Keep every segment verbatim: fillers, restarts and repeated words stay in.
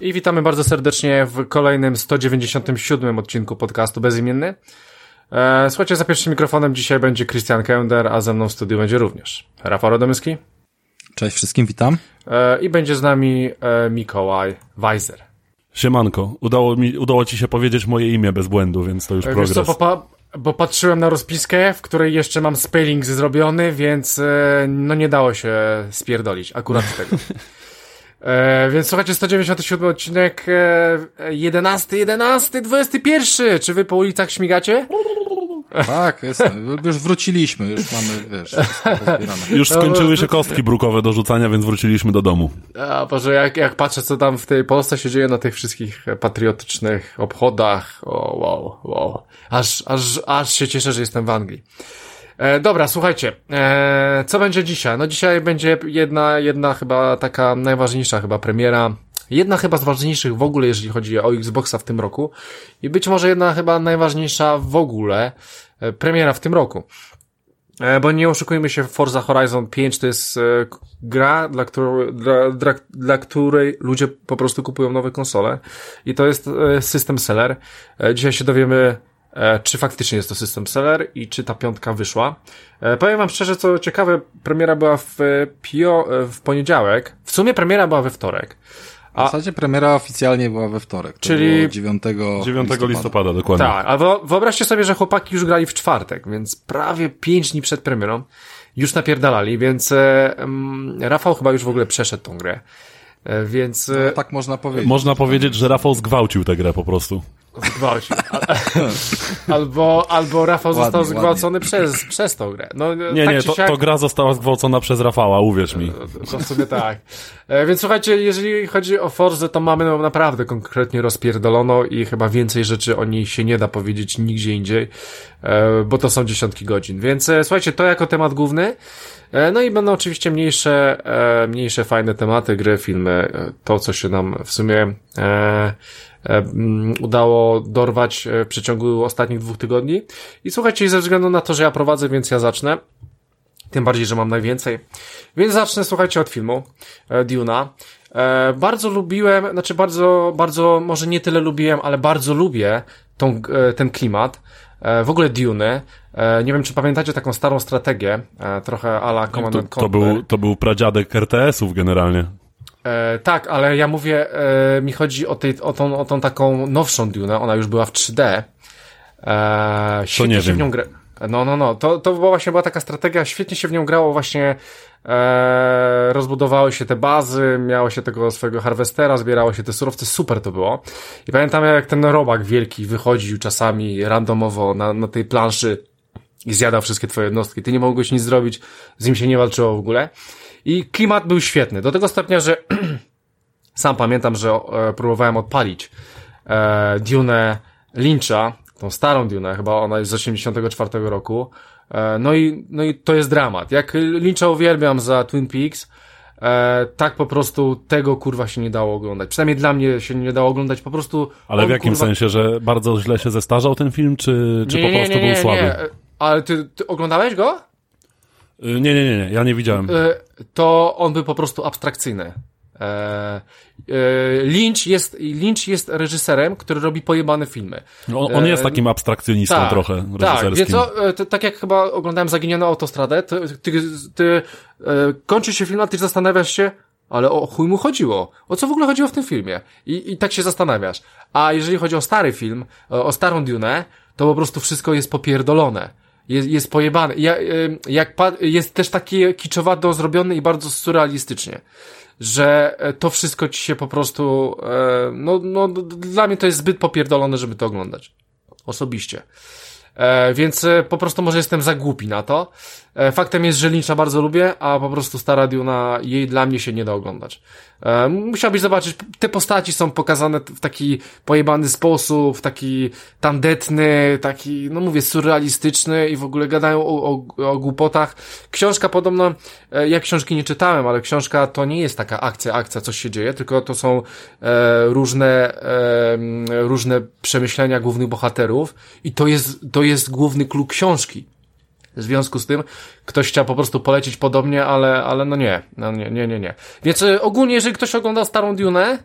I witamy bardzo serdecznie w kolejnym sto dziewięćdziesiątym siódmym odcinku podcastu Bezimienny. E, słuchajcie, za pierwszym mikrofonem dzisiaj będzie Christian Kender, a ze mną w studiu będzie również Rafał Radomyski. Cześć wszystkim, witam. E, I będzie z nami e, Mikołaj Weiser. Siemanko, udało mi, udało ci się powiedzieć moje imię bez błędu, więc to już e, progres. Wiesz co, bo, pa, bo patrzyłem na rozpiskę, w której jeszcze mam spelling zrobiony, więc e, no nie dało się spierdolić akurat z tego. E, więc słuchajcie, sto dziewięćdziesiąty siódmy odcinek, e, jedenasty, jedenasty, dwudziesty pierwszy. Czy wy po ulicach śmigacie? Tak, jestem. Już wróciliśmy, już mamy, wiesz, już skończyły się kostki brukowe do rzucania, więc wróciliśmy do domu. A Boże, jak, jak patrzę, co tam w tej Polsce się dzieje na tych wszystkich patriotycznych obchodach, o wow, wow, aż, aż, aż się cieszę, że jestem w Anglii. E, dobra, słuchajcie, e, co będzie dzisiaj? No dzisiaj będzie jedna, jedna chyba taka najważniejsza chyba premiera, jedna chyba z ważniejszych w ogóle, jeżeli chodzi o Xboxa w tym roku i być może jedna chyba najważniejsza w ogóle e, premiera w tym roku. E, bo nie oszukujmy się, Forza Horizon pięć to jest e, gra, dla, której, dla, dla, dla której ludzie po prostu kupują nowe konsole i to jest e, system seller. E, dzisiaj się dowiemy, E, czy faktycznie jest to system seller i czy ta piątka wyszła. E, powiem wam szczerze, co ciekawe, premiera była w, pio, w poniedziałek. W sumie premiera była we wtorek. A, w zasadzie premiera oficjalnie była we wtorek. To czyli dziewiątego listopada. listopada, dokładnie. Tak, a wo, wyobraźcie sobie, że chłopaki już grali w czwartek, więc prawie pięć dni przed premierą już napierdalali, więc e, m, Rafał chyba już w ogóle przeszedł tą grę. E, więc... No, tak można powiedzieć. Można powiedzieć, że Rafał zgwałcił tę grę po prostu. Zgwałcił. Albo, albo Rafał ładnie, został zgwałcony ładnie. przez, przez tą grę. No, nie, tak nie, to, siak... to gra została zgwałcona przez Rafała, uwierz mi. To w sumie tak. E, więc słuchajcie, jeżeli chodzi o Forzę, to mamy ją naprawdę konkretnie rozpierdoloną i chyba więcej rzeczy o niej się nie da powiedzieć nigdzie indziej, e, bo to są dziesiątki godzin. Więc e, słuchajcie, to jako temat główny. E, no i będą oczywiście mniejsze, e, mniejsze fajne tematy, gry, filmy, e, to co się nam w sumie e, udało dorwać w przeciągu ostatnich dwóch tygodni. I słuchajcie, ze względu na to, że ja prowadzę, więc ja zacznę. Tym bardziej, że mam najwięcej. Więc zacznę, słuchajcie, od filmu e, Dune'a. E, bardzo lubiłem, znaczy bardzo, bardzo, może nie tyle lubiłem, ale bardzo lubię tą, e, ten klimat. E, w ogóle Dune'y. E, nie wiem, czy pamiętacie taką starą strategię, e, trochę à la Command and To, to, był, to był pradziadek R T S-ów generalnie. E, tak, ale ja mówię, e, mi chodzi o, tej, o, tą, o tą taką nowszą Dune'ę, ona już była w trzy D. E, świetnie nie się wiem. w nią gra... No, no, no, to, to właśnie była taka strategia, świetnie się w nią grało właśnie, e, rozbudowały się te bazy, miało się tego swojego harvestera, zbierało się te surowce, super to było. I pamiętam, jak ten robak wielki wychodził czasami randomowo na, na tej planszy i zjadał wszystkie twoje jednostki. Ty nie mogłeś nic zrobić, z nim się nie walczyło w ogóle. I klimat był świetny, do tego stopnia, że sam pamiętam, że e, próbowałem odpalić e, Dune'ę Lyncha, tą starą Dune'ę, chyba ona jest z osiemdziesiątego czwartego roku, e, no i no i to jest dramat. Jak Lyncha uwielbiam za Twin Peaks, e, tak po prostu tego kurwa się nie dało oglądać. Przynajmniej dla mnie się nie dało oglądać, po prostu... Ale on, w jakim kurwa... sensie, że bardzo źle się zestarzał ten film, czy, czy nie, po prostu nie, nie, nie, był słaby? Nie. Ale ty, ty oglądałeś go? Nie, nie, nie, nie, ja nie widziałem. To on był po prostu abstrakcyjny. Lynch jest, Lynch jest reżyserem, który robi pojebane filmy. On, on jest takim abstrakcjonistą tak, trochę reżyserskim. Tak, więc co, to, tak jak chyba oglądałem Zaginioną autostradę, to, ty, ty kończy się film, a ty zastanawiasz się, ale o chuj mu chodziło. O co w ogóle chodziło w tym filmie? I, i tak się zastanawiasz. A jeżeli chodzi o stary film, o starą Dune'ę, to po prostu wszystko jest popierdolone. Jest, jest pojebane. Ja, jak pa, jest też taki kiczowato zrobiony i bardzo surrealistycznie, że to wszystko ci się po prostu, no, no, dla mnie to jest zbyt popierdolone, żeby to oglądać. Osobiście. E, więc e, po prostu może jestem za głupi na to. E, faktem jest, że Lyncha bardzo lubię, a po prostu stara Duna, jej dla mnie się nie da oglądać. E, musiałbyś zobaczyć, te postaci są pokazane w taki pojebany sposób, w taki tandetny, taki, no mówię, surrealistyczny i w ogóle gadają o, o, o głupotach. Książka podobno, e, ja książki nie czytałem, ale książka to nie jest taka akcja, akcja, coś się dzieje, tylko to są e, różne, e, różne przemyślenia głównych bohaterów i to jest, to jest główny clue książki. W związku z tym ktoś chciał po prostu polecieć podobnie, ale, ale no nie, no nie, nie, nie, nie. Więc y, ogólnie, jeżeli ktoś oglądał starą Dune'ę,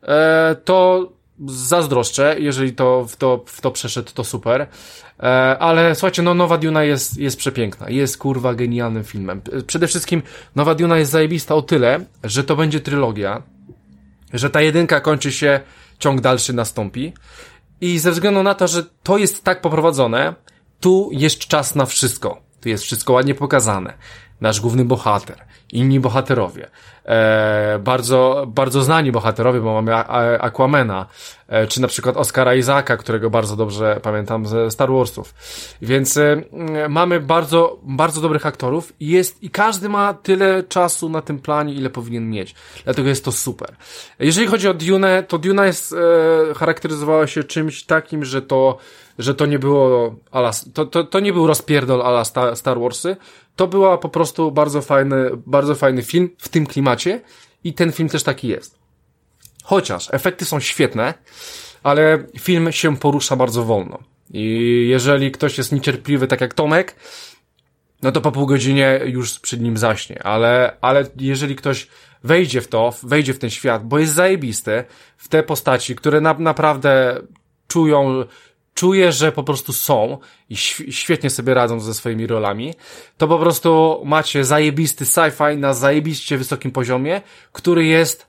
e, to zazdroszczę, jeżeli to w to, w to przeszedł, to super. E, ale słuchajcie, no Nowa Duna jest, jest przepiękna. Jest kurwa genialnym filmem. Przede wszystkim Nowa Duna jest zajebista o tyle, że to będzie trylogia, że ta jedynka kończy się, ciąg dalszy nastąpi. I ze względu na to, że to jest tak poprowadzone, tu jest czas na wszystko. Tu jest wszystko ładnie pokazane. Nasz główny bohater, inni bohaterowie, e, bardzo, bardzo znani bohaterowie, bo mamy Aquamana, e, czy na przykład Oscara Isaaca, którego bardzo dobrze pamiętam ze Star Warsów. Więc e, mamy bardzo, bardzo dobrych aktorów i jest, i każdy ma tyle czasu na tym planie, ile powinien mieć. Dlatego jest to super. Jeżeli chodzi o Dune, to Duna jest, e, charakteryzowała się czymś takim, że to, że to nie było ala, to, to, to nie był rozpierdol ala Star, Star Warsy. To była po prostu bardzo fajny, bardzo fajny film w tym klimacie i ten film też taki jest. Chociaż efekty są świetne, ale film się porusza bardzo wolno. I jeżeli ktoś jest niecierpliwy, tak jak Tomek, no to po pół godzinie już przed nim zaśnie. Ale, ale jeżeli ktoś wejdzie w to, wejdzie w ten świat, bo jest zajebisty, w te postaci, które na, naprawdę czują, czuję, że po prostu są i świetnie sobie radzą ze swoimi rolami, to po prostu macie zajebisty sci-fi na zajebiście wysokim poziomie, który jest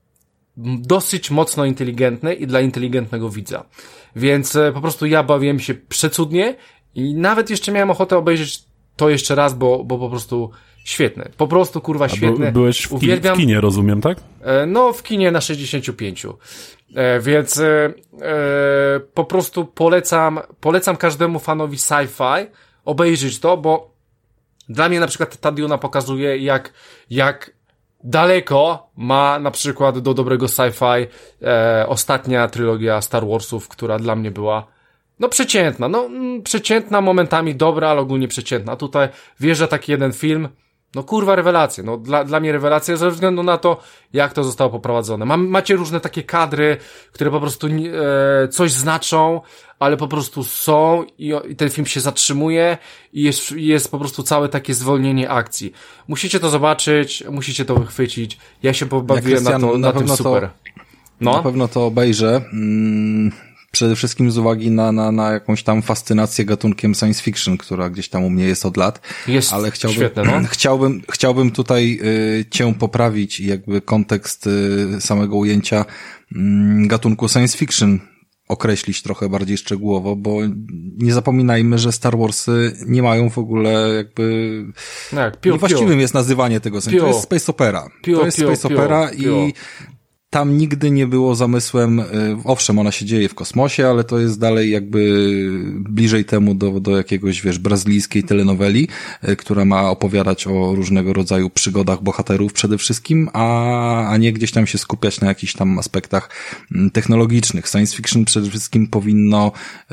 dosyć mocno inteligentny i dla inteligentnego widza. Więc po prostu ja bawiłem się przecudnie i nawet jeszcze miałem ochotę obejrzeć to jeszcze raz, bo, bo po prostu świetne. Po prostu kurwa świetne. A byłeś w, Uwielbiam... w kinie, rozumiem, tak? No, w kinie na sześćdziesięciu pięciu. E, więc e, e, po prostu polecam, polecam każdemu fanowi sci-fi obejrzeć to, bo dla mnie na przykład ta Duna pokazuje, jak, jak daleko ma na przykład do dobrego sci-fi e, ostatnia trylogia Star Warsów, która dla mnie była no przeciętna, no mm, przeciętna, momentami dobra, ale ogólnie przeciętna. Tutaj wjeżdża taki jeden film, no kurwa rewelacje, no dla, dla mnie rewelacje ze względu na to, jak to zostało poprowadzone. Mam, macie różne takie kadry, które po prostu e, coś znaczą, ale po prostu są i, i ten film się zatrzymuje i jest, jest po prostu całe takie zwolnienie akcji. Musicie to zobaczyć, musicie to wychwycić. Ja się pobawiłem ja, na, to, na, na tym super. To, no? Na pewno to obejrzę. Mm. Przede wszystkim z uwagi na, na, na jakąś tam fascynację gatunkiem science fiction, która gdzieś tam u mnie jest od lat. Jest ale chciałbym, świetne, no. chciałbym, chciałbym tutaj y, cię poprawić i jakby kontekst y, samego ujęcia y, gatunku science fiction określić trochę bardziej szczegółowo, bo nie zapominajmy, że Star Warsy nie mają w ogóle jakby... Tak, piu, niewłaściwym piu. jest nazywanie tego. Piu. To jest space opera. Piu, to jest piu, space piu, opera piu. i tam nigdy nie było zamysłem, owszem, ona się dzieje w kosmosie, ale to jest dalej jakby bliżej temu do, do jakiegoś, wiesz, brazylijskiej telenoweli, która ma opowiadać o różnego rodzaju przygodach bohaterów przede wszystkim, a, a nie gdzieś tam się skupiać na jakichś tam aspektach technologicznych. Science fiction przede wszystkim powinno yy,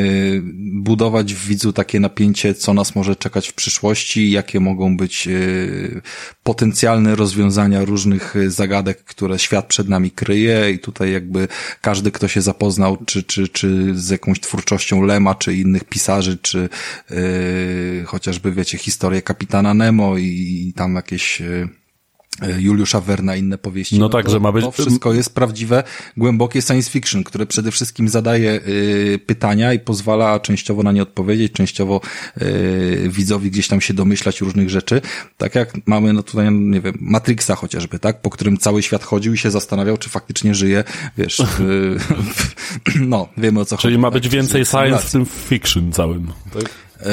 budować w widzu takie napięcie, co nas może czekać w przyszłości, jakie mogą być yy, potencjalne rozwiązania różnych zagadek, które świat przed nami kryje i tutaj jakby każdy, kto się zapoznał, czy, czy, czy z jakąś twórczością Lema, czy innych pisarzy, czy yy, chociażby, wiecie, historię Kapitana Nemo i, i tam jakieś... Yy, Juliusza Werna, inne powieści. No, no tak, to, że ma być... To wszystko jest prawdziwe, głębokie science fiction, które przede wszystkim zadaje y, pytania i pozwala częściowo na nie odpowiedzieć, częściowo y, widzowi gdzieś tam się domyślać różnych rzeczy. Tak jak mamy no tutaj, nie wiem, Matrixa chociażby, tak? Po którym cały świat chodził i się zastanawiał, czy faktycznie żyje, wiesz, w, w, no, wiemy o co Czyli chodzi. Czyli ma tak? być więcej science w tym fiction całym, tak?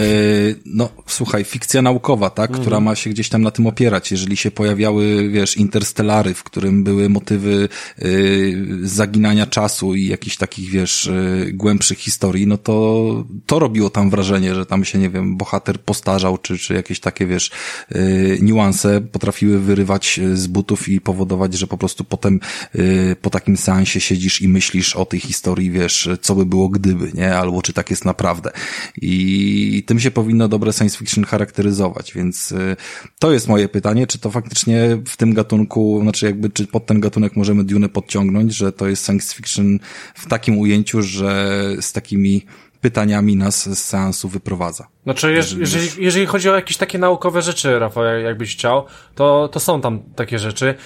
No, słuchaj, fikcja naukowa, tak, mhm. która ma się gdzieś tam na tym opierać. Jeżeli się pojawiały, wiesz, interstellary, w którym były motywy y, zaginania czasu i jakichś takich, wiesz, y, głębszych historii, no to to robiło tam wrażenie, że tam się, nie wiem, bohater postarzał, czy, czy jakieś takie, wiesz, y, niuanse potrafiły wyrywać z butów i powodować, że po prostu potem y, po takim seansie siedzisz i myślisz o tej historii, wiesz, co by było gdyby, nie? Albo czy tak jest naprawdę. I I tym się powinno dobre science fiction charakteryzować, więc y, to jest moje pytanie, czy to faktycznie w tym gatunku, znaczy jakby, czy pod ten gatunek możemy Dune podciągnąć, że to jest science fiction w takim ujęciu, że z takimi pytaniami nas z seansu wyprowadza. Znaczy, jeżeli, jeżeli, jeżeli chodzi o jakieś takie naukowe rzeczy, Rafał, jakbyś chciał, to, to są tam takie rzeczy.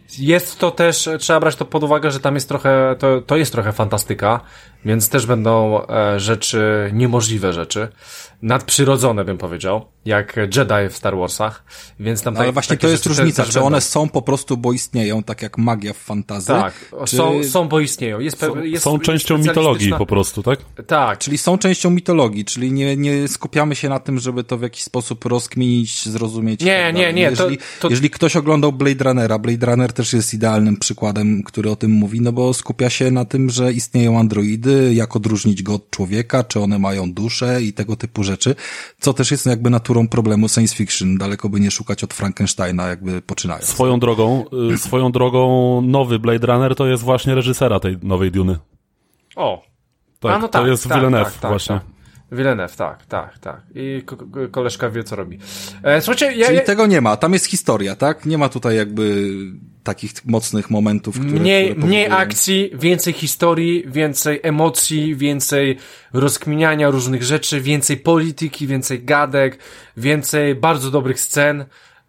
Jest to też, trzeba brać to pod uwagę, że tam jest trochę, to, to jest trochę fantastyka, więc też będą e, rzeczy, niemożliwe rzeczy, nadprzyrodzone bym powiedział, jak Jedi w Star Warsach, więc tam... No, ale tak, właśnie to jest różnica, czy one są po prostu, bo istnieją, tak jak magia w fantazji? Tak, czy... są, są, bo istnieją. Jest są, jest, są jest częścią mitologii po prostu, tak? Tak. Czyli są częścią mitologii, czyli nie, nie skupiamy się na tym, żeby to w jakiś sposób rozkminić, zrozumieć. Nie, tak nie, nie. Jeżeli, to, to... jeżeli ktoś oglądał Blade Runnera, Blade Runner też jest idealnym przykładem, który o tym mówi, no bo skupia się na tym, że istnieją androidy, jak odróżnić go od człowieka, czy one mają duszę i tego typu rzeczy, co też jest jakby naturą problemu science fiction, daleko by nie szukać od Frankensteina, jakby poczynając. Swoją drogą, y, swoją drogą nowy Blade Runner to jest właśnie reżysera tej nowej Duny. O. Tak, A, no to tak, jest tak, Villeneuve tak, tak, właśnie. Tak. Villeneuve, tak, tak, tak. I ko- ko- koleżka wie, co robi. E, słuchajcie, ja... Czyli ja... tego nie ma, tam jest historia, tak? Nie ma tutaj jakby takich mocnych momentów, które... Mniej, które mniej powodują... akcji, więcej historii, więcej emocji, więcej rozkminiania różnych rzeczy, więcej polityki, więcej gadek, więcej bardzo dobrych scen,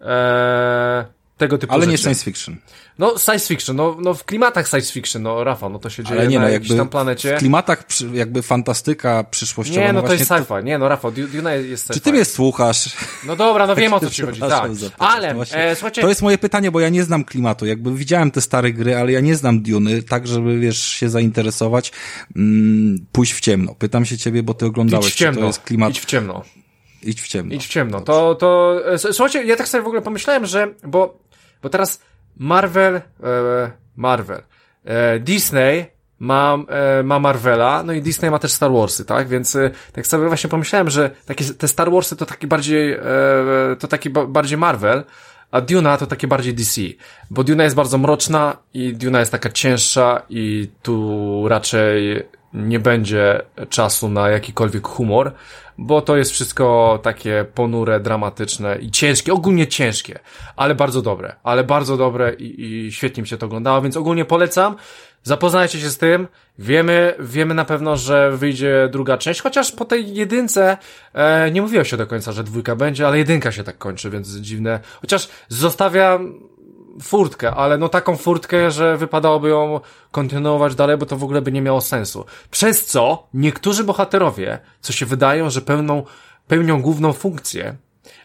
e, tego typu Ale rzeczy. nie science fiction. No, science fiction, no, no w klimatach science fiction, no Rafał, no to się dzieje Ale nie, na no, jakiejś jakby tam planecie. w klimatach przy, jakby fantastyka przyszłościowa. Nie, no, no to właśnie jest sci-fi, nie, no Rafał, Duna jest sci-fi. Czy ty mnie słuchasz? No dobra, no wiem o co ci chodzi, tak. Przepraszam, Ale, no właśnie, e, słuchajcie... To jest moje pytanie, bo ja nie znam klimatu. Jakby widziałem te stare gry, ale ja nie znam Duny, tak żeby, wiesz, się zainteresować, mm, pójść w ciemno. Pytam się ciebie, bo ty oglądałeś, Idź w ciemno, czy to jest klimat... idź w ciemno. Idź w ciemno. Idź w ciemno. To, to, e, słuchajcie, ja tak sobie w ogóle pomyślałem, że, bo, bo teraz Marvel, e, Marvel, e, Disney ma, e, ma Marvela, no i Disney ma też Star Warsy, tak? Więc e, tak sobie właśnie pomyślałem, że takie, te Star Warsy to taki bardziej, e, to taki ba- bardziej Marvel, a Duna to takie bardziej D C, bo Duna jest bardzo mroczna i Duna jest taka cięższa i tu raczej nie będzie czasu na jakikolwiek humor, bo to jest wszystko takie ponure, dramatyczne i ciężkie, ogólnie ciężkie, ale bardzo dobre, ale bardzo dobre i, i świetnie mi się to oglądało, więc ogólnie polecam, zapoznajcie się z tym, wiemy, wiemy na pewno, że wyjdzie druga część, chociaż po tej jedynce e, nie mówiło się do końca, że dwójka będzie, ale jedynka się tak kończy, więc dziwne, chociaż zostawia furtkę, ale no taką furtkę, że wypadałoby ją kontynuować dalej, bo to w ogóle by nie miało sensu. Przez co niektórzy bohaterowie, co się wydają, że pełną, pełnią główną funkcję,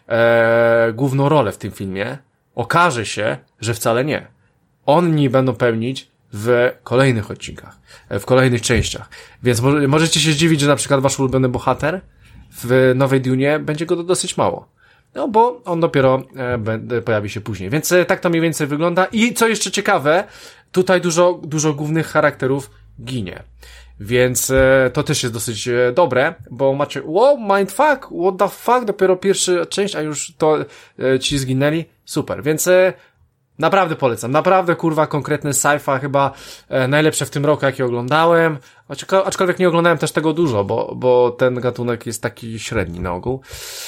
e, główną rolę w tym filmie, okaże się, że wcale nie. Oni będą pełnić w kolejnych odcinkach, w kolejnych częściach. Więc mo- możecie się zdziwić, że na przykład wasz ulubiony bohater w nowej Dunie będzie go dosyć mało. No bo on dopiero e, be, pojawi się później. Więc e, tak to mniej więcej wygląda. I co jeszcze ciekawe, tutaj dużo, dużo głównych charakterów ginie. Więc e, to też jest dosyć e, dobre, bo macie wow, mindfuck, what the fuck, dopiero pierwsza część, a już to e, ci zginęli. Super, więc e, naprawdę polecam. Naprawdę, kurwa, konkretny sci-fi, chyba e, najlepsze w tym roku, jakie oglądałem. Aczko, aczkolwiek nie oglądałem też tego dużo, bo, bo ten gatunek jest taki średni na ogół.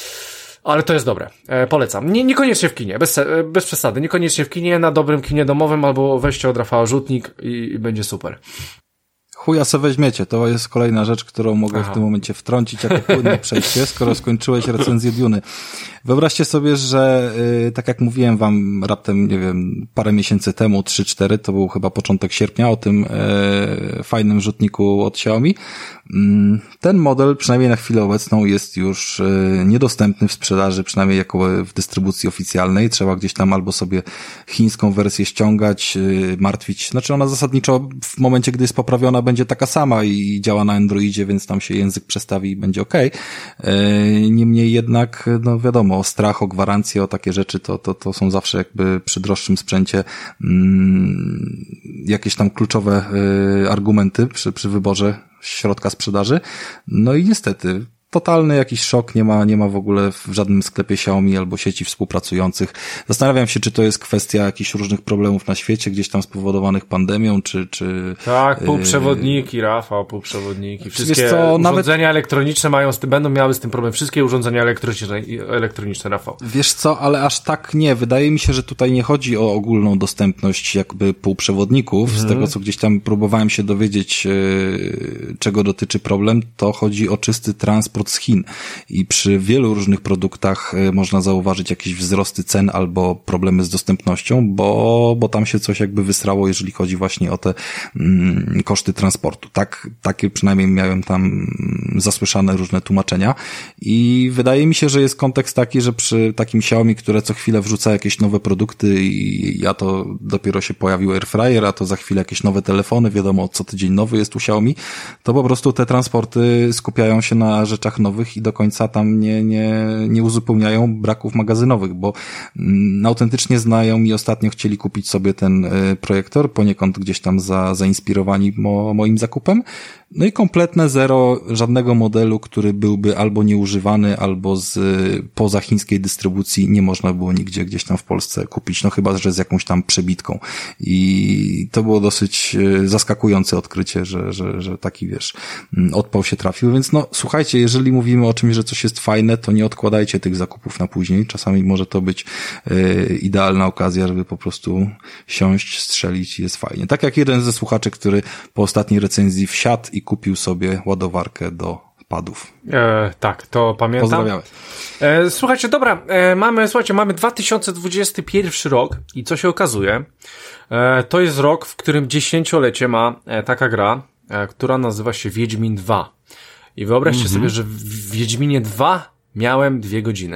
Ale to jest dobre. E, polecam. Nie, niekoniecznie w kinie, bez, bez przesady. Niekoniecznie w kinie, na dobrym kinie domowym albo weźcie od Rafała Rzutnik i, i będzie super. Chuja se weźmiecie, to jest kolejna rzecz, którą mogę Aha. w tym momencie wtrącić jako płynne przejście, skoro skończyłeś recenzję Duny. Wyobraźcie sobie, że yy, tak jak mówiłem wam raptem, nie wiem, parę miesięcy temu, trzy cztery, to był chyba początek sierpnia, o tym yy, fajnym rzutniku od Xiaomi. Yy, ten model, przynajmniej na chwilę obecną, jest już yy, niedostępny w sprzedaży, przynajmniej jako w dystrybucji oficjalnej. Trzeba gdzieś tam albo sobie chińską wersję ściągać, yy, martwić. Znaczy ona zasadniczo w momencie, gdy jest poprawiona, będzie taka sama i działa na Androidzie, więc tam się język przestawi i będzie okej. Yy, niemniej jednak, no wiadomo, o strach, o gwarancję, o takie rzeczy, to, to, to są zawsze jakby przy droższym sprzęcie mm, jakieś tam kluczowe y, argumenty przy, przy wyborze środka sprzedaży. No i niestety totalny jakiś szok, nie ma, nie ma w ogóle w żadnym sklepie Xiaomi albo sieci współpracujących. Zastanawiam się, czy to jest kwestia jakichś różnych problemów na świecie, gdzieś tam spowodowanych pandemią, czy... czy tak, półprzewodniki, yy... Rafał, półprzewodniki. Wszystkie co, urządzenia nawet... elektroniczne mają z tym, będą miały z tym problem. Wszystkie urządzenia elektroniczne, elektroniczne, Rafał. Wiesz co, ale aż tak nie. Wydaje mi się, że tutaj nie chodzi o ogólną dostępność jakby półprzewodników. Mhm. Z tego, co gdzieś tam próbowałem się dowiedzieć, yy, czego dotyczy problem, to chodzi o czysty transport import z Chin i przy wielu różnych produktach można zauważyć jakieś wzrosty cen albo problemy z dostępnością, bo, bo tam się coś jakby wysrało, jeżeli chodzi właśnie o te mm, koszty transportu. Tak, takie przynajmniej miałem tam zasłyszane różne tłumaczenia i wydaje mi się, że jest kontekst taki, że przy takim Xiaomi, które co chwilę wrzuca jakieś nowe produkty i ja to dopiero się pojawił Airfryer, a to za chwilę jakieś nowe telefony, wiadomo, co tydzień nowy jest u Xiaomi, to po prostu te transporty skupiają się na rzeczach nowych i do końca tam nie, nie, nie uzupełniają braków magazynowych, bo mm, autentycznie znajomi ostatnio chcieli kupić sobie ten y, projektor, poniekąd gdzieś tam za, zainspirowani mo, moim zakupem. No i kompletne zero żadnego modelu, który byłby albo nieużywany, albo z poza chińskiej dystrybucji nie można było nigdzie gdzieś tam w Polsce kupić, no chyba, że z jakąś tam przebitką. I to było dosyć zaskakujące odkrycie, że, że, że taki, wiesz, odpał się trafił. Więc no, słuchajcie, jeżeli mówimy o czymś, że coś jest fajne, to nie odkładajcie tych zakupów na później. Czasami może to być y, idealna okazja, żeby po prostu siąść, strzelić i jest fajnie. Tak jak jeden ze słuchaczy, który po ostatniej recenzji wsiadł i kupił sobie ładowarkę do padów. E, tak, to pamiętam. Pozdrawiamy. E, słuchajcie, dobra, e, mamy, słuchajcie, mamy dwa tysiące dwudziesty pierwszy rok i co się okazuje, e, to jest rok, w którym dziesięciolecie ma e, taka gra, e, która nazywa się Wiedźmin dwa. I wyobraźcie mm-hmm. sobie, że w Wiedźminie dwa miałem dwie godziny.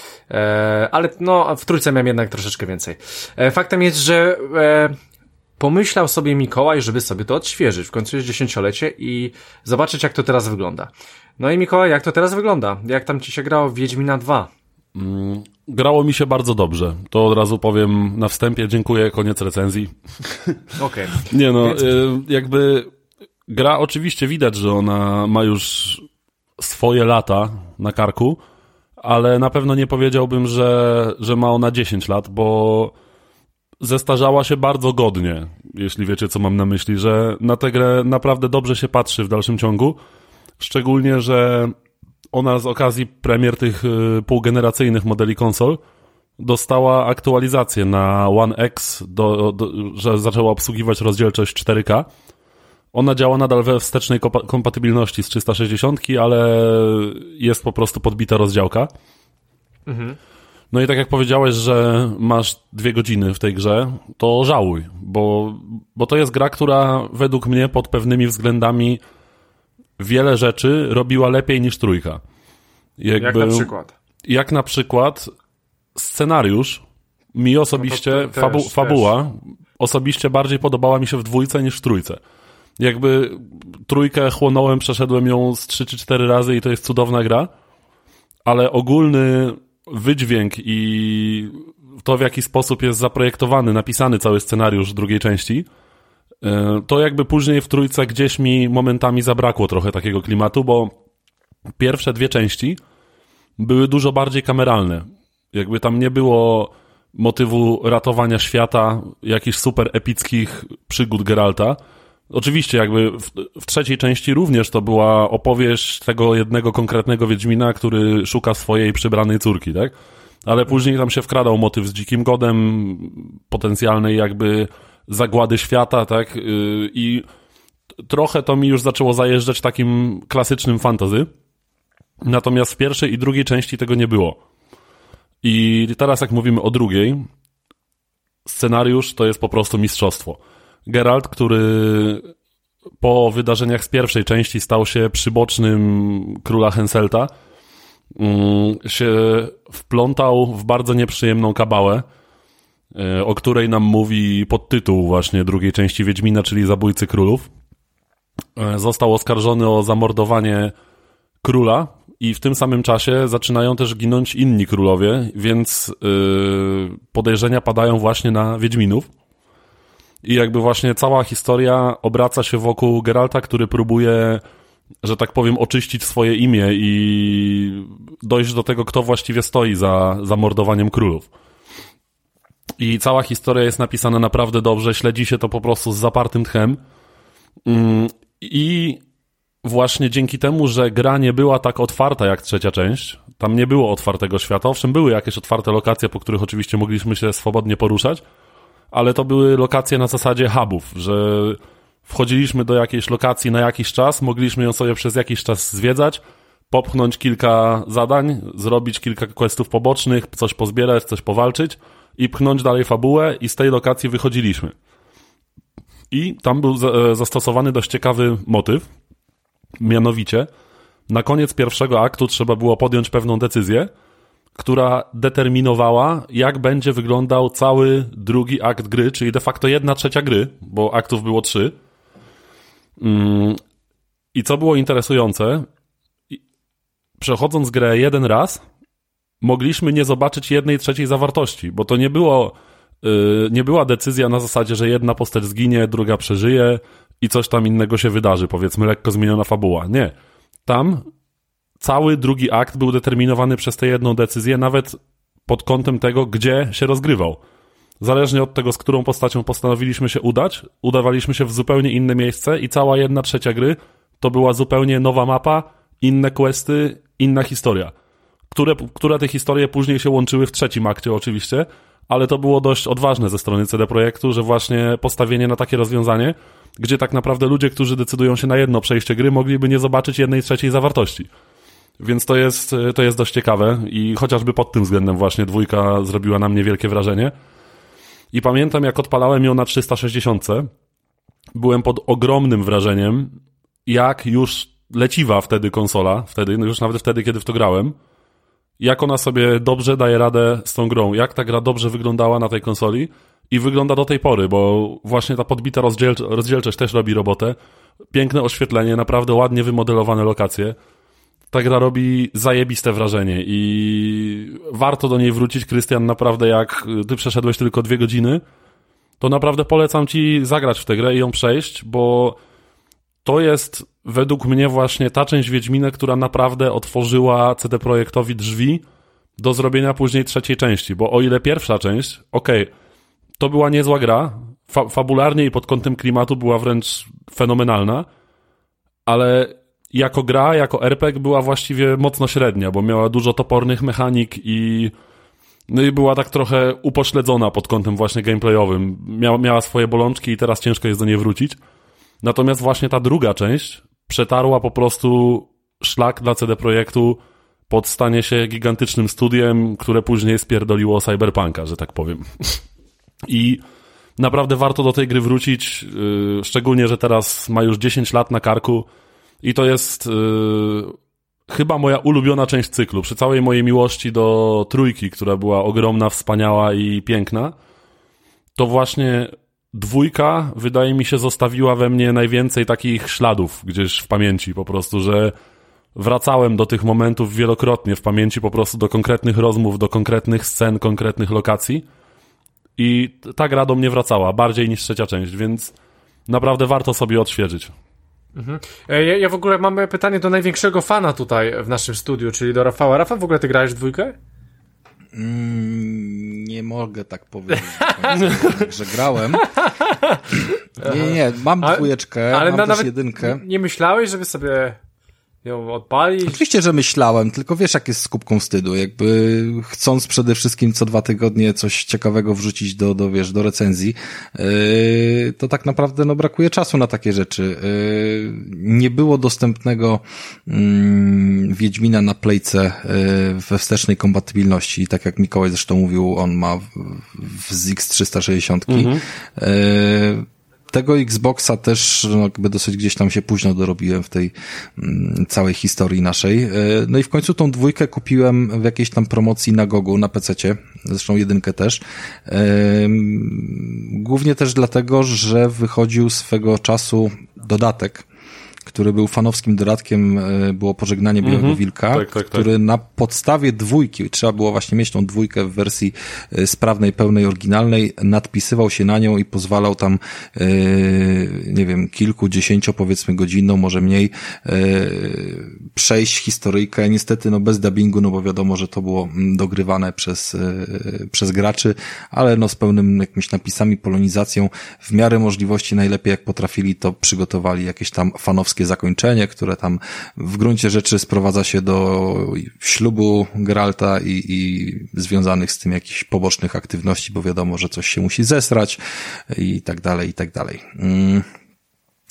E, ale no, w trójce miałem jednak troszeczkę więcej. E, faktem jest, że e, pomyślał sobie Mikołaj, żeby sobie to odświeżyć. W końcu jest dziesięciolecie i zobaczyć, jak to teraz wygląda. No i Mikołaj, jak to teraz wygląda? Jak tam ci się grało w Wiedźmina dwa? Mm, grało mi się bardzo dobrze. To od razu powiem na wstępie. Dziękuję, koniec recenzji. Okej. Okay. Nie no, Więc... y, jakby gra oczywiście widać, że ona ma już swoje lata na karku, ale na pewno nie powiedziałbym, że, że ma ona dziesięć lat, bo zestarzała się bardzo godnie, jeśli wiecie, co mam na myśli, że na tę grę naprawdę dobrze się patrzy w dalszym ciągu, szczególnie, że ona z okazji premier tych y, półgeneracyjnych modeli konsol dostała aktualizację na One X, do, do, że zaczęła obsługiwać rozdzielczość cztery K. Ona działa nadal we wstecznej kompa- kompatybilności z trzysta sześćdziesiąt, ale jest po prostu podbita rozdziałka. Mhm. No i tak jak powiedziałeś, że masz dwie godziny w tej grze, to żałuj, bo, bo to jest gra, która według mnie pod pewnymi względami wiele rzeczy robiła lepiej niż trójka. Jakby, jak na przykład? Jak na przykład scenariusz, mi osobiście, no to, to, fabu- też, fabuła, też. osobiście bardziej podobała mi się w dwójce niż w trójce. Jakby trójkę chłonąłem, przeszedłem ją z trzy czy cztery razy i to jest cudowna gra, ale ogólny wydźwięk i to, w jaki sposób jest zaprojektowany, napisany cały scenariusz drugiej części, to jakby później w trójce gdzieś mi momentami zabrakło trochę takiego klimatu, bo pierwsze dwie części były dużo bardziej kameralne. Jakby tam nie było motywu ratowania świata, jakichś super epickich przygód Geralta. Oczywiście jakby w, w trzeciej części również to była opowieść tego jednego konkretnego Wiedźmina, który szuka swojej przybranej córki, tak? Ale później tam się wkradał motyw z Dzikim Godem, potencjalnej jakby zagłady świata, tak? I trochę to mi już zaczęło zajeżdżać takim klasycznym fantasy. Natomiast w pierwszej i drugiej części tego nie było. I teraz jak mówimy o drugiej, scenariusz to jest po prostu mistrzostwo. Geralt, który po wydarzeniach z pierwszej części stał się przybocznym króla Henselta, się wplątał w bardzo nieprzyjemną kabałę, o której nam mówi podtytuł właśnie drugiej części Wiedźmina, czyli Zabójcy Królów. Został oskarżony o zamordowanie króla i w tym samym czasie zaczynają też ginąć inni królowie, więc podejrzenia padają właśnie na Wiedźminów. I jakby właśnie cała historia obraca się wokół Geralta, który próbuje, że tak powiem, oczyścić swoje imię i dojść do tego, kto właściwie stoi za zamordowaniem królów. I cała historia jest napisana naprawdę dobrze, śledzi się to po prostu z zapartym tchem. I właśnie dzięki temu, że gra nie była tak otwarta jak trzecia część, tam nie było otwartego świata, owszem, były jakieś otwarte lokacje, po których oczywiście mogliśmy się swobodnie poruszać, ale to były lokacje na zasadzie hubów, że wchodziliśmy do jakiejś lokacji na jakiś czas, mogliśmy ją sobie przez jakiś czas zwiedzać, popchnąć kilka zadań, zrobić kilka questów pobocznych, coś pozbierać, coś powalczyć i pchnąć dalej fabułę i z tej lokacji wychodziliśmy. I tam był zastosowany dość ciekawy motyw, mianowicie na koniec pierwszego aktu trzeba było podjąć pewną decyzję, która determinowała, jak będzie wyglądał cały drugi akt gry, czyli de facto jedna trzecia gry, bo aktów było trzy. I co było interesujące, przechodząc grę jeden raz, mogliśmy nie zobaczyć jednej trzeciej zawartości, bo to nie było, yy, nie była decyzja na zasadzie, że jedna postać zginie, druga przeżyje i coś tam innego się wydarzy, powiedzmy lekko zmieniona fabuła. Nie. Tam cały drugi akt był determinowany przez tę jedną decyzję, nawet pod kątem tego, gdzie się rozgrywał. Zależnie od tego, z którą postacią postanowiliśmy się udać, udawaliśmy się w zupełnie inne miejsce i cała jedna trzecia gry to była zupełnie nowa mapa, inne questy, inna historia. Które, które te historie później się łączyły w trzecim akcie oczywiście, ale to było dość odważne ze strony C D Projektu, że właśnie postawienie na takie rozwiązanie, gdzie tak naprawdę ludzie, którzy decydują się na jedno przejście gry, mogliby nie zobaczyć jednej trzeciej zawartości. Więc to jest, to jest dość ciekawe i chociażby pod tym względem właśnie dwójka zrobiła na mnie wielkie wrażenie. I pamiętam, jak odpalałem ją na trzysta sześćdziesiąt, byłem pod ogromnym wrażeniem, jak już leciwa wtedy konsola, wtedy, no już nawet wtedy, kiedy w to grałem, jak ona sobie dobrze daje radę z tą grą, jak ta gra dobrze wyglądała na tej konsoli i wygląda do tej pory, bo właśnie ta podbita rozdzielczo- rozdzielczość też robi robotę, piękne oświetlenie, naprawdę ładnie wymodelowane lokacje. Ta gra robi zajebiste wrażenie i warto do niej wrócić, Krystian, naprawdę jak ty przeszedłeś tylko dwie godziny, to naprawdę polecam ci zagrać w tę grę i ją przejść, bo to jest według mnie właśnie ta część Wiedźmina, która naprawdę otworzyła C D Projektowi drzwi do zrobienia później trzeciej części, bo o ile pierwsza część, okej, okay, to była niezła gra, fa- fabularnie i pod kątem klimatu była wręcz fenomenalna, ale jako gra, jako er pe gie była właściwie mocno średnia, bo miała dużo topornych mechanik i no i była tak trochę upośledzona pod kątem właśnie gameplayowym. Miała, miała swoje bolączki i teraz ciężko jest do niej wrócić. Natomiast właśnie ta druga część przetarła po prostu szlak dla C D Projektu pod stanie się gigantycznym studiem, które później spierdoliło Cyberpunka, że tak powiem. I naprawdę warto do tej gry wrócić, yy, szczególnie, że teraz ma już dziesięć lat na karku i to jest yy, chyba moja ulubiona część cyklu. Przy całej mojej miłości do trójki, która była ogromna, wspaniała i piękna, to właśnie dwójka, wydaje mi się, zostawiła we mnie najwięcej takich śladów gdzieś w pamięci po prostu, że wracałem do tych momentów wielokrotnie w pamięci po prostu do konkretnych rozmów, do konkretnych scen, konkretnych lokacji i ta gra do mnie wracała bardziej niż trzecia część, więc naprawdę warto sobie odświeżyć. Mhm. Ja, ja w ogóle mam pytanie do największego fana tutaj w naszym studiu, czyli do Rafała. Rafał, w ogóle ty grałeś w dwójkę? Mm, nie mogę tak powiedzieć, że grałem. Nie, nie, mam dwójeczkę, ale mam na, też nawet jedynkę. Nie myślałeś, żeby sobie ją odpalić? Oczywiście, że myślałem, tylko wiesz, jak jest z kubką wstydu. Jakby chcąc przede wszystkim co dwa tygodnie coś ciekawego wrzucić do, do wiesz, do recenzji, yy, to tak naprawdę no brakuje czasu na takie rzeczy. Yy, nie było dostępnego yy, Wiedźmina na Playce yy, we wstecznej kompatybilności. Tak jak Mikołaj zresztą mówił, on ma w, w z X trzysta sześćdziesiąt. Mhm. Yy, Tego Xboxa też no, jakby dosyć gdzieś tam się późno dorobiłem w tej mm, całej historii naszej. No i w końcu tą dwójkę kupiłem w jakiejś tam promocji na Gogu, na pececie, zresztą jedynkę też. Głównie też dlatego, że wychodził swego czasu dodatek, który był fanowskim dodatkiem, było Pożegnanie Białego mm-hmm. Wilka, tak, tak, który tak. na podstawie dwójki, trzeba było właśnie mieć tą dwójkę w wersji sprawnej, pełnej, oryginalnej, nadpisywał się na nią i pozwalał tam, nie wiem, kilkudziesięcio powiedzmy godziną, może mniej, przejść historyjkę, niestety no bez dubbingu, no bo wiadomo, że to było dogrywane przez, przez graczy, ale no z pełnym jakimiś napisami, polonizacją, w miarę możliwości najlepiej jak potrafili, to przygotowali jakieś tam fanowskie zakończenie, które tam w gruncie rzeczy sprowadza się do ślubu Geralta i, i związanych z tym jakichś pobocznych aktywności, bo wiadomo, że coś się musi zesrać i tak dalej, i tak dalej.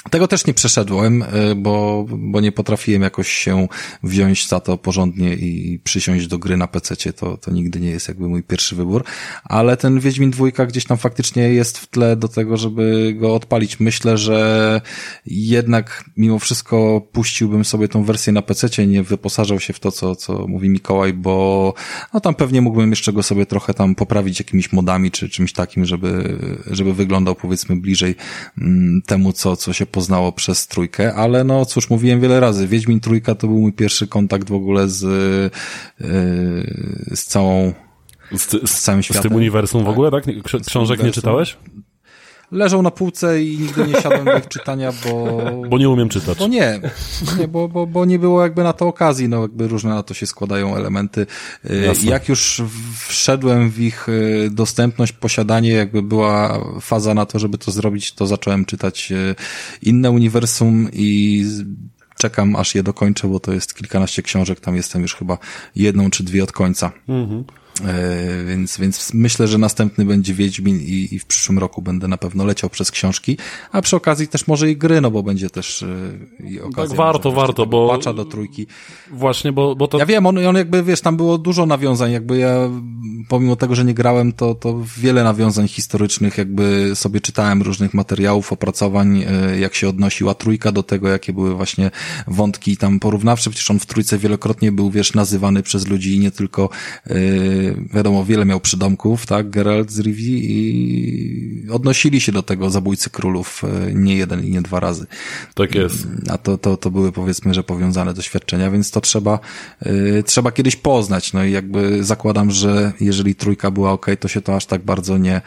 Tego też nie przeszedłem, bo, bo nie potrafiłem jakoś się wziąć za to porządnie i przysiąść do gry na pececie. To, to nigdy nie jest jakby mój pierwszy wybór. Ale ten Wiedźmin dwójka gdzieś tam faktycznie jest w tle do tego, żeby go odpalić. Myślę, że jednak mimo wszystko puściłbym sobie tą wersję na pececie, nie wyposażał się w to, co, co mówi Mikołaj, bo no tam pewnie mógłbym jeszcze go sobie trochę tam poprawić jakimiś modami czy czymś takim, żeby, żeby wyglądał powiedzmy bliżej mm, temu, co, co się poznało przez trójkę, ale no cóż, mówiłem wiele razy, Wiedźmin trójka to był mój pierwszy kontakt w ogóle z, yy, z całą, z, z całym światem. Z tym uniwersum w ogóle, tak? Książek uniwersum. Nie czytałeś? Leżą na półce i nigdy nie siadłem do ich czytania, bo... Bo nie umiem czytać. Bo nie, nie bo, bo, bo nie było jakby na to okazji, no jakby różne na to się składają elementy. Jasne. Jak już wszedłem w ich dostępność, posiadanie, jakby była faza na to, żeby to zrobić, to zacząłem czytać inne uniwersum i czekam, aż je dokończę, bo to jest kilkanaście książek, tam jestem już chyba jedną czy dwie od końca. Mhm. E, więc, więc myślę, że następny będzie Wiedźmin i, i w przyszłym roku będę na pewno leciał przez książki, a przy okazji też może i gry, no bo będzie też e, i okazja. Tak, warto, warto, bo... Patcha do trójki. Właśnie, bo, bo to... Ja wiem, on, on jakby, wiesz, tam było dużo nawiązań, jakby ja, pomimo tego, że nie grałem, to, to wiele nawiązań historycznych, jakby sobie czytałem różnych materiałów, opracowań, e, jak się odnosiła trójka do tego, jakie były właśnie wątki tam porównawcze, przecież on w trójce wielokrotnie był, wiesz, nazywany przez ludzi, nie tylko e, wiadomo, wiele miał przydomków, tak, Geralt z Rivii i odnosili się do tego zabójcy królów nie jeden i nie dwa razy. Tak jest. A to, to, to były powiedzmy, że powiązane doświadczenia, więc to trzeba, y, trzeba kiedyś poznać, no i jakby zakładam, że jeżeli trójka była okej, to się to aż tak bardzo nie,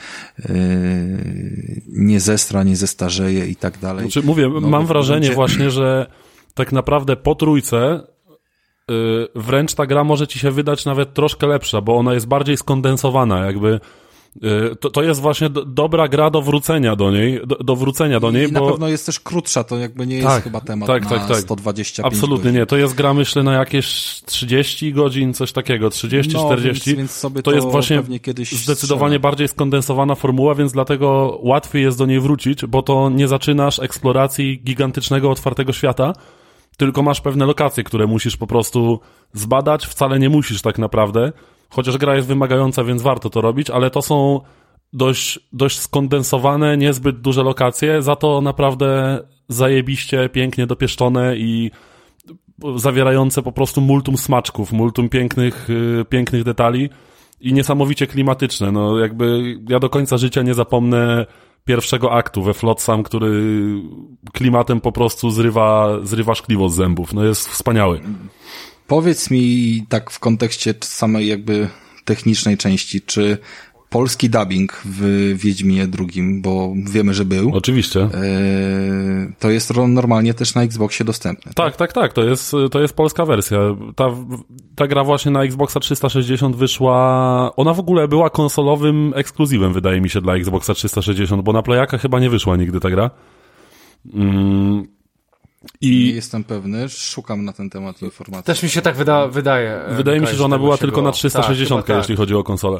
y, nie zestra, nie zestarzeje i tak dalej. Znaczy, mówię, no, mam wrażenie będzie... właśnie, że tak naprawdę po trójce Yy, wręcz ta gra może ci się wydać nawet troszkę lepsza, bo ona jest bardziej skondensowana, jakby yy, to, to jest właśnie do, dobra gra do wrócenia do niej, do, do wrócenia do niej, I bo... na pewno jest też krótsza, to jakby nie jest tak, chyba temat tak, na tak, tak. sto dwadzieścia pięć Absolutnie godzin. Nie, to jest gra myślę na jakieś trzydzieści godzin, coś takiego, trzydzieści czterdzieści, no, więc, więc sobie to, to jest właśnie zdecydowanie strzela. Bardziej skondensowana formuła, więc dlatego łatwiej jest do niej wrócić, bo to nie zaczynasz eksploracji gigantycznego, otwartego świata, tylko masz pewne lokacje, które musisz po prostu zbadać, wcale nie musisz tak naprawdę, chociaż gra jest wymagająca, więc warto to robić, ale to są dość, dość skondensowane, niezbyt duże lokacje, za to naprawdę zajebiście, pięknie dopieszczone i zawierające po prostu multum smaczków, multum pięknych, yy, pięknych detali i niesamowicie klimatyczne. No jakby ja do końca życia nie zapomnę pierwszego aktu we Flotsam, który klimatem po prostu zrywa, zrywa szkliwo z zębów. No jest wspaniały. Powiedz mi tak w kontekście samej jakby technicznej części, czy polski dubbing w Wiedźminie drugim, bo wiemy, że był. Oczywiście. E, to jest normalnie też na Xboxie dostępne. Tak, tak, tak. To jest, to jest polska wersja. Ta, ta gra właśnie na Xboxa trzysta sześćdziesiąt wyszła... Ona w ogóle była konsolowym ekskluzywem, wydaje mi się, dla Xboxa trzysta sześćdziesiąt, bo na Playaka chyba nie wyszła nigdy ta gra. Mm. I... Nie jestem pewny, szukam na ten temat informacji. Też mi się tak wyda, wydaje. Wydaje mi się, że ona była tylko było. na trzysta sześćdziesiąt, tak, jeśli tak. chodzi o konsolę.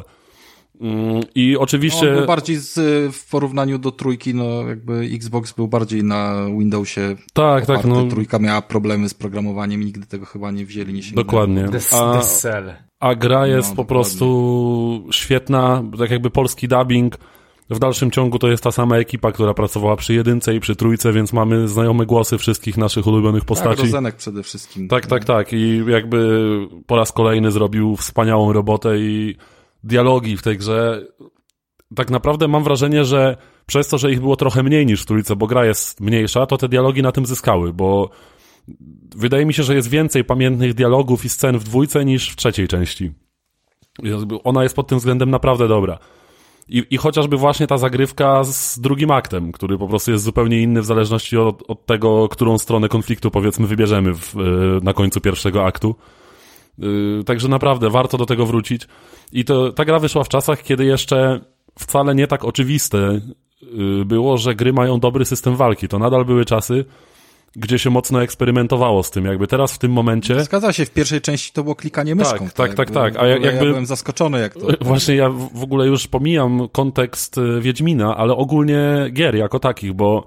I oczywiście... No, bardziej z, w porównaniu do trójki, no jakby Xbox był bardziej na Windowsie. Tak, oparty. tak. No... Trójka miała problemy z programowaniem i nigdy tego chyba nie wzięli, nie sięgnęli. Dokładnie. A, a gra jest no, po dokładnie. prostu świetna, tak jakby polski dubbing. W dalszym ciągu to jest ta sama ekipa, która pracowała przy jedynce i przy trójce, więc mamy znajome głosy wszystkich naszych ulubionych postaci. Tak, Rozenek przede wszystkim. Tak, tak, tak. I jakby po raz kolejny zrobił wspaniałą robotę i dialogi w tej grze. Tak naprawdę mam wrażenie, że przez to, że ich było trochę mniej niż w trójce, bo gra jest mniejsza, to te dialogi na tym zyskały, bo wydaje mi się, że jest więcej pamiętnych dialogów i scen w dwójce niż w trzeciej części. Ona jest pod tym względem naprawdę dobra. I, I chociażby właśnie ta zagrywka z drugim aktem, który po prostu jest zupełnie inny w zależności od, od tego, którą stronę konfliktu powiedzmy wybierzemy w, na końcu pierwszego aktu. Yy, także naprawdę warto do tego wrócić. I to, ta gra wyszła w czasach, kiedy jeszcze wcale nie tak oczywiste yy, było, że gry mają dobry system walki. To nadal były czasy, gdzie się mocno eksperymentowało z tym. Jakby teraz w tym momencie... Zgadza się, w pierwszej części to było klikanie myszką. Tak, tak, tak, tak. A jakby... Ja byłem zaskoczony, jak to... Właśnie ja w ogóle już pomijam kontekst Wiedźmina, ale ogólnie gier jako takich, bo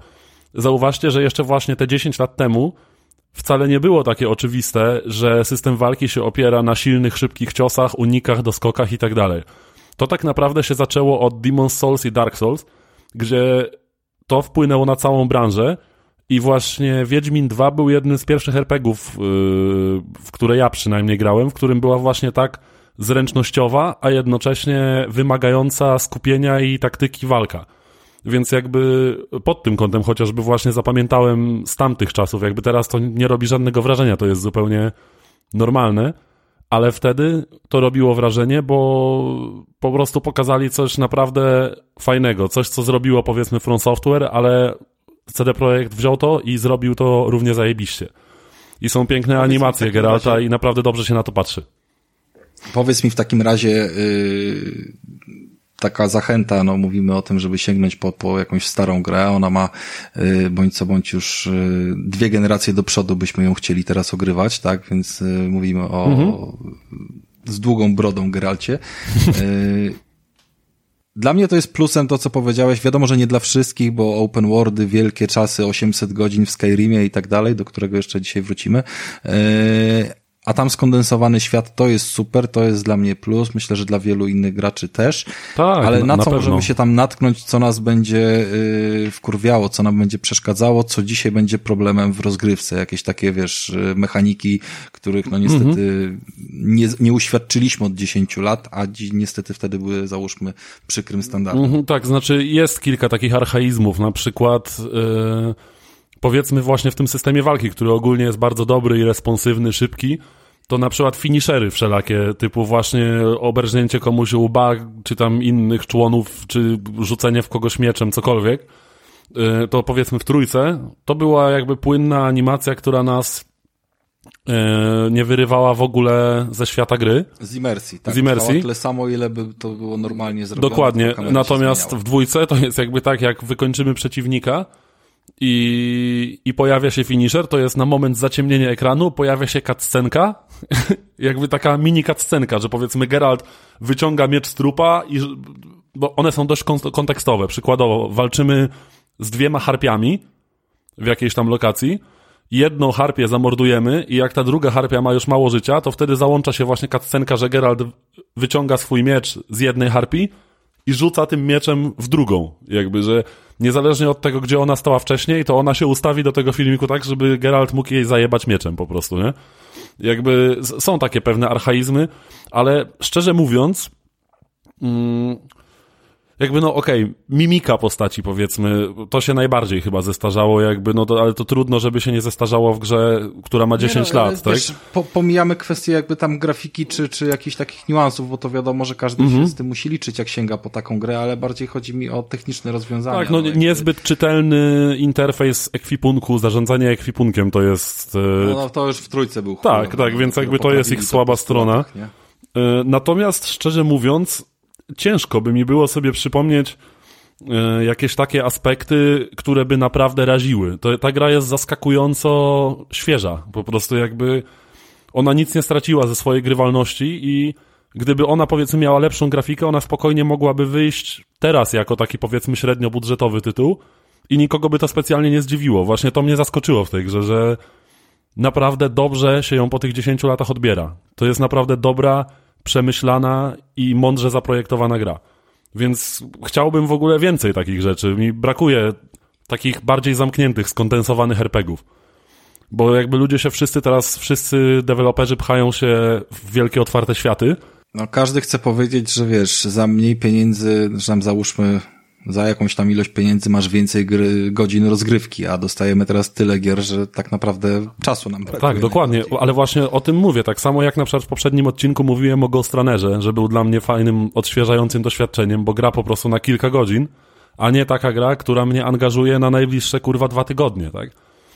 zauważcie, że jeszcze właśnie te dziesięć lat temu wcale nie było takie oczywiste, że system walki się opiera na silnych, szybkich ciosach, unikach, doskokach i tak dalej. To tak naprawdę się zaczęło od Demon's Souls i Dark Souls, gdzie to wpłynęło na całą branżę i właśnie Wiedźmin dwa był jednym z pierwszych er pe gie ów, yy, w które ja przynajmniej grałem, w którym była właśnie tak zręcznościowa, a jednocześnie wymagająca skupienia i taktyki walka. Więc jakby pod tym kątem chociażby właśnie zapamiętałem z tamtych czasów, jakby teraz to nie robi żadnego wrażenia, to jest zupełnie normalne, ale wtedy to robiło wrażenie, bo po prostu pokazali coś naprawdę fajnego, coś co zrobiło powiedzmy From Software, ale C D Projekt wziął to i zrobił to równie zajebiście. I są piękne Powiedz animacje Geralta razie... i naprawdę dobrze się na to patrzy. Powiedz mi w takim razie yy, taka zachęta, no mówimy o tym, żeby sięgnąć po, po jakąś starą grę, ona ma yy, bądź co bądź już yy, dwie generacje do przodu byśmy ją chcieli teraz ogrywać, tak, więc yy, mówimy o, mhm. o z długą brodą Geralcie. Yy, Dla mnie to jest plusem to, co powiedziałeś. Wiadomo, że nie dla wszystkich, bo open worldy, wielkie czasy, osiemset godzin w Skyrimie i tak dalej, do którego jeszcze dzisiaj wrócimy. Yy, a tam skondensowany świat to jest super, to jest dla mnie plus. Myślę, że dla wielu innych graczy też. Tak, ale na, na co na możemy się tam natknąć, co nas będzie yy, wkurwiało, co nam będzie przeszkadzało, co dzisiaj będzie problemem w rozgrywce. Jakieś takie, wiesz, mechaniki, których no niestety mhm. nie, nie uświadczyliśmy od dziesięciu lat, a dzi- niestety wtedy były, załóżmy, przykrym standardem. Mhm, tak, znaczy jest kilka takich archaizmów, na przykład yy, powiedzmy właśnie w tym systemie walki, który ogólnie jest bardzo dobry i responsywny, szybki, to na przykład finishery wszelakie, typu właśnie oberżnięcie komuś łba, czy tam innych członów, czy rzucenie w kogoś mieczem, cokolwiek, yy, to powiedzmy w trójce, to była jakby płynna animacja, która nas yy, nie wyrywała w ogóle ze świata gry. Z imersji, tak. Z imersji. Tyle samo, ile by to było normalnie zrobione. Dokładnie, natomiast w dwójce to jest jakby tak, jak wykończymy przeciwnika i, i pojawia się finisher, to jest na moment zaciemnienia ekranu, pojawia się cutscenka, jakby taka mini cutscenka, że powiedzmy Geralt wyciąga miecz z trupa i bo one są dość kontekstowe. Przykładowo walczymy z dwiema harpiami w jakiejś tam lokacji, jedną harpię zamordujemy i jak ta druga harpia ma już mało życia, to wtedy załącza się właśnie cutscenka, że Geralt wyciąga swój miecz z jednej harpii i rzuca tym mieczem w drugą. Jakby, że niezależnie od tego, gdzie ona stała wcześniej, to ona się ustawi do tego filmiku tak, żeby Geralt mógł jej zajebać mieczem po prostu, nie? Jakby są takie pewne archaizmy, ale szczerze mówiąc, mm, jakby no okej, okay, mimika postaci powiedzmy, to się najbardziej chyba zestarzało jakby, no to, ale to trudno, żeby się nie zestarzało w grze, która ma dziesięć no, lat, tak? Wiesz, po, pomijamy kwestię jakby tam grafiki czy, czy jakichś takich niuansów, bo to wiadomo, że każdy mm-hmm. się z tym musi liczyć, jak sięga po taką grę, ale bardziej chodzi mi o techniczne rozwiązania. Tak, no, no jakby... niezbyt czytelny interfejs ekwipunku, zarządzanie ekwipunkiem to jest... No, no to już w trójce był. Tak, tak, więc jakby to jest ich słaba strona. Latach, nie? Natomiast szczerze mówiąc, ciężko by mi było sobie przypomnieć y, jakieś takie aspekty, które by naprawdę raziły. To, ta gra jest zaskakująco świeża. Po prostu jakby ona nic nie straciła ze swojej grywalności i gdyby ona powiedzmy miała lepszą grafikę, ona spokojnie mogłaby wyjść teraz jako taki powiedzmy średniobudżetowy tytuł i nikogo by to specjalnie nie zdziwiło. Właśnie to mnie zaskoczyło w tej grze, że naprawdę dobrze się ją po tych dziesięciu latach odbiera. To jest naprawdę dobra, przemyślana i mądrze zaprojektowana gra. Więc chciałbym w ogóle więcej takich rzeczy. Mi brakuje takich bardziej zamkniętych, skondensowanych er pe gie ów. Bo jakby ludzie się wszyscy teraz, wszyscy deweloperzy pchają się w wielkie, otwarte światy. No każdy chce powiedzieć, że wiesz, za mniej pieniędzy, że tam załóżmy za jakąś tam ilość pieniędzy masz więcej gry, godzin rozgrywki, a dostajemy teraz tyle gier, że tak naprawdę czasu nam brakuje. Tak, dokładnie, ale właśnie o tym mówię, tak samo jak na przykład w poprzednim odcinku mówiłem o Ghost Runnerze, że był dla mnie fajnym, odświeżającym doświadczeniem, bo gra po prostu na kilka godzin, a nie taka gra, która mnie angażuje na najbliższe kurwa dwa tygodnie, tak?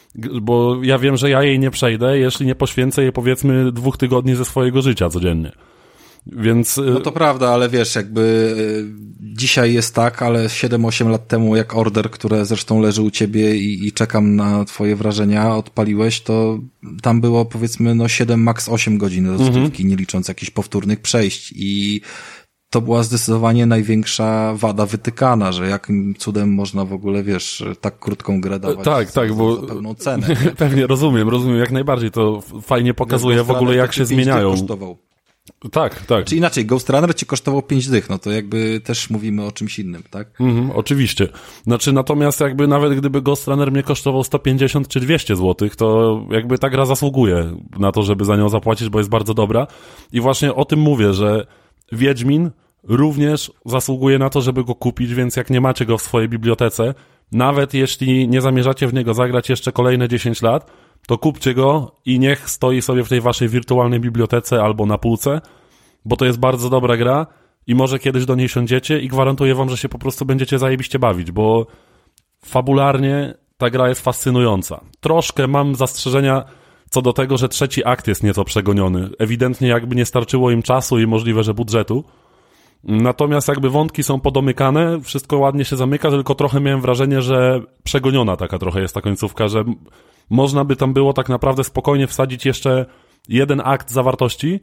Bo ja wiem, że ja jej nie przejdę, jeśli nie poświęcę jej powiedzmy dwóch tygodni ze swojego życia codziennie. Więc... No to prawda, ale wiesz, jakby dzisiaj jest tak, ale siedem osiem lat temu jak Order, które zresztą leży u ciebie i, i czekam na twoje wrażenia, odpaliłeś, to tam było powiedzmy no siedem, max osiem godzin rozgrywki, mm-hmm. nie licząc jakichś powtórnych przejść i to była zdecydowanie największa wada wytykana, że jakim cudem można w ogóle, wiesz, tak krótką grę dawać tak, za, tak, bo za pełną cenę. Pewnie rozumiem, rozumiem jak najbardziej, to fajnie pokazuje w ogóle jak się zmieniają. Kosztował. Tak, tak. Czy inaczej, Ghost Runner ci kosztował pięć dych, no to jakby też mówimy o czymś innym, tak? Mhm, oczywiście. Znaczy natomiast jakby nawet gdyby Ghost Runner mnie kosztował sto pięćdziesiąt czy dwieście złotych, to jakby ta gra zasługuje na to, żeby za nią zapłacić, bo jest bardzo dobra. I właśnie o tym mówię, że Wiedźmin również zasługuje na to, żeby go kupić, więc jak nie macie go w swojej bibliotece, nawet jeśli nie zamierzacie w niego zagrać jeszcze kolejne dziesięć lat, to kupcie go i niech stoi sobie w tej waszej wirtualnej bibliotece albo na półce, bo to jest bardzo dobra gra i może kiedyś do niej siądziecie i gwarantuję wam, że się po prostu będziecie zajebiście bawić, bo fabularnie ta gra jest fascynująca. Troszkę mam zastrzeżenia co do tego, że trzeci akt jest nieco przegoniony. Ewidentnie jakby nie starczyło im czasu i możliwe, że budżetu. Natomiast jakby wątki są podomykane, wszystko ładnie się zamyka, tylko trochę miałem wrażenie, że przegoniona taka trochę jest ta końcówka, że można by tam było tak naprawdę spokojnie wsadzić jeszcze jeden akt zawartości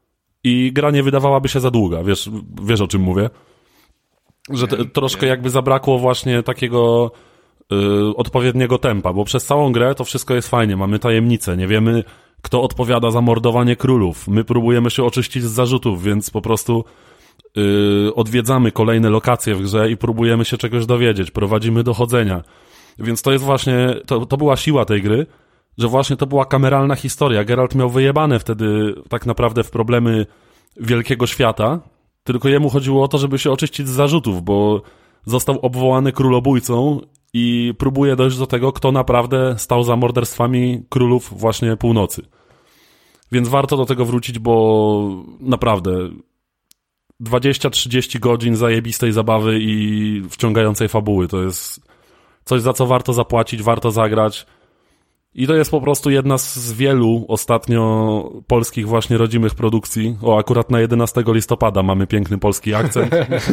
i gra nie wydawałaby się za długa. Wiesz, wiesz o czym mówię? Że te, troszkę jakby zabrakło właśnie takiego y, odpowiedniego tempa, bo przez całą grę to wszystko jest fajnie, mamy tajemnice, nie wiemy kto odpowiada za mordowanie królów, my próbujemy się oczyścić z zarzutów, więc po prostu y, odwiedzamy kolejne lokacje w grze i próbujemy się czegoś dowiedzieć, prowadzimy dochodzenia. Więc to jest właśnie, to, to była siła tej gry, że właśnie to była kameralna historia. Geralt miał wyjebane wtedy tak naprawdę w problemy wielkiego świata, tylko jemu chodziło o to, żeby się oczyścić z zarzutów, bo został obwołany królobójcą i próbuje dojść do tego, kto naprawdę stał za morderstwami królów właśnie północy. Więc warto do tego wrócić, bo naprawdę dwadzieścia trzydzieści godzin zajebistej zabawy i wciągającej fabuły to jest coś, za co warto zapłacić, warto zagrać. I to jest po prostu jedna z wielu ostatnio polskich właśnie rodzimych produkcji. O, akurat na jedenastego listopada mamy piękny polski akcent.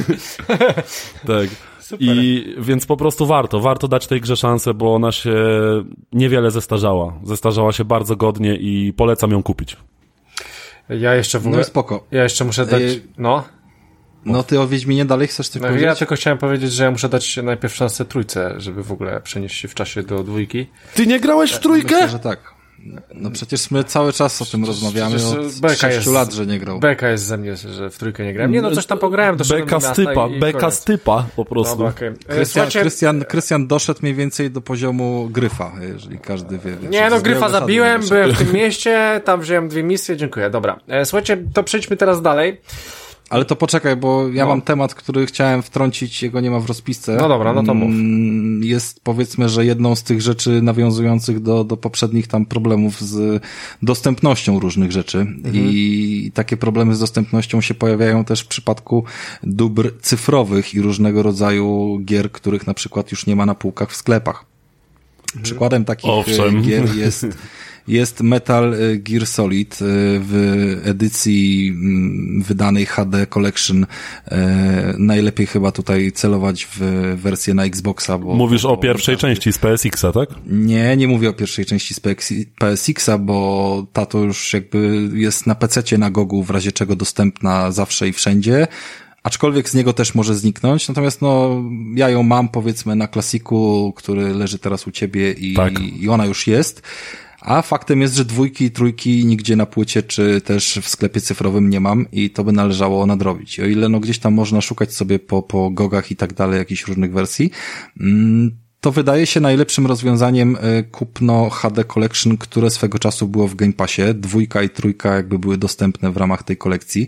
Tak. Super. I więc po prostu warto, warto dać tej grze szansę, bo ona się niewiele zestarzała. Zestarzała się bardzo godnie i polecam ją kupić. Ja jeszcze w ogóle... No spoko. Ja jeszcze muszę dać... No... No ty o Wiedźminie dalej chcesz coś no, powiedzieć? Ja tylko chciałem powiedzieć, że ja muszę dać najpierw szansę trójce, żeby w ogóle przenieść się w czasie do dwójki. Ty nie grałeś w trójkę? Myślę, że tak. No przecież my cały czas o tym rozmawiamy od sześciu lat, że nie grał. Beka jest ze mnie, że w trójkę nie grałem. Nie no, coś tam pograłem. Beka z typa, beka z typa po prostu. Dobra, okay. Krystian, Krystian, Krystian doszedł mniej więcej do poziomu Gryfa, jeżeli każdy wie. wie nie no, Gryfa zabiłem, byłem w tym mieście, tam wziąłem dwie misje, dziękuję, dobra. Słuchajcie, to przejdźmy teraz dalej. Ale to poczekaj, bo ja no. mam temat, który chciałem wtrącić, jego nie ma w rozpisce. No dobra, no to mów. Jest powiedzmy, że jedną z tych rzeczy nawiązujących do, do poprzednich tam problemów z dostępnością różnych rzeczy. Mhm. I takie problemy z dostępnością się pojawiają też w przypadku dóbr cyfrowych i różnego rodzaju gier, których na przykład już nie ma na półkach w sklepach. Mhm. Przykładem takich Owszem. gier jest... Jest Metal Gear Solid w edycji wydanej H D Collection. Najlepiej chyba tutaj celować w wersję na Xboxa. Bo, Mówisz bo, o pierwszej bo, części z P S X a, tak? Nie, nie mówię o pierwszej części z P S X a, bo ta to już jakby jest na pececie, na Gogu, w razie czego dostępna zawsze i wszędzie. Aczkolwiek z niego też może zniknąć, natomiast no ja ją mam powiedzmy na klasiku, który leży teraz u ciebie i, tak. i ona już jest. A faktem jest, że dwójki i trójki nigdzie na płycie, czy też w sklepie cyfrowym nie mam i to by należało nadrobić. O ile no gdzieś tam można szukać sobie po, po gogach i tak dalej jakichś różnych wersji, to wydaje się najlepszym rozwiązaniem kupno H D Collection, które swego czasu było w Game Passie. Dwójka i trójka jakby były dostępne w ramach tej kolekcji.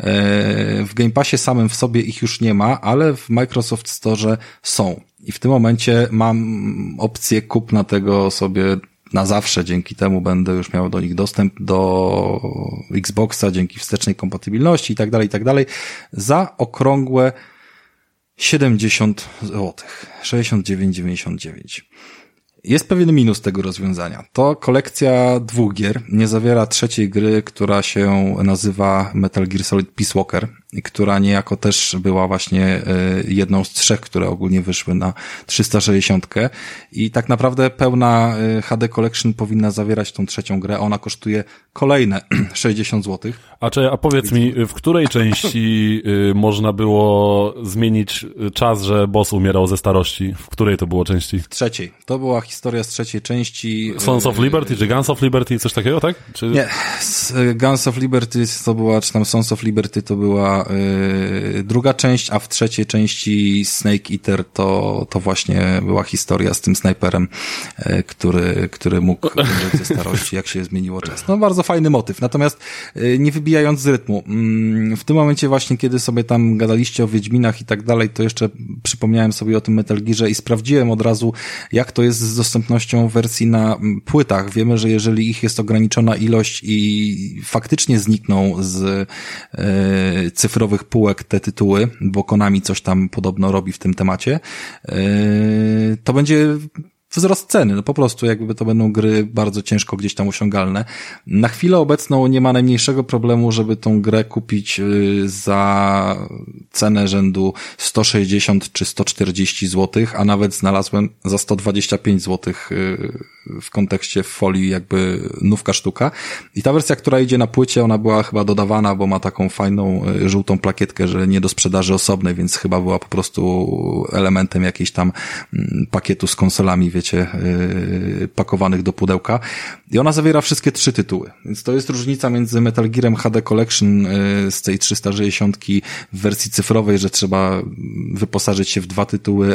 W Game Passie samym w sobie ich już nie ma, ale w Microsoft Store są. I w tym momencie mam opcję kupna tego sobie na zawsze, dzięki temu będę już miał do nich dostęp do Xboxa, dzięki wstecznej kompatybilności i tak dalej, i tak dalej, za okrągłe siedemdziesiąt złotych, sześćdziesiąt dziewięć dziewięćdziesiąt dziewięć. Jest pewien minus tego rozwiązania. To kolekcja dwóch gier, nie zawiera trzeciej gry, która się nazywa Metal Gear Solid Peace Walker która niejako też była właśnie jedną z trzech, które ogólnie wyszły na trzysta sześćdziesiąt i tak naprawdę pełna H D Collection powinna zawierać tą trzecią grę, ona kosztuje kolejne sześćdziesiąt złotych. A czy, a powiedz mi, w której części y, można było zmienić czas, że boss umierał ze starości? W której to było części? W trzeciej. To była historia z trzeciej części. Sons of Liberty, czy Guns of Liberty, coś takiego, tak? Czy... Nie, Guns of Liberty to była, czy tam Sons of Liberty to była y, druga część, a w trzeciej części Snake Eater to, to właśnie była historia z tym snajperem, y, który, który mógł umrzeć ze starości, jak się zmieniło czas. No bardzo fajny motyw. Natomiast y, nie wybijając z rytmu, y, w tym momencie właśnie, kiedy sobie tam gadaliście o Wiedźminach i tak dalej, to jeszcze przypomniałem sobie o tym Metal Gearze i sprawdziłem od razu, jak to jest z dostępnością wersji na płytach. Wiemy, że jeżeli ich jest ograniczona ilość i faktycznie znikną z e, cyfrowych półek te tytuły, bo Konami coś tam podobno robi w tym temacie, e, to będzie wzrost ceny, no po prostu jakby to będą gry bardzo ciężko gdzieś tam osiągalne. Na chwilę obecną nie ma najmniejszego problemu, żeby tą grę kupić za cenę rzędu sto sześćdziesiąt czy sto czterdzieści złotych, a nawet znalazłem za sto dwadzieścia pięć złotych w kontekście folii jakby nówka sztuka. I ta wersja, która idzie na płycie, ona była chyba dodawana, bo ma taką fajną żółtą plakietkę, że nie do sprzedaży osobnej, więc chyba była po prostu elementem jakiejś tam pakietu z konsolami, wiecie, yy, pakowanych do pudełka. I ona zawiera wszystkie trzy tytuły. Więc to jest różnica między Metal Gearem H D Collection yy, z tej trzysta sześćdziesiąt w wersji cyfrowej, że trzeba wyposażyć się w dwa tytuły,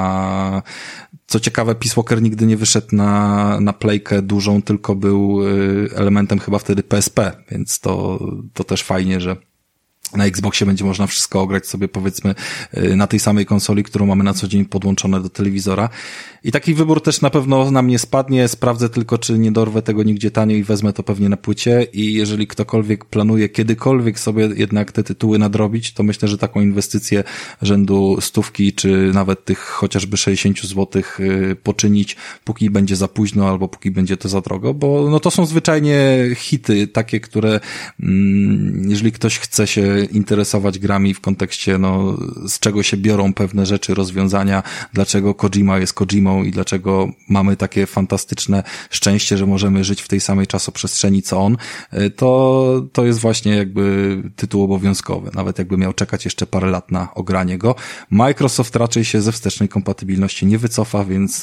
a co ciekawe, Peace Walker nigdy nie wyszedł na, na playkę dużą, tylko był yy, elementem chyba wtedy P S P, więc to, to też fajnie, że na Xboxie będzie można wszystko ograć sobie, powiedzmy, na tej samej konsoli, którą mamy na co dzień podłączone do telewizora. I taki wybór też na pewno na mnie spadnie. Sprawdzę tylko, czy nie dorwę tego nigdzie tanio i wezmę to pewnie na płycie. I jeżeli ktokolwiek planuje kiedykolwiek sobie jednak te tytuły nadrobić, to myślę, że taką inwestycję rzędu stówki, czy nawet tych chociażby sześćdziesiąt złotych poczynić, póki będzie za późno, albo póki będzie to za drogo, bo no to są zwyczajnie hity, takie, które mm, jeżeli ktoś chce się interesować grami w kontekście, no, z czego się biorą pewne rzeczy, rozwiązania, dlaczego Kojima jest Kojimą i dlaczego mamy takie fantastyczne szczęście, że możemy żyć w tej samej czasoprzestrzeni co on, to, to jest właśnie jakby tytuł obowiązkowy. Nawet jakby miał czekać jeszcze parę lat na ogranie go. Microsoft raczej się ze wstecznej kompatybilności nie wycofa, więc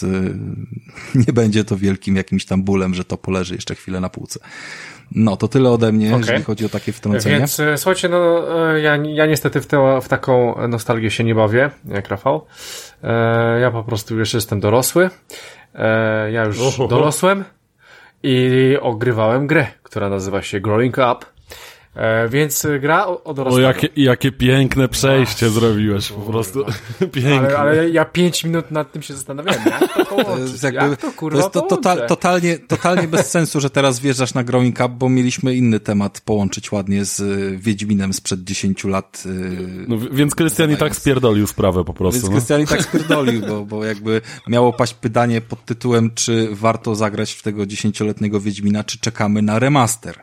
nie będzie to wielkim jakimś tam bólem, że to poleży jeszcze chwilę na półce. No, to tyle ode mnie, okay, jeżeli chodzi o takie wtrącenie. Więc słuchajcie, no ja, ja niestety w, te, w taką nostalgię się nie bawię, jak Rafał. E, ja po prostu już jestem dorosły. E, ja już Ohoho. dorosłem i ogrywałem grę, która nazywa się Growing Up. E, więc gra o, o dorosłego. O, jakie, jakie piękne przejście Ach, zrobiłeś, po prostu. Piękne. Ale, ale ja pięć minut nad tym się zastanawiałem, jak to połączyć, to jest, jakby, jak to kurwa to jest to, total, totalnie, totalnie bez sensu, że teraz wjeżdżasz na Growing Up, bo mieliśmy inny temat połączyć ładnie z Wiedźminem sprzed dziesięciu lat. No, więc Krystian i tak spierdolił sprawę po prostu. Więc Krystian i tak spierdolił, bo, bo jakby miało paść pytanie pod tytułem, czy warto zagrać w tego dziesięcioletniego Wiedźmina, czy czekamy na remaster.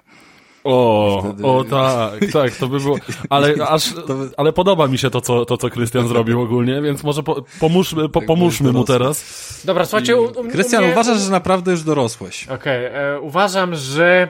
O, wtedy... o tak, tak, to by było, ale aż, ale podoba mi się to, co, to, co Krystian zrobił ogólnie, więc może po, pomóżmy, po, pomóżmy mu teraz. Dobra, słuchajcie, u, u Krystian, mnie... uważasz, że naprawdę już dorosłeś? Okej, okay, uważam, że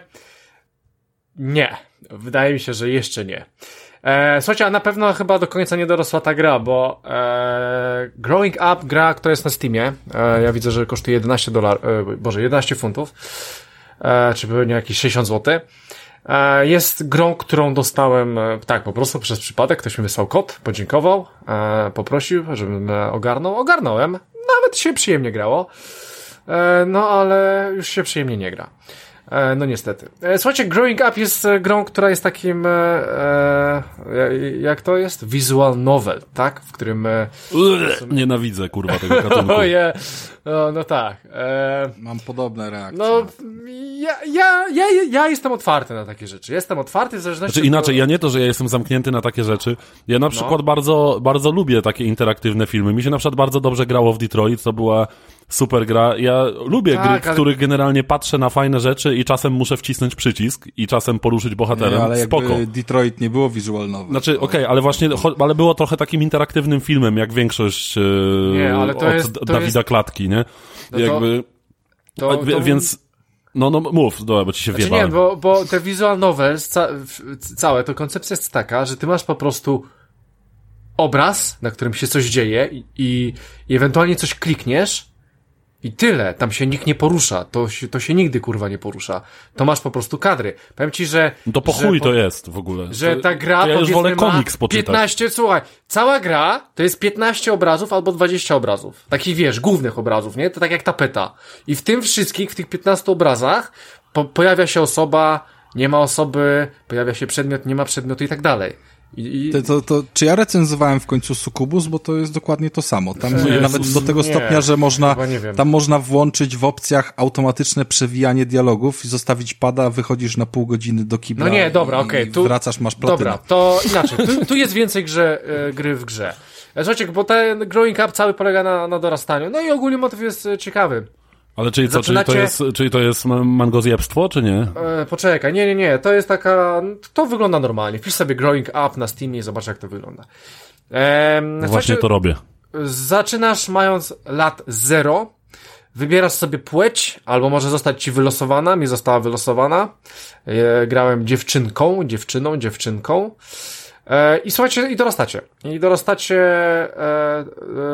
nie. Wydaje mi się, że jeszcze nie. E, słuchajcie, a na pewno chyba do końca nie dorosła ta gra, bo e, Growing Up, gra, która jest na Steamie, e, ja widzę, że kosztuje jedenaście dolarów, e, boże, jedenaście funtów, e, czy pewnie jakieś sześćdziesiąt złotych. Jest grą, którą dostałem tak po prostu przez przypadek. Ktoś mi wysłał kod, podziękował, poprosił, żebym ogarnął. Ogarnąłem. Nawet się przyjemnie grało. No ale już się przyjemnie nie gra. No niestety. Słuchajcie, Growing Up jest grą, która jest takim e, jak to jest? Visual novel, tak? W którym Uch, nienawidzę, kurwa, tego gatunku. Oje, no, no tak. E, Mam podobne reakcje. No, ja, ja, ja, ja jestem otwarty na takie rzeczy. Jestem otwarty w zależności znaczy, inaczej, ja nie to, że ja jestem zamknięty na takie rzeczy. Ja na przykład no. bardzo, bardzo lubię takie interaktywne filmy. Mi się na przykład bardzo dobrze grało w Detroit, to była super gra. Ja lubię tak, gry, w ale... których generalnie patrzę na fajne rzeczy i jeżeli czasem muszę wcisnąć przycisk i czasem poruszyć bohaterem, nie, ale spoko. jakby Detroit nie było visual novel. Znaczy, okej, okay, ale właśnie, ale było trochę takim interaktywnym filmem, jak większość nie, ale to od jest, to Dawida jest... Klatki, nie? No jakby, to, to, to... Więc, no, no mów, dobra, bo ci się znaczy wjebałem. nie, bo, bo te visual novels, ca całe, to koncepcja jest taka, że ty masz po prostu obraz, na którym się coś dzieje i, i, i ewentualnie coś klikniesz i tyle. Tam się nikt nie porusza. To się, to się nigdy, kurwa, nie porusza. To masz po prostu kadry. Powiem ci, że... No to po że chuj po, to jest w ogóle. Że to, ta gra, to ja już wolę ma komiks poczytać. piętnaście, słuchaj, cała gra to jest piętnaście obrazów albo dwadzieścia obrazów. Takich, wiesz, głównych obrazów, nie? To tak jak tapeta. I w tym wszystkich, w tych piętnastu obrazach po, pojawia się osoba, nie ma osoby, pojawia się przedmiot, nie ma przedmiotu i tak dalej. I, i... To, to, to, czy ja recenzowałem w końcu Succubus, bo to jest dokładnie to samo. Tam Jezus, nawet do tego nie, stopnia, że można, tam można włączyć w opcjach automatyczne przewijanie dialogów i zostawić pada, wychodzisz na pół godziny do kibla. No nie, dobra, okej. Okay, wracasz, masz platynę. Dobra, to inaczej. Tu, tu jest więcej grze, e, gry w grze. Słuchajcie, bo ten growing up cały polega na, na dorastaniu. No i ogólnie motyw jest ciekawy. Ale czyli co, Zaczynacie... czyli to jest, czyli to jest mangozjebstwo, czy nie? E, poczekaj, nie, nie, nie, to jest taka, to wygląda normalnie. Wpisz sobie growing up na Steamie i zobacz, jak to wygląda. E, no właśnie to robię. Zaczynasz mając lat zero, wybierasz sobie płeć, albo może zostać ci wylosowana, mi została wylosowana. E, grałem dziewczynką, dziewczyną, dziewczynką. E, I słuchajcie, i dorastacie. I dorastacie e, e,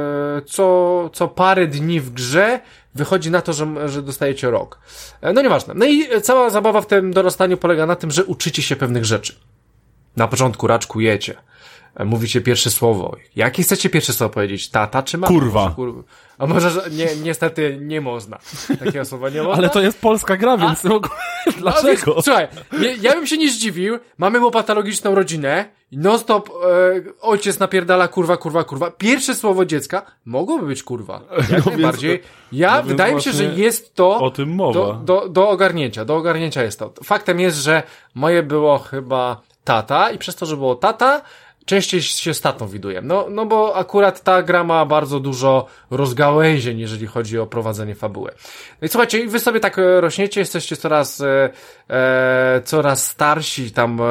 co, co parę dni w grze wychodzi na to, że, że dostajecie rok. E, no nieważne. No i cała zabawa w tym dorastaniu polega na tym, że uczycie się pewnych rzeczy. Na początku raczkujecie. E, mówicie pierwsze słowo. Jakie chcecie pierwsze słowo powiedzieć? Tata czy mama? Kurwa. Może, kurwa. A może, że nie, niestety nie można. Takiego słowa nie można. Ale to jest polska gra, więc A? Dlaczego? No, słuchaj, nie, ja bym się nie zdziwił. Mamy mu patologiczną rodzinę i non-stop e, ojciec napierdala kurwa, kurwa, kurwa. Pierwsze słowo dziecka mogłoby być kurwa. Jak no najbardziej. Więc, ja, no wydaje mi się, że jest to o tym mowa. Do, do, do ogarnięcia. Do ogarnięcia jest to. Faktem jest, że moje było chyba tata i przez to, że było tata, częściej się z tatą widuję. No, no bo akurat ta gra ma bardzo dużo rozgałęzień, jeżeli chodzi o prowadzenie fabuły. No i słuchajcie, wy sobie tak rośniecie, jesteście coraz e, e, coraz starsi, tam e,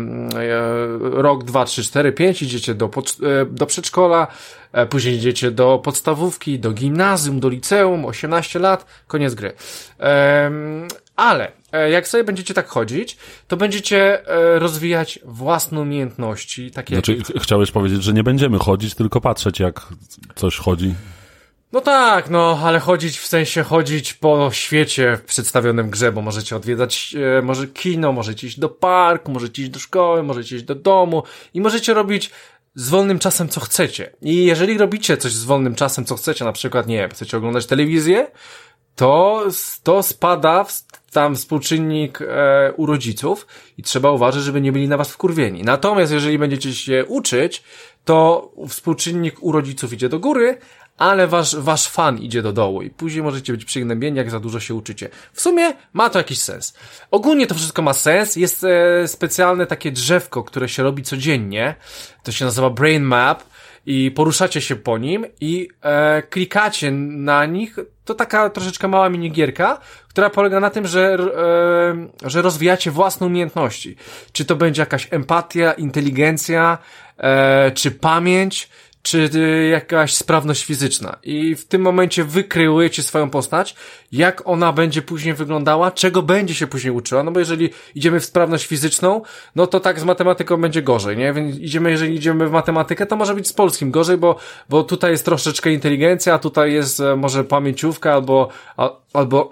e, rok, dwa, trzy, cztery, pięć, idziecie do, pod, e, do przedszkola, e, później idziecie do podstawówki, do gimnazjum, do liceum, osiemnaście lat, koniec gry. E, ale jak sobie będziecie tak chodzić, to będziecie e, rozwijać własne umiejętności. Takie znaczy, jak... chciałeś powiedzieć, że nie będziemy chodzić, tylko patrzeć, jak coś chodzi. No tak, no, ale chodzić w sensie chodzić po świecie przedstawionym w grze, bo możecie odwiedzać e, może kino, możecie iść do parku, możecie iść do szkoły, możecie iść do domu i możecie robić z wolnym czasem co chcecie. I jeżeli robicie coś z wolnym czasem co chcecie, na przykład, nie wiem, chcecie oglądać telewizję, to, to spada w, tam współczynnik e, u rodziców i trzeba uważać, żeby nie byli na was wkurwieni. Natomiast jeżeli będziecie się uczyć, to współczynnik u rodziców idzie do góry, ale wasz, wasz fan idzie do dołu i później możecie być przygnębieni, jak za dużo się uczycie. W sumie ma to jakiś sens. Ogólnie to wszystko ma sens. Jest e, specjalne takie drzewko, które się robi codziennie. To się nazywa Brain Map. I poruszacie się po nim i e, klikacie na nich. To taka troszeczkę mała minigierka, która polega na tym, że, e, że rozwijacie własne umiejętności. Czy to będzie jakaś empatia, inteligencja, e, czy pamięć, czy jakaś sprawność fizyczna. I w tym momencie wy kreujecie swoją postać, jak ona będzie później wyglądała, czego będzie się później uczyła, no bo jeżeli idziemy w sprawność fizyczną, no to tak z matematyką będzie gorzej, nie? Więc idziemy, jeżeli idziemy w matematykę, to może być z polskim gorzej, bo, bo tutaj jest troszeczkę inteligencja, a tutaj jest może pamięciówka albo, a, albo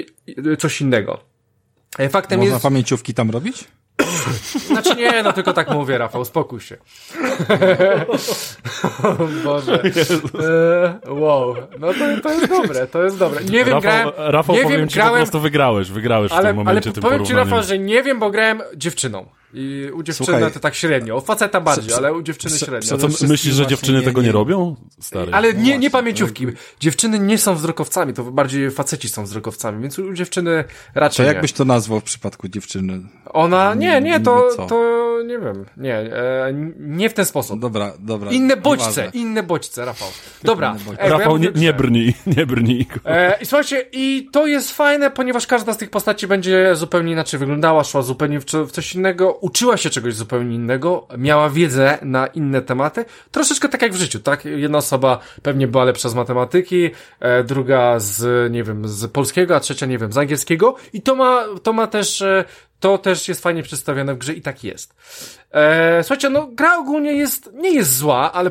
coś innego. Faktem Można jest... pamięciówki tam robić? Znaczy nie, no tylko tak mówię, Rafał, spokój się. O Boże. E, wow. No to, to jest dobre, to jest dobre. Nie wiem, Rafał, grałem... Rafał nie powiem wiem, ci, grałem, po prostu wygrałeś, wygrałeś w ale, tym momencie ale tym powiem ci, porównaniem. Rafał, że nie wiem, bo grałem dziewczyną. I u dziewczyny Słuchaj, to tak średnio. U faceta bardziej, prze- ale u dziewczyny prze- średnio. prze- A co, myślisz, że dziewczyny nie, tego nie nie. robią? Stary. Ale nie, nie właśnie, pamięciówki. Dziewczyny nie są wzrokowcami, to bardziej faceci są wzrokowcami, więc u dziewczyny raczej To nie. jak byś to nazwał w przypadku dziewczyny? Ona, nie, nie, to, Niby co? to nie wiem, nie, e, nie w ten sposób. Dobra, dobra. Inne bodźce, nieważne. inne bodźce, Rafał. Dobra. Inne bodźce. Ej, bo ja Rafał, nie, mówię, nie że- brnij, nie brnij. E, I słuchajcie, i to jest fajne, ponieważ każda z tych postaci będzie zupełnie inaczej wyglądała, szła zupełnie w, co- w coś innego, uczyła się czegoś zupełnie innego, miała wiedzę na inne tematy, troszeczkę tak jak w życiu, tak? Jedna osoba pewnie była lepsza z matematyki, e, druga z, nie wiem, z polskiego, a trzecia, nie wiem, z angielskiego i to ma, to ma też, e, to też jest fajnie przedstawione w grze i tak jest. E, słuchajcie, no gra ogólnie jest, nie jest zła, ale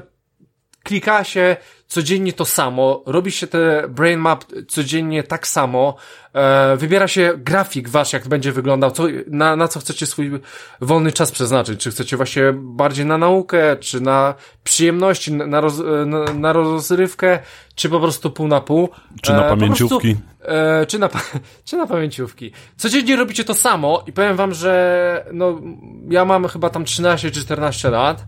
klika się codziennie to samo, robi się te brain map codziennie tak samo, e, wybiera się grafik wasz, jak będzie wyglądał, co, na, na co chcecie swój wolny czas przeznaczyć, czy chcecie właśnie bardziej na naukę, czy na przyjemności, na, roz, na, na rozrywkę, czy po prostu pół na pół. Czy na E, po pamięciówki. prostu, e, czy, na, pa- czy na pamięciówki. Codziennie robicie to samo i powiem wam, że no, ja mam chyba tam trzynaście czy czternaście lat.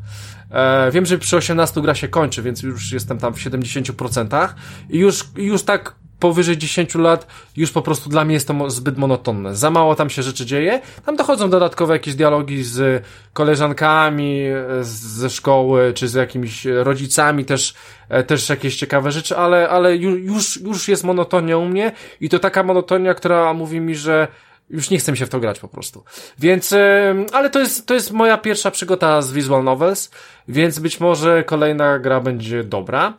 E, wiem, że przy osiemnastu gra się kończy, więc już jestem tam w siedemdziesięciu procentach i już, już tak powyżej dziesięciu lat już po prostu dla mnie jest to mo- zbyt monotonne. Za mało tam się rzeczy dzieje. Tam dochodzą dodatkowe jakieś dialogi z koleżankami e, ze szkoły, czy z jakimiś rodzicami też, e, też jakieś ciekawe rzeczy, ale, ale ju- już, już jest monotonia u mnie i to taka monotonia, która mówi mi, że już nie chcę mi się w to grać po prostu. Więc, ym, ale to jest, to jest moja pierwsza przygoda z Visual Novels, więc być może kolejna gra będzie dobra.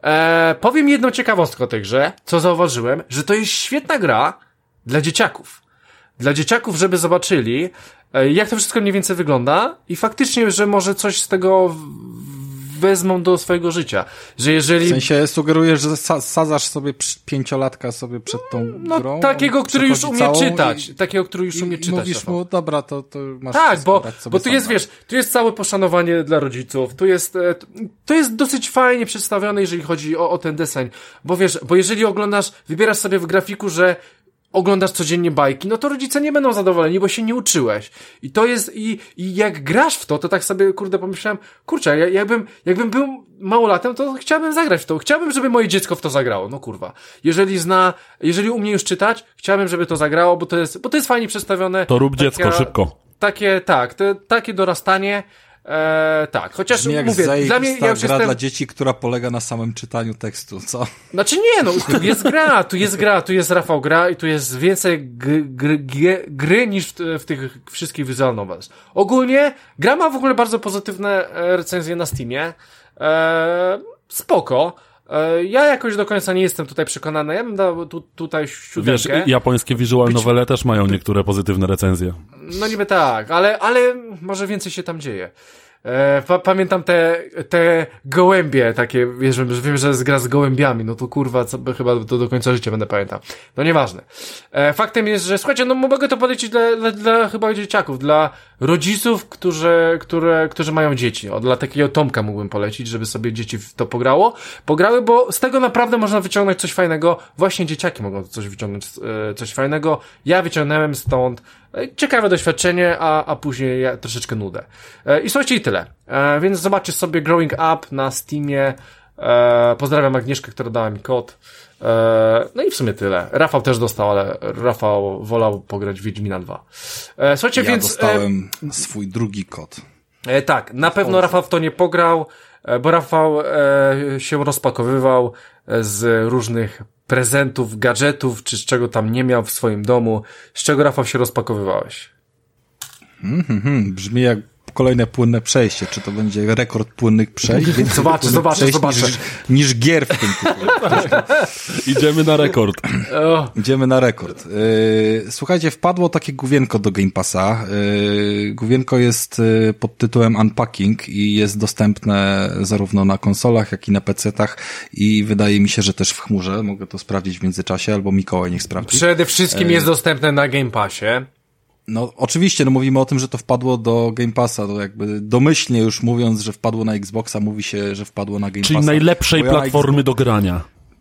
E, powiem jedną ciekawostkę o tej grze, co zauważyłem, że to jest świetna gra dla dzieciaków. Dla dzieciaków, żeby zobaczyli, e, jak to wszystko mniej więcej wygląda i faktycznie, że może coś z tego w- wezmą do swojego życia. Że jeżeli... W sensie sugerujesz, że sa- sadzasz sobie przy- pięciolatka sobie przed tą No, grą? takiego, on który już przechodzi umie całą czytać. I, Takiego, który już i, umie i czytać. mówisz Rafał. mu, dobra, to, to masz Tak, wszystko, bo, dać sobie bo tu jest, sam, wiesz, tu jest całe poszanowanie dla rodziców, tu jest, e, to jest dosyć fajnie przedstawione, jeżeli chodzi o, o ten deseń, bo wiesz, bo jeżeli oglądasz, wybierasz sobie w grafiku, że oglądasz codziennie bajki, no to rodzice nie będą zadowoleni, bo się nie uczyłeś. I to jest, i, i jak grasz w to, to tak sobie, kurde, pomyślałem, kurczę, ja, jakbym, jakbym był małolatem, to chciałbym zagrać w to. Chciałbym, żeby moje dziecko w to zagrało. No kurwa. Jeżeli zna, jeżeli umie już czytać, chciałbym, żeby to zagrało, bo to jest, bo to jest fajnie przedstawione. To rób Taka- dziecko, szybko. Takie, tak, te, takie dorastanie, e, tak, chociaż Brzmi jak mówię, dla mnie, zajebista ja już gra jestem, dla dzieci, która polega na samym czytaniu tekstu, co? znaczy nie, no, tu jest gra, tu jest gra, tu jest Rafał gra i tu jest więcej gry, gry, gry, gry niż w, w tych wszystkich visual novels. Ogólnie, gra ma w ogóle bardzo pozytywne e, recenzje na Steamie, e, spoko. E, Ja jakoś do końca nie jestem tutaj przekonany, ja bym dał tu, tutaj siódemkę. Wiesz, japońskie visual novele też mają niektóre pozytywne recenzje. No niby tak, ale, ale może więcej się tam dzieje. E, pa, pamiętam te, te gołębie takie, wiesz, że wiem, że jest gra z gołębiami, no to kurwa, co, chyba to do końca życia będę pamiętał. No nieważne. E, faktem jest, że słuchajcie, no mogę to polecić dla, dla, dla chyba dzieciaków, dla rodziców, którzy, które, którzy mają dzieci. O, dla takiego Tomka mógłbym polecić, żeby sobie dzieci w to pograło. Pograły, bo z tego naprawdę można wyciągnąć coś fajnego. Właśnie dzieciaki mogą coś wyciągnąć, e, coś fajnego. Ja wyciągnąłem stąd e, ciekawe doświadczenie, a, a później ja troszeczkę nudę. E, I słuchajcie, i tyle. E, więc zobaczcie sobie Growing Up na Steamie. E, pozdrawiam Agnieszkę, która dała mi kod. E, no i w sumie tyle. Rafał też dostał, ale Rafał wolał pograć w Wiedźmina dwa. E, słuchajcie, Ja więc... dostałem e, swój drugi kod. E, tak, na pewno Rafał w to nie pograł, e, bo Rafał e, się rozpakowywał e, z różnych prezentów, gadżetów, czy z czego tam nie miał w swoim domu. Z czego, Rafał, się rozpakowywałeś? Hmm, hmm, hmm. Brzmi jak kolejne płynne przejście. Czy to będzie rekord płynnych przejść? Więcej Zobaczę, płynnych zobaczę, przejść zobaczę. Niż, niż gier w tym tytule. Idziemy na rekord. O, Idziemy na rekord. Yy, słuchajcie, wpadło takie główienko do Game Passa. Yy, główienko jest yy, pod tytułem Unpacking i jest dostępne zarówno na konsolach, jak i na pecetach i wydaje mi się, że też w chmurze. Mogę to sprawdzić w międzyczasie, albo Mikołaj niech sprawdzi. przede wszystkim jest dostępne na Game Passie. No oczywiście, no mówimy o tym, że to wpadło do Game Passa, to jakby domyślnie już mówiąc, że wpadło na Xboxa, mówi się, że wpadło na Game Czyli Passa. najlepszej Bo ja na platformy do grania.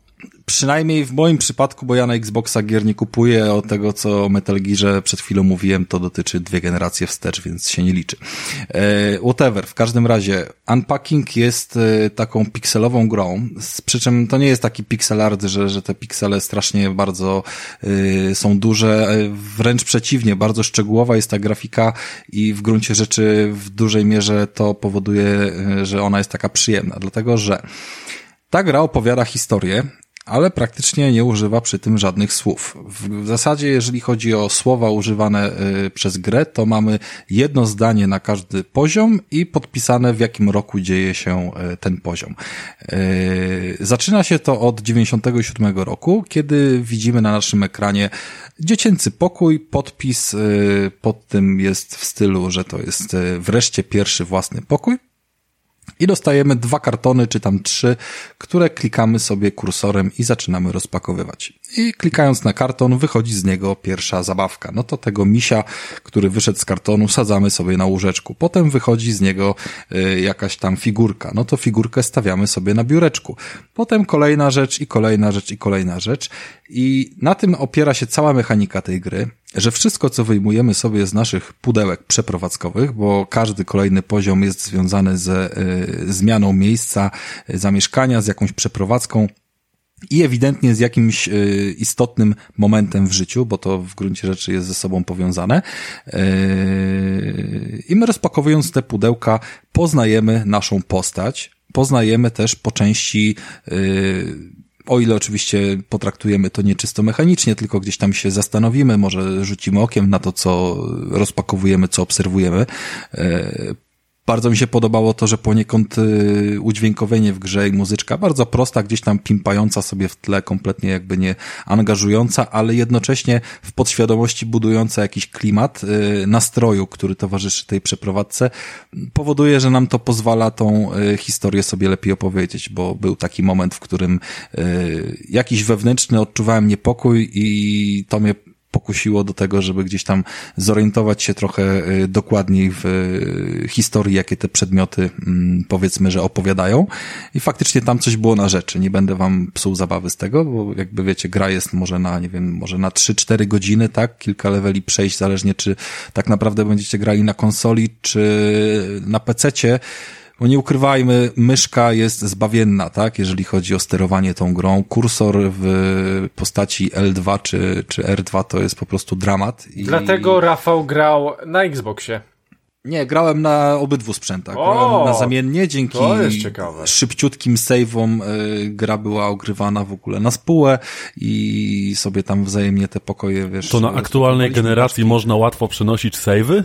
Przynajmniej w moim przypadku, bo ja na Xboxa gier nie kupuję, o tego co o Metal Gearze przed chwilą mówiłem, to dotyczy dwie generacje wstecz, więc się nie liczy. E, whatever, w każdym razie Unpacking jest e, taką pikselową grą, z, przy czym to nie jest taki pixel art, że, że te piksele strasznie bardzo e, są duże, e, wręcz przeciwnie, bardzo szczegółowa jest ta grafika i w gruncie rzeczy w dużej mierze to powoduje, e, że ona jest taka przyjemna, dlatego że ta gra opowiada historię, ale praktycznie nie używa przy tym żadnych słów. W zasadzie, jeżeli chodzi o słowa używane y, przez grę, to mamy jedno zdanie na każdy poziom i podpisane, w jakim roku dzieje się y, ten poziom. Y, zaczyna się to od dziewięćdziesiątego siódmego roku, kiedy widzimy na naszym ekranie dziecięcy pokój, podpis y, pod tym jest w stylu, że to jest y, wreszcie pierwszy własny pokój. I dostajemy dwa kartony, czy tam trzy, które klikamy sobie kursorem i zaczynamy rozpakowywać. I klikając na karton wychodzi z niego pierwsza zabawka. No to tego misia, który wyszedł z kartonu, sadzamy sobie na łóżeczku. Potem wychodzi z niego y, jakaś tam figurka. No to figurkę stawiamy sobie na biureczku. Potem kolejna rzecz i kolejna rzecz i kolejna rzecz. I na tym opiera się cała mechanika tej gry, że wszystko, co wyjmujemy sobie z naszych pudełek przeprowadzkowych, bo każdy kolejny poziom jest związany ze y, zmianą miejsca y, zamieszkania, z jakąś przeprowadzką i ewidentnie z jakimś y, istotnym momentem w życiu, bo to w gruncie rzeczy jest ze sobą powiązane. Y, I my rozpakowując te pudełka poznajemy naszą postać, poznajemy też po części y, o ile oczywiście potraktujemy to nie czysto mechanicznie, tylko gdzieś tam się zastanowimy, może rzucimy okiem na to, co rozpakowujemy, co obserwujemy. Bardzo mi się podobało to, że poniekąd udźwiękowienie w grze i muzyczka bardzo prosta, gdzieś tam pimpająca sobie w tle, kompletnie jakby nie angażująca, ale jednocześnie w podświadomości budująca jakiś klimat nastroju, który towarzyszy tej przeprowadzce, powoduje, że nam to pozwala tą historię sobie lepiej opowiedzieć, bo był taki moment, w którym jakiś wewnętrzny odczuwałem niepokój i to mnie pokusiło do tego, żeby gdzieś tam zorientować się trochę dokładniej w historii, jakie te przedmioty, powiedzmy, że opowiadają. I faktycznie tam coś było na rzeczy. Nie będę wam psuł zabawy z tego, bo jakby wiecie, gra jest może na, nie wiem, może na trzy cztery godziny, tak? Kilka leveli przejść, zależnie czy tak naprawdę będziecie grali na konsoli, czy na pececie. Bo nie ukrywajmy, myszka jest zbawienna, tak, jeżeli chodzi o sterowanie tą grą. Kursor w postaci L dwa czy, czy R dwa to jest po prostu dramat. I... Dlatego Rafał grał na Xboxie. Nie, grałem na obydwu sprzętach. O, grałem na zamiennie, dzięki szybciutkim save'om y, gra była ogrywana w ogóle na spółę i sobie tam wzajemnie te pokoje, wiesz... To na aktualnej generacji można łatwo przenosić save'y?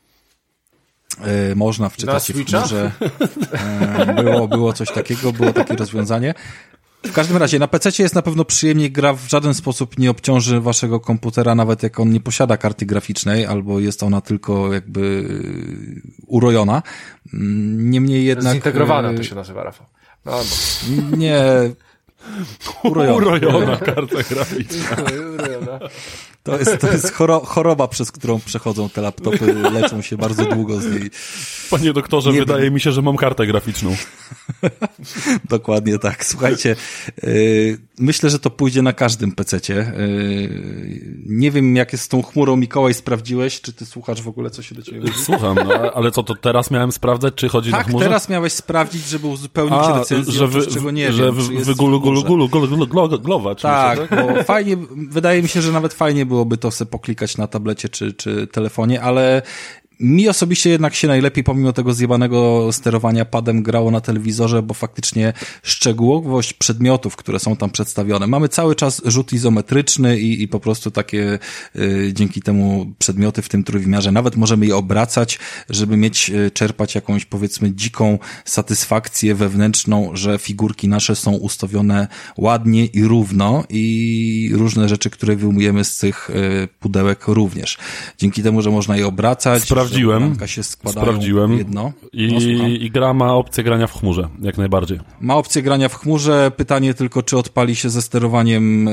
Yy, można wczytać się w chmurze. Yy, było, było coś takiego, było takie rozwiązanie. W każdym razie na pececie jest na pewno przyjemniej, gra w żaden sposób nie obciąży waszego komputera, nawet jak on nie posiada karty graficznej, albo jest ona tylko jakby urojona. Niemniej jednak... Zintegrowana to się nazywa, Rafał. No, bo... Nie... Urojona. Urojona karta graficzna. Urojona. To jest, to jest choro, choroba, przez którą przechodzą te laptopy, leczą się bardzo długo z niej. Panie doktorze, nie wydaje wiem. mi się, że mam kartę graficzną. Dokładnie tak. Słuchajcie, yy, myślę, że to pójdzie na każdym pececie. Yy, nie wiem, jak jest z tą chmurą. Mikołaj, sprawdziłeś? Czy ty słuchasz w ogóle, co się do ciebie mówi? Słucham, no, ale co, to teraz miałem sprawdzać, czy chodzi tak, na chmurze? Tak, teraz miałeś sprawdzić, żeby uzupełnić A, recenzję, że wy, czego nie że wiem. Że wygulu, gulu, gulu, gulu, gulu, gulu, glować. Tak, myślę, tak? Bo fajnie, wydaje mi się, że nawet fajnie byłoby to sobie poklikać na tablecie czy, czy telefonie, ale mi osobiście jednak się najlepiej, pomimo tego zjebanego sterowania padem, grało na telewizorze, bo faktycznie szczegółowość przedmiotów, które są tam przedstawione. Mamy cały czas rzut izometryczny i, i po prostu takie y, dzięki temu przedmioty w tym trójwymiarze, nawet możemy je obracać, żeby mieć, y, czerpać jakąś, powiedzmy, dziką satysfakcję wewnętrzną, że figurki nasze są ustawione ładnie i równo i różne rzeczy, które wyjmujemy z tych y, pudełek również. Dzięki temu, że można je obracać, Sprawdziłem, się sprawdziłem jedno. I, no, i gra ma opcję grania w chmurze, jak najbardziej. Ma opcję grania w chmurze, pytanie tylko, czy odpali się ze sterowaniem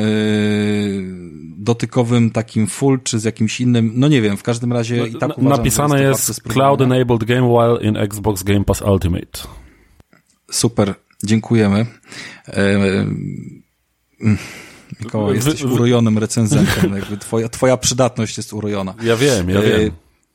yy, dotykowym takim full, czy z jakimś innym, no nie wiem, w każdym razie no, i tak uważam, napisane że jest, jest Cloud Enabled Game while in Xbox Game Pass Ultimate. Super, dziękujemy. Yy, Mikołaj, jesteś urojonym recenzentem, jakby twoja, twoja przydatność jest urojona. Ja wiem, ja wiem.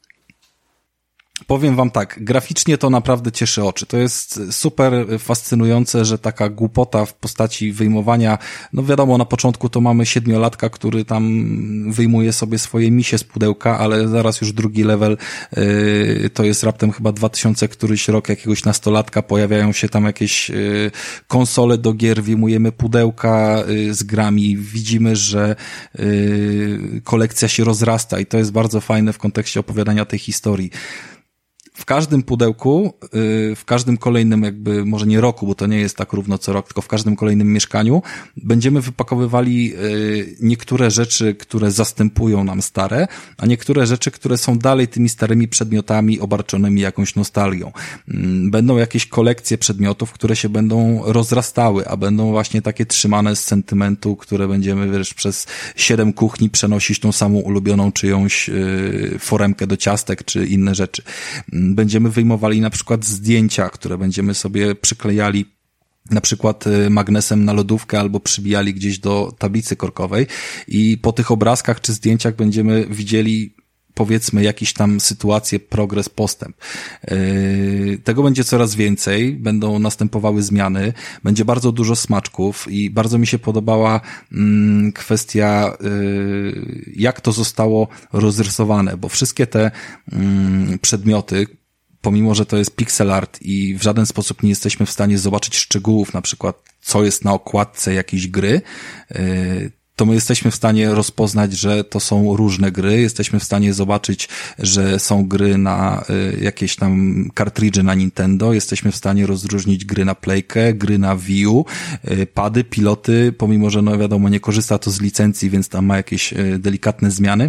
Powiem wam tak, graficznie to naprawdę cieszy oczy. To jest super fascynujące, że taka głupota w postaci wyjmowania, no wiadomo, na początku to mamy siedmiolatka, który tam wyjmuje sobie swoje misie z pudełka, ale zaraz już drugi level, yy, to jest raptem chyba dwa tysiące któryś rok jakiegoś nastolatka, pojawiają się tam jakieś yy, konsole do gier, wyjmujemy pudełka yy, z grami, widzimy, że yy, kolekcja się rozrasta i to jest bardzo fajne w kontekście opowiadania tej historii. W każdym pudełku, w każdym kolejnym jakby, może nie roku, bo to nie jest tak równo co rok, tylko w każdym kolejnym mieszkaniu będziemy wypakowywali niektóre rzeczy, które zastępują nam stare, a niektóre rzeczy, które są dalej tymi starymi przedmiotami obarczonymi jakąś nostalgią. Będą jakieś kolekcje przedmiotów, które się będą rozrastały, a będą właśnie takie trzymane z sentymentu, które będziemy wiesz, przez siedem kuchni przenosić tą samą ulubioną czyjąś foremkę do ciastek, czy inne rzeczy. Będziemy wyjmowali na przykład zdjęcia, które będziemy sobie przyklejali na przykład magnesem na lodówkę albo przybijali gdzieś do tablicy korkowej i po tych obrazkach czy zdjęciach będziemy widzieli powiedzmy jakiś tam sytuację, progres, postęp. Yy, tego będzie coraz więcej, będą następowały zmiany, będzie bardzo dużo smaczków i bardzo mi się podobała mm, kwestia yy, jak to zostało rozrysowane, bo wszystkie te mm, przedmioty, pomimo że to jest pixel art i w żaden sposób nie jesteśmy w stanie zobaczyć szczegółów, na przykład co jest na okładce jakiejś gry, yy, to my jesteśmy w stanie rozpoznać, że to są różne gry, jesteśmy w stanie zobaczyć, że są gry na y, jakieś tam kartridże na Nintendo, jesteśmy w stanie rozróżnić gry na Playkę, gry na Wii U, y, pady, piloty, pomimo że no wiadomo nie korzysta to z licencji, więc tam ma jakieś y, delikatne zmiany.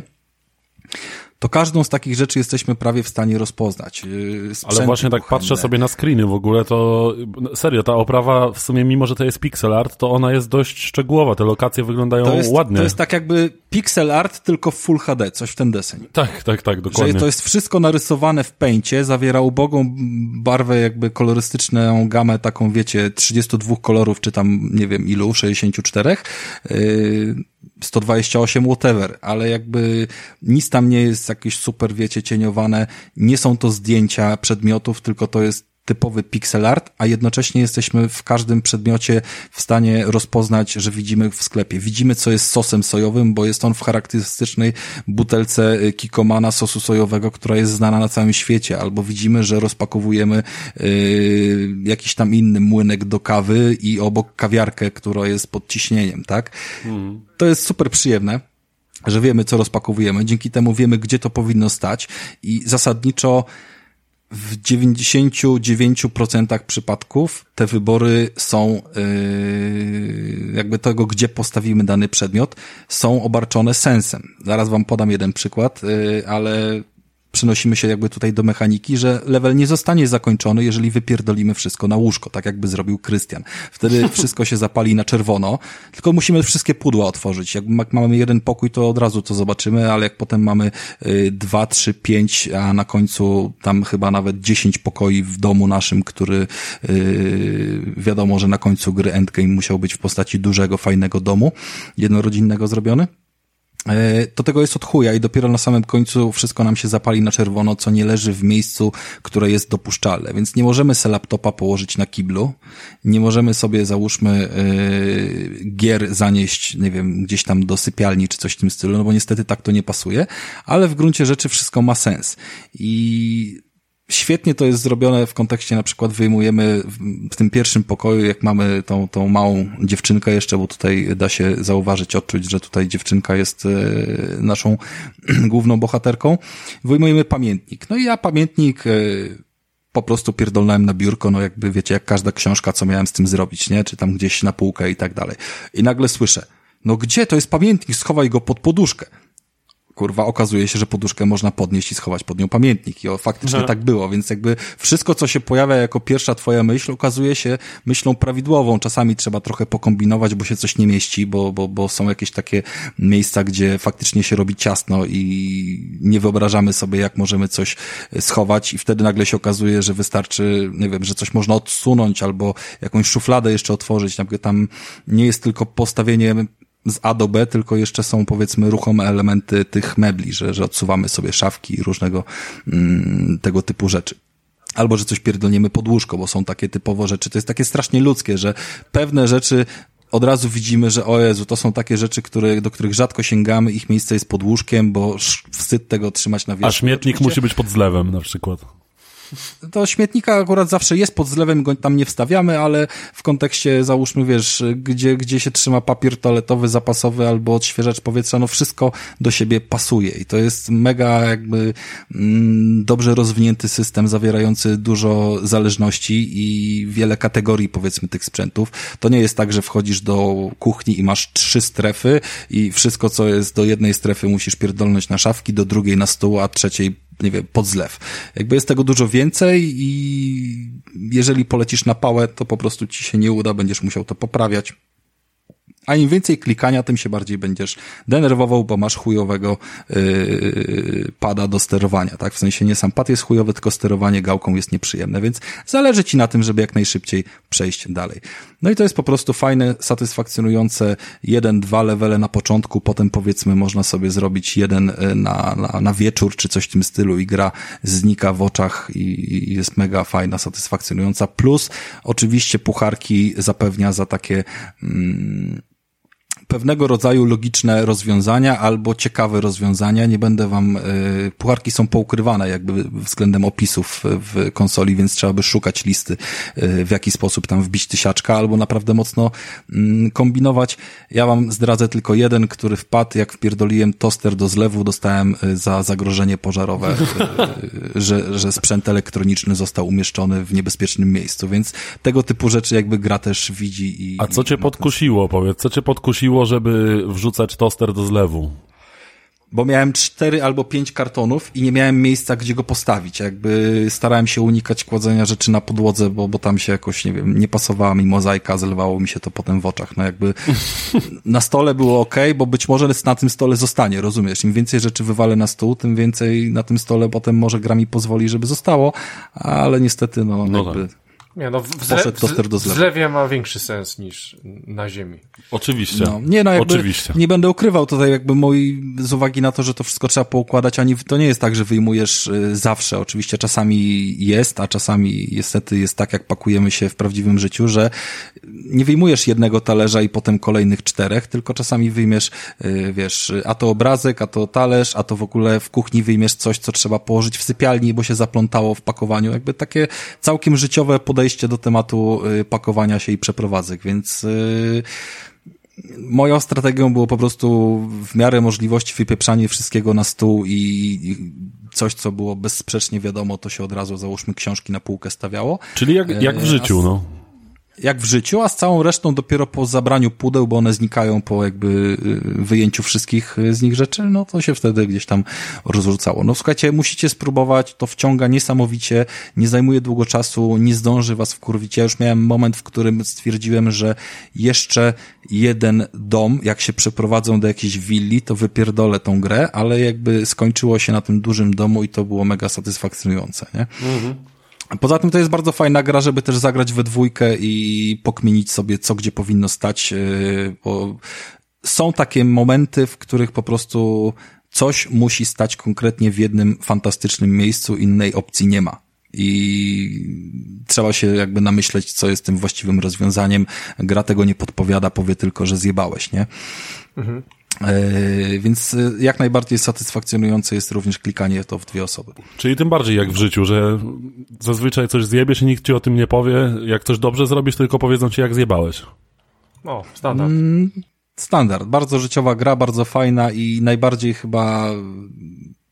To każdą z takich rzeczy jesteśmy prawie w stanie rozpoznać. Ale właśnie tak kuchenne. Patrzę sobie na screeny w ogóle, to serio, ta oprawa w sumie, mimo że to jest pixel art, to ona jest dość szczegółowa, te lokacje wyglądają to jest, ładnie. To jest tak jakby pixel art, tylko w Full H D, coś w ten deseń. Tak, tak, tak, dokładnie. Że to jest wszystko narysowane w Paincie, zawiera ubogą barwę, jakby kolorystyczną gamę, taką wiecie, trzydziestu dwóch kolorów, czy tam nie wiem ilu, sześćdziesięciu czterech, yy, sto dwadzieścia osiem, whatever, ale jakby nic tam nie jest jakieś super, wiecie, cieniowane, nie są to zdjęcia przedmiotów, tylko to jest typowy pixel art, a jednocześnie jesteśmy w każdym przedmiocie w stanie rozpoznać, że widzimy w sklepie. Widzimy, co jest sosem sojowym, bo jest on w charakterystycznej butelce Kikkomana sosu sojowego, która jest znana na całym świecie, albo widzimy, że rozpakowujemy yy, jakiś tam inny młynek do kawy i obok kawiarkę, która jest pod ciśnieniem, tak? Mm. To jest super przyjemne, że wiemy, co rozpakowujemy. Dzięki temu wiemy, gdzie to powinno stać i zasadniczo w dziewięćdziesięciu dziewięciu procentach przypadków te wybory są yy, jakby tego, gdzie postawimy dany przedmiot, są obarczone sensem. Zaraz wam podam jeden przykład, yy, ale przenosimy się jakby tutaj do mechaniki, że level nie zostanie zakończony, jeżeli wypierdolimy wszystko na łóżko, tak jakby zrobił Krystian. Wtedy wszystko się zapali na czerwono, tylko musimy wszystkie pudła otworzyć. Jak mamy jeden pokój, to od razu to zobaczymy, ale jak potem mamy y, dwa, trzy, pięć, a na końcu tam chyba nawet dziesięć pokoi w domu naszym, który y, wiadomo, że na końcu gry endgame musiał być w postaci dużego, fajnego domu, jednorodzinnego zrobiony, to tego jest od chuja i dopiero na samym końcu wszystko nam się zapali na czerwono, co nie leży w miejscu, które jest dopuszczalne. Więc nie możemy sobie laptopa położyć na kiblu, nie możemy sobie, załóżmy, yy, gier zanieść, nie wiem, gdzieś tam do sypialni czy coś w tym stylu, no bo niestety tak to nie pasuje, ale w gruncie rzeczy wszystko ma sens. I świetnie to jest zrobione w kontekście, na przykład wyjmujemy w tym pierwszym pokoju, jak mamy tą, tą małą dziewczynkę jeszcze, bo tutaj da się zauważyć, odczuć, że tutaj dziewczynka jest naszą główną bohaterką, wyjmujemy pamiętnik. No i ja pamiętnik po prostu pierdolnąłem na biurko, no jakby wiecie, jak każda książka, co miałem z tym zrobić, nie? Czy tam gdzieś na półkę i tak dalej. I nagle słyszę, no gdzie? To jest pamiętnik, schowaj go pod poduszkę. kurwa, okazuje się, że poduszkę można podnieść i schować pod nią pamiętnik. I o, faktycznie tak było, więc jakby wszystko, co się pojawia jako pierwsza twoja myśl, okazuje się myślą prawidłową. Czasami trzeba trochę pokombinować, bo się coś nie mieści, bo, bo, bo są jakieś takie miejsca, gdzie faktycznie się robi ciasno i nie wyobrażamy sobie, jak możemy coś schować i wtedy nagle się okazuje, że wystarczy, nie wiem, że coś można odsunąć albo jakąś szufladę jeszcze otworzyć. Jakby tam nie jest tylko postawienie z A do B, tylko jeszcze są, powiedzmy, ruchome elementy tych mebli, że, że odsuwamy sobie szafki i różnego mm, tego typu rzeczy. Albo, że coś pierdolniemy pod łóżko, bo są takie typowo rzeczy. To jest takie strasznie ludzkie, że pewne rzeczy od razu widzimy, że o Jezu, to są takie rzeczy, które, do których rzadko sięgamy, ich miejsce jest pod łóżkiem, bo wstyd tego trzymać na wierzchu. A śmietnik oczywiście musi być pod zlewem na przykład. To śmietnika akurat zawsze jest pod zlewem, go tam nie wstawiamy, ale w kontekście, załóżmy, wiesz, gdzie, gdzie się trzyma papier toaletowy, zapasowy albo odświeżacz powietrza, no wszystko do siebie pasuje i to jest mega jakby mm, dobrze rozwinięty system zawierający dużo zależności i wiele kategorii, powiedzmy, tych sprzętów. To nie jest tak, że wchodzisz do kuchni i masz trzy strefy i wszystko, co jest do jednej strefy musisz pierdolnąć na szafki, do drugiej na stół, a trzeciej nie wiem, pod zlew. Jakby jest tego dużo więcej i jeżeli polecisz na pałę, to po prostu ci się nie uda, będziesz musiał to poprawiać. A im więcej klikania, tym się bardziej będziesz denerwował, bo masz chujowego yy, pada do sterowania, tak? W sensie nie sam pad jest chujowy, tylko sterowanie gałką jest nieprzyjemne, więc zależy ci na tym, żeby jak najszybciej przejść dalej. No i to jest po prostu fajne, satysfakcjonujące, jeden, dwa levele na początku, potem powiedzmy można sobie zrobić jeden na, na, na wieczór, czy coś w tym stylu i gra znika w oczach i, i jest mega fajna, satysfakcjonująca, plus oczywiście pucharki zapewnia za takie mm, pewnego rodzaju logiczne rozwiązania albo ciekawe rozwiązania. Nie będę wam... Y, pucharki są poukrywane jakby względem opisów w konsoli, więc trzeba by szukać listy, y, w jaki sposób tam wbić tysiaczka albo naprawdę mocno y, kombinować. Ja wam zdradzę tylko jeden, który wpadł, jak wpierdoliłem toster do zlewu, dostałem y, za zagrożenie pożarowe, y, że, że sprzęt elektroniczny został umieszczony w niebezpiecznym miejscu, więc tego typu rzeczy jakby gra też widzi. I, A co cię i, podkusiło, powiedz? Co cię podkusiło, żeby wrzucać toster do zlewu? Bo miałem cztery albo pięć kartonów i nie miałem miejsca, gdzie go postawić. Jakby starałem się unikać kładzenia rzeczy na podłodze, bo, bo tam się jakoś, nie wiem, nie pasowała mi mozaika, zlewało mi się to potem w oczach. No jakby na stole było okej, bo być może na tym stole zostanie, rozumiesz? Im więcej rzeczy wywalę na stół, tym więcej na tym stole potem może gra mi pozwoli, żeby zostało, ale niestety, no, no jakby... Tak. Nie, no w, zle, w, w zlewie ma większy sens niż na ziemi. Oczywiście. No, nie, no jakby Oczywiście. Nie będę ukrywał tutaj jakby mój, z uwagi na to, że to wszystko trzeba poukładać, ani to nie jest tak, że wyjmujesz zawsze. Oczywiście czasami jest, a czasami niestety jest tak, jak pakujemy się w prawdziwym życiu, że nie wyjmujesz jednego talerza i potem kolejnych czterech, tylko czasami wyjmiesz, wiesz, a to obrazek, a to talerz, a to w ogóle w kuchni wyjmiesz coś, co trzeba położyć w sypialni, bo się zaplątało w pakowaniu. Jakby takie całkiem życiowe podejście do tematu pakowania się i przeprowadzek, więc yy, moją strategią było po prostu w miarę możliwości wypieprzanie wszystkiego na stół i, i coś, co było bezsprzecznie wiadomo, to się od razu, załóżmy, książki na półkę stawiało. Czyli jak, jak w życiu, no. Jak w życiu, a z całą resztą dopiero po zabraniu pudeł, bo one znikają po jakby wyjęciu wszystkich z nich rzeczy, no to się wtedy gdzieś tam rozrzucało. No słuchajcie, musicie spróbować, to wciąga niesamowicie, nie zajmuje długo czasu, nie zdąży was wkurwić. Ja już miałem moment, w którym stwierdziłem, że jeszcze jeden dom, jak się przeprowadzą do jakiejś willi, to wypierdolę tą grę, ale jakby skończyło się na tym dużym domu i to było mega satysfakcjonujące, nie? Mhm. Poza tym to jest bardzo fajna gra, żeby też zagrać we dwójkę i pokminić sobie, co gdzie powinno stać, bo są takie momenty, w których po prostu coś musi stać konkretnie w jednym fantastycznym miejscu, innej opcji nie ma. I trzeba się jakby namyśleć, co jest tym właściwym rozwiązaniem. Gra tego nie podpowiada, powie tylko, że zjebałeś, nie? Mhm. Yy, więc jak najbardziej satysfakcjonujące jest również klikanie to w dwie osoby. Czyli tym bardziej jak w życiu, że zazwyczaj coś zjebiesz i nikt ci o tym nie powie, jak coś dobrze zrobisz, tylko powiedzą ci, jak zjebałeś. O, standard. Mm, standard. Bardzo życiowa gra, bardzo fajna i najbardziej chyba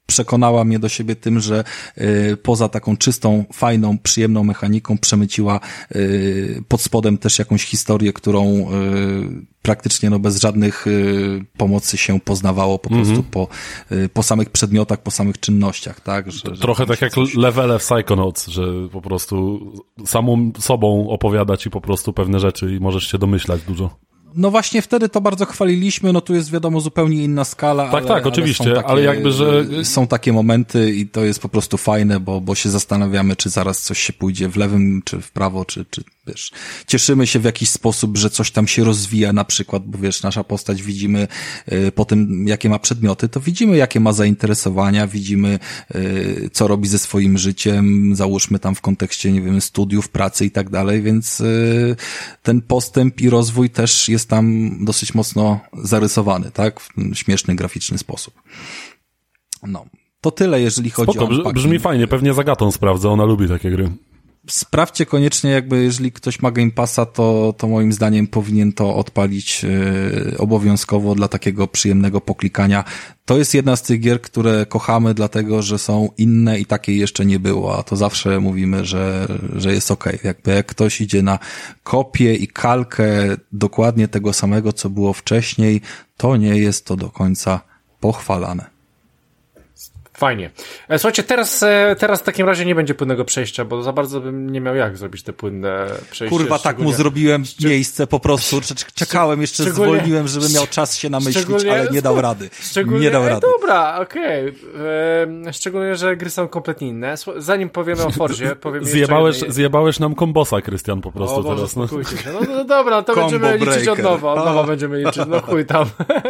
przekonała mnie do siebie tym, że y, poza taką czystą, fajną, przyjemną mechaniką przemyciła y, pod spodem też jakąś historię, którą y, praktycznie no bez żadnych y, pomocy się poznawało po prostu mm-hmm. po, y, po samych przedmiotach, po samych czynnościach, tak? Że, Trochę że tak jak coś... levele w Psychonauts, że po prostu samą sobą opowiada ci po prostu pewne rzeczy i możesz się domyślać dużo. No właśnie wtedy to bardzo chwaliliśmy, no tu jest wiadomo zupełnie inna skala. Tak, ale, tak, oczywiście, ale, takie, ale jakby, że... Są takie momenty i to jest po prostu fajne, bo, bo się zastanawiamy, czy zaraz coś się pójdzie w lewym, czy w prawo, czy, czy wiesz, cieszymy się w jakiś sposób, że coś tam się rozwija na przykład, bo wiesz, nasza postać widzimy y, po tym, jakie ma przedmioty, to widzimy, jakie ma zainteresowania, widzimy, y, co robi ze swoim życiem, załóżmy tam w kontekście, nie wiem, studiów, pracy i tak dalej, więc y, ten postęp i rozwój też jest tam dosyć mocno zarysowany, tak? W śmieszny, graficzny sposób. No. To tyle, jeżeli chodzi Spoko, o unpacking. Brzmi fajnie, pewnie z Agatą sprawdzę, ona lubi takie gry. Sprawdźcie koniecznie, jakby jeżeli ktoś ma Game Passa, to, to moim zdaniem powinien to odpalić yy, obowiązkowo dla takiego przyjemnego poklikania. To jest jedna z tych gier, które kochamy, dlatego że są inne i takiej jeszcze nie było, a to zawsze mówimy, że, że jest okej. Okay. Jakby jak ktoś idzie na kopię i kalkę dokładnie tego samego, co było wcześniej, to nie jest to do końca pochwalane. Fajnie. Słuchajcie, teraz, teraz w takim razie nie będzie płynnego przejścia, bo za bardzo bym nie miał jak zrobić te płynne przejście. Kurwa, tak mu zrobiłem miejsce po prostu. Czekałem, jeszcze zwolniłem, żeby miał czas się namyślić, ale nie dał rady. Nie dał rady. E, dobra, okej. Okay. Szczególnie, że gry są kompletnie inne. Zanim powiemy o Forzie, powiem zjebałeś, jednej... zjebałeś nam kombosa, Krystian, po prostu o, Boże, teraz. No. Się. No, no dobra, to Combo będziemy breaker. liczyć od nowa. Od nowa będziemy liczyć, no chuj tam.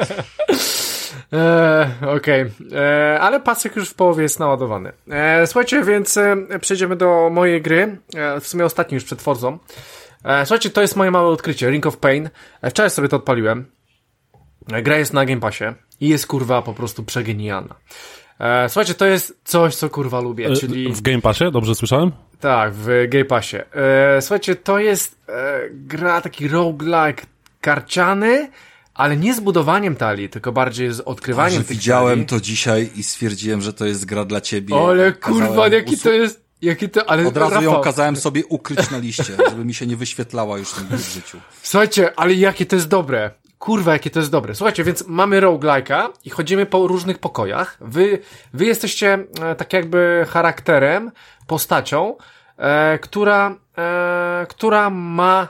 Eee, Okej, okay. eee, ale pasek już w połowie jest naładowany. Eee, słuchajcie, więc e, przejdziemy do mojej gry, e, w sumie ostatniej już przed Forzą. E, słuchajcie, to jest moje małe odkrycie, Ring of Pain. E, wczoraj sobie to odpaliłem. E, gra jest na Game Passie i jest kurwa po prostu przegenialna. E, słuchajcie, to jest coś, co kurwa lubię, czyli... W Game Passie, dobrze słyszałem? Tak, w Game Passie. E, słuchajcie, to jest e, gra taki roguelike karciany, ale nie z budowaniem talii, tylko bardziej z odkrywaniem tych widziałem talii. to dzisiaj i stwierdziłem, że to jest gra dla ciebie. Ale kurwa, jaki to jest... Jaki to, ale Od razu Rafał, ją kazałem sobie ukryć na liście, żeby mi się nie wyświetlała już nigdy w życiu. Słuchajcie, ale jakie to jest dobre. Kurwa, jakie to jest dobre. Słuchajcie, więc mamy roguelike'a i chodzimy po różnych pokojach. Wy, wy jesteście e, tak jakby charakterem, postacią, e, która, e, która ma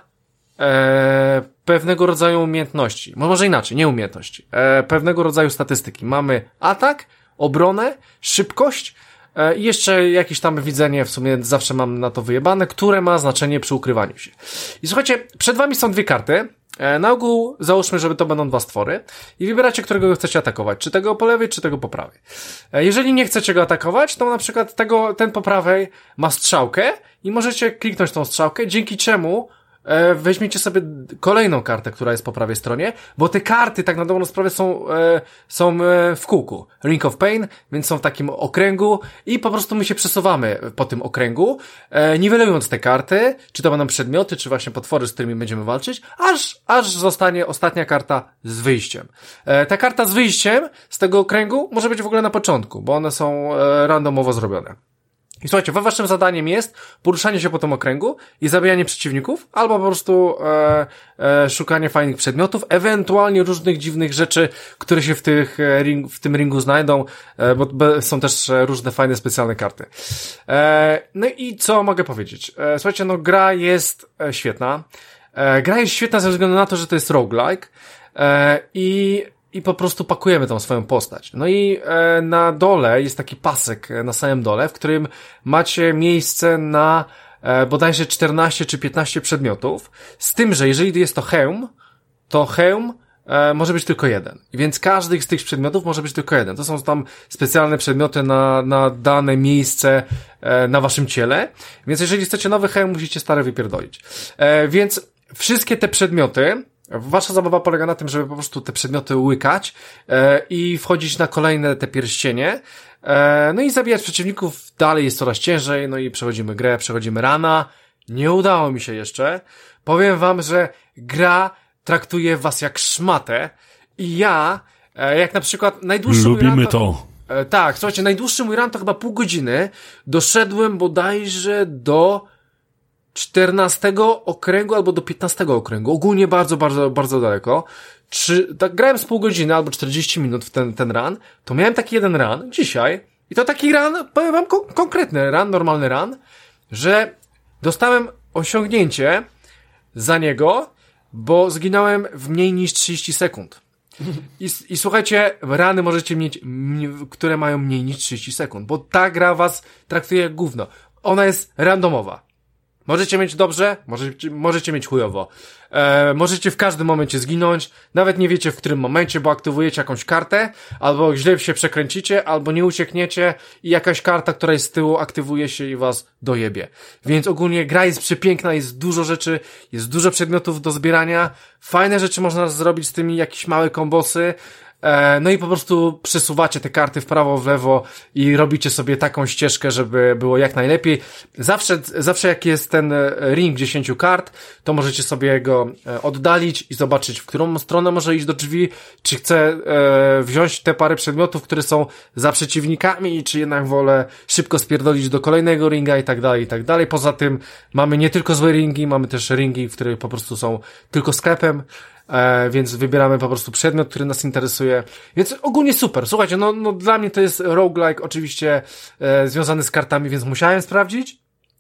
e, pewnego rodzaju umiejętności. Może inaczej, nie umiejętności. E, pewnego rodzaju statystyki. Mamy atak, obronę, szybkość i jeszcze jakieś tam widzenie, w sumie zawsze mam na to wyjebane, które ma znaczenie przy ukrywaniu się. I słuchajcie, przed wami są dwie karty. Na ogół załóżmy, że to będą dwa stwory i wybieracie, którego chcecie atakować. Czy tego po lewej, czy tego po prawej. Jeżeli nie chcecie go atakować, to na przykład tego, ten po prawej ma strzałkę i możecie kliknąć tą strzałkę, dzięki czemu E, weźmiecie sobie kolejną kartę, która jest po prawej stronie, bo te karty tak na dobrą sprawę są, e, są e, w kółku. Ring of Pain, więc są w takim okręgu i po prostu my się przesuwamy po tym okręgu, e, niwelując te karty, czy to będą przedmioty, czy właśnie potwory, z którymi będziemy walczyć, aż, aż zostanie ostatnia karta z wyjściem. E, ta karta z wyjściem z tego okręgu może być w ogóle na początku, bo one są e, randomowo zrobione. I słuchajcie, waszym zadaniem jest poruszanie się po tym okręgu i zabijanie przeciwników, albo po prostu e, e, szukanie fajnych przedmiotów, ewentualnie różnych dziwnych rzeczy, które się w, tych, e, ring, w tym ringu znajdą, e, bo be, są też różne fajne, specjalne karty. E, no i co mogę powiedzieć? E, słuchajcie, no gra jest e, świetna. E, gra jest świetna ze względu na to, że to jest roguelike e, i I po prostu pakujemy tą swoją postać. No i e, na dole jest taki pasek na samym dole, w którym macie miejsce na e, bodajże czternaście czy piętnaście przedmiotów. Z tym, że jeżeli jest to hełm, to hełm e, może być tylko jeden. Więc każdy z tych przedmiotów może być tylko jeden. To są tam specjalne przedmioty na, na dane miejsce e, na waszym ciele. Więc jeżeli chcecie nowy hełm, musicie stare wypierdolić. E, więc wszystkie te przedmioty... Wasza zabawa polega na tym, żeby po prostu te przedmioty łykać e, i wchodzić na kolejne te pierścienie, e, no i zabijać przeciwników. Dalej jest coraz ciężej, no i przechodzimy grę, przechodzimy rana. Nie udało mi się jeszcze. Powiem wam, że gra traktuje was jak szmatę i ja, e, jak na przykład najdłuższy Lubimy mój run to. E, tak, słuchajcie, najdłuższy mój run to chyba pół godziny. Doszedłem bodajże do czternastego okręgu albo do piętnastego okręgu. Ogólnie bardzo, bardzo, bardzo daleko. Czy, tak, grałem z pół godziny albo czterdzieści minut w ten, ten run. To miałem taki jeden run dzisiaj. I to taki run, powiem wam, kon- konkretny run, normalny run, że dostałem osiągnięcie za niego, bo zginąłem w mniej niż trzydzieści sekund. I, I słuchajcie, rany możecie mieć, m, które mają mniej niż trzydzieści sekund, bo ta gra was traktuje jak gówno. Ona jest randomowa. Możecie mieć dobrze, możecie, możecie mieć chujowo. E, możecie w każdym momencie zginąć, nawet nie wiecie w którym momencie, bo aktywujecie jakąś kartę, albo źle się przekręcicie, albo nie uciekniecie i jakaś karta, która jest z tyłu, aktywuje się i was dojebie. Więc ogólnie gra jest przepiękna, jest dużo rzeczy, jest dużo przedmiotów do zbierania, fajne rzeczy można zrobić z tymi, jakieś małe kombosy, no i po prostu przesuwacie te karty w prawo, w lewo i robicie sobie taką ścieżkę, żeby było jak najlepiej. Zawsze, zawsze jak jest ten ring dziesięciu kart, to możecie sobie go oddalić i zobaczyć, w którą stronę może iść do drzwi, czy chce e, wziąć te parę przedmiotów, które są za przeciwnikami, czy jednak wolę szybko spierdolić do kolejnego ringa i tak dalej, i tak dalej. Poza tym mamy nie tylko złe ringi, mamy też ringi, które po prostu są tylko sklepem. E, więc wybieramy po prostu przedmiot, który nas interesuje, więc ogólnie super. Słuchajcie, no, no dla mnie to jest roguelike oczywiście e, związany z kartami, więc musiałem sprawdzić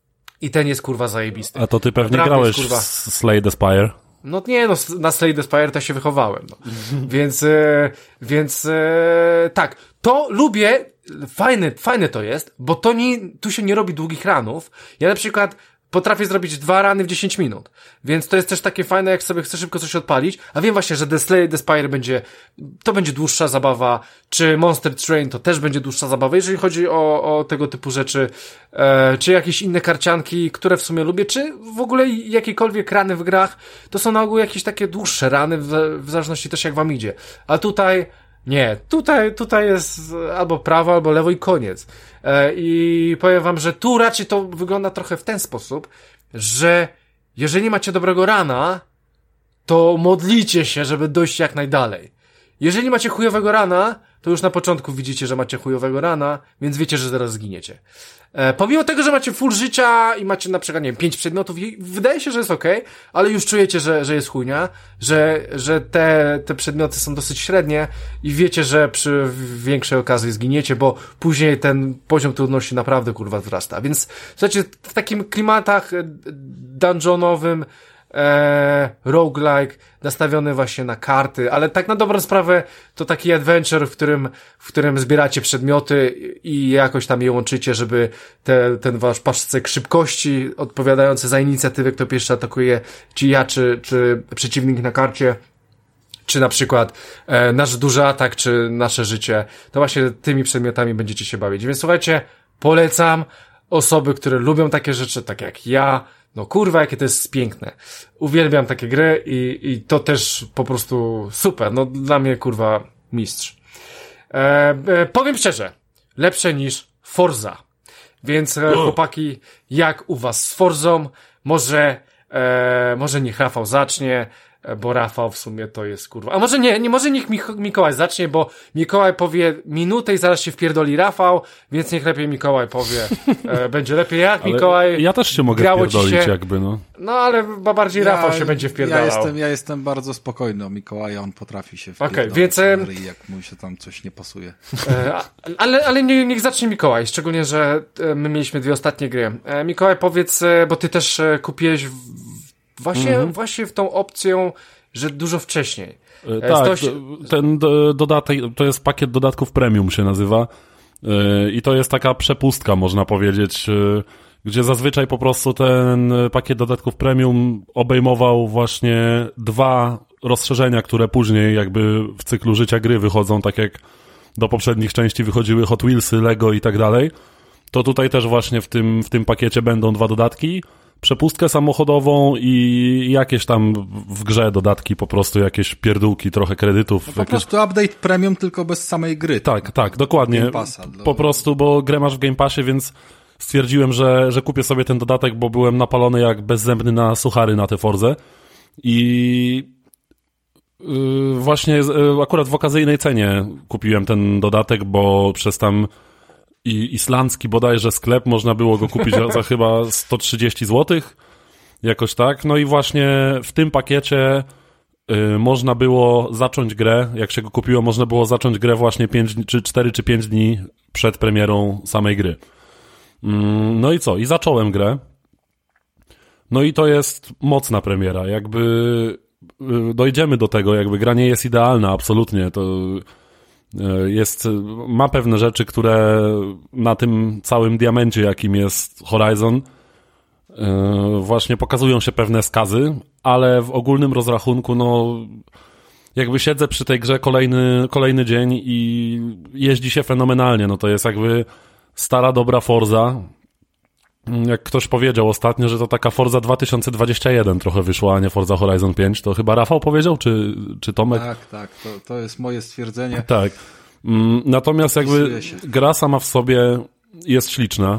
i ten jest kurwa zajebisty. A to ty pewnie Naprawdę grałeś jest, kurwa... w Slay the Spire? No nie, no na Slay the Spire to się wychowałem, no. Więc, e, więc e, tak, to lubię, fajne, fajne to jest, bo to nie, tu się nie robi długich ranów. Ja na przykład potrafię zrobić dwa rany w dziesięć minut. Więc to jest też takie fajne, jak sobie chcę szybko coś odpalić. A wiem właśnie, że The Slay the Spire będzie, to będzie dłuższa zabawa, czy Monster Train to też będzie dłuższa zabawa, jeżeli chodzi o, o tego typu rzeczy, e, czy jakieś inne karcianki, które w sumie lubię, czy w ogóle jakiekolwiek rany w grach, to są na ogół jakieś takie dłuższe rany, w, w zależności też jak wam idzie. A tutaj nie, tutaj, tutaj jest albo prawo, albo lewo i koniec. E, I powiem wam, że tu raczej to wygląda trochę w ten sposób, że jeżeli macie dobrego rana, to modlicie się, żeby dojść jak najdalej. Jeżeli macie chujowego rana, to już na początku widzicie, że macie chujowego rana, więc wiecie, że zaraz zginiecie. E, pomimo tego, że macie full życia i macie na przykład, nie wiem, pięć przedmiotów, i wydaje się, że jest okej, okay, ale już czujecie, że, że jest chujnia, że, że te, te przedmioty są dosyć średnie i wiecie, że przy większej okazji zginiecie, bo później ten poziom trudności naprawdę kurwa wzrasta. Więc słuchajcie, w takim klimatach dungeonowym, Eee, roguelike, nastawiony właśnie na karty, ale tak na dobrą sprawę to taki adventure, w którym, w którym zbieracie przedmioty i jakoś tam je łączycie, żeby te, ten wasz paszczek szybkości odpowiadający za inicjatywę, kto pierwszy atakuje, czy ja, czy, czy przeciwnik na karcie, czy na przykład e, nasz duży atak, czy nasze życie, to właśnie tymi przedmiotami będziecie się bawić. Więc słuchajcie, polecam osoby, które lubią takie rzeczy, tak jak ja. No kurwa, jakie to jest piękne. Uwielbiam takie gry i, i to też po prostu super. No dla mnie kurwa mistrz. E, e, powiem szczerze, lepsze niż Forza. Więc e, chłopaki, jak u was z Forzą? Może, e, może niech Rafał zacznie, bo Rafał w sumie to jest kurwa. A może nie, nie może niech Miko- Mikołaj zacznie, bo Mikołaj powie minutę i zaraz się wpierdoli Rafał, więc niech lepiej Mikołaj powie. E, będzie lepiej jak ale Mikołaj. Ja też się mogę wpierdolić się... jakby, no. No ale chyba bardziej ja, Rafał się będzie wpierdalał. Ja jestem, ja jestem bardzo spokojny o Mikołaja, on potrafi się wpierdolić. Okej, więc jak mu się tam coś nie pasuje. E, ale ale nie, niech zacznie Mikołaj, szczególnie, że my mieliśmy dwie ostatnie gry. E, Mikołaj, powiedz, bo ty też kupiłeś w, Właśnie, mm-hmm. właśnie w tą opcją, że dużo wcześniej. E, tak, dość... ten do, dodatek, to jest pakiet dodatków premium się nazywa e, i to jest taka przepustka, można powiedzieć, e, gdzie zazwyczaj po prostu ten pakiet dodatków premium obejmował właśnie dwa rozszerzenia, które później jakby w cyklu życia gry wychodzą, tak jak do poprzednich części wychodziły Hot Wheelsy, Lego i tak dalej. To tutaj też właśnie w tym, w tym pakiecie będą dwa dodatki. Przepustkę samochodową i jakieś tam w grze dodatki, po prostu jakieś pierdółki, trochę kredytów. No po jakieś... prostu update premium, tylko bez samej gry. Tak, tak, dokładnie. Passa, do... Po prostu, bo grę masz w Game Passie, więc stwierdziłem, że, że kupię sobie ten dodatek, bo byłem napalony jak bezzębny na suchary na tę Forzę. I Yy, właśnie yy, akurat w okazyjnej cenie kupiłem ten dodatek, bo przez tam i islandzki bodajże sklep można było go kupić za chyba sto trzydzieści złotych, jakoś tak. No i właśnie w tym pakiecie yy, można było zacząć grę, jak się go kupiło, można było zacząć grę właśnie pięć, czy cztery czy pięć dni przed premierą samej gry. Yy, no i co? I zacząłem grę. No i to jest mocna premiera, jakby dojdziemy do tego, jakby gra nie jest idealna, absolutnie, to jest, ma pewne rzeczy, które na tym całym diamencie, jakim jest Horizon, właśnie pokazują się pewne skazy, ale w ogólnym rozrachunku, no jakby siedzę przy tej grze kolejny, kolejny dzień i jeździ się fenomenalnie, no to jest jakby stara, dobra Forza. Jak ktoś powiedział ostatnio, że to taka Forza dwa tysiące dwadzieścia jeden trochę wyszła, a nie Forza Horizon pięć, to chyba Rafał powiedział, czy, czy Tomek? Tak, tak, to, to jest moje stwierdzenie. Tak. Natomiast jakby gra sama w sobie jest śliczna,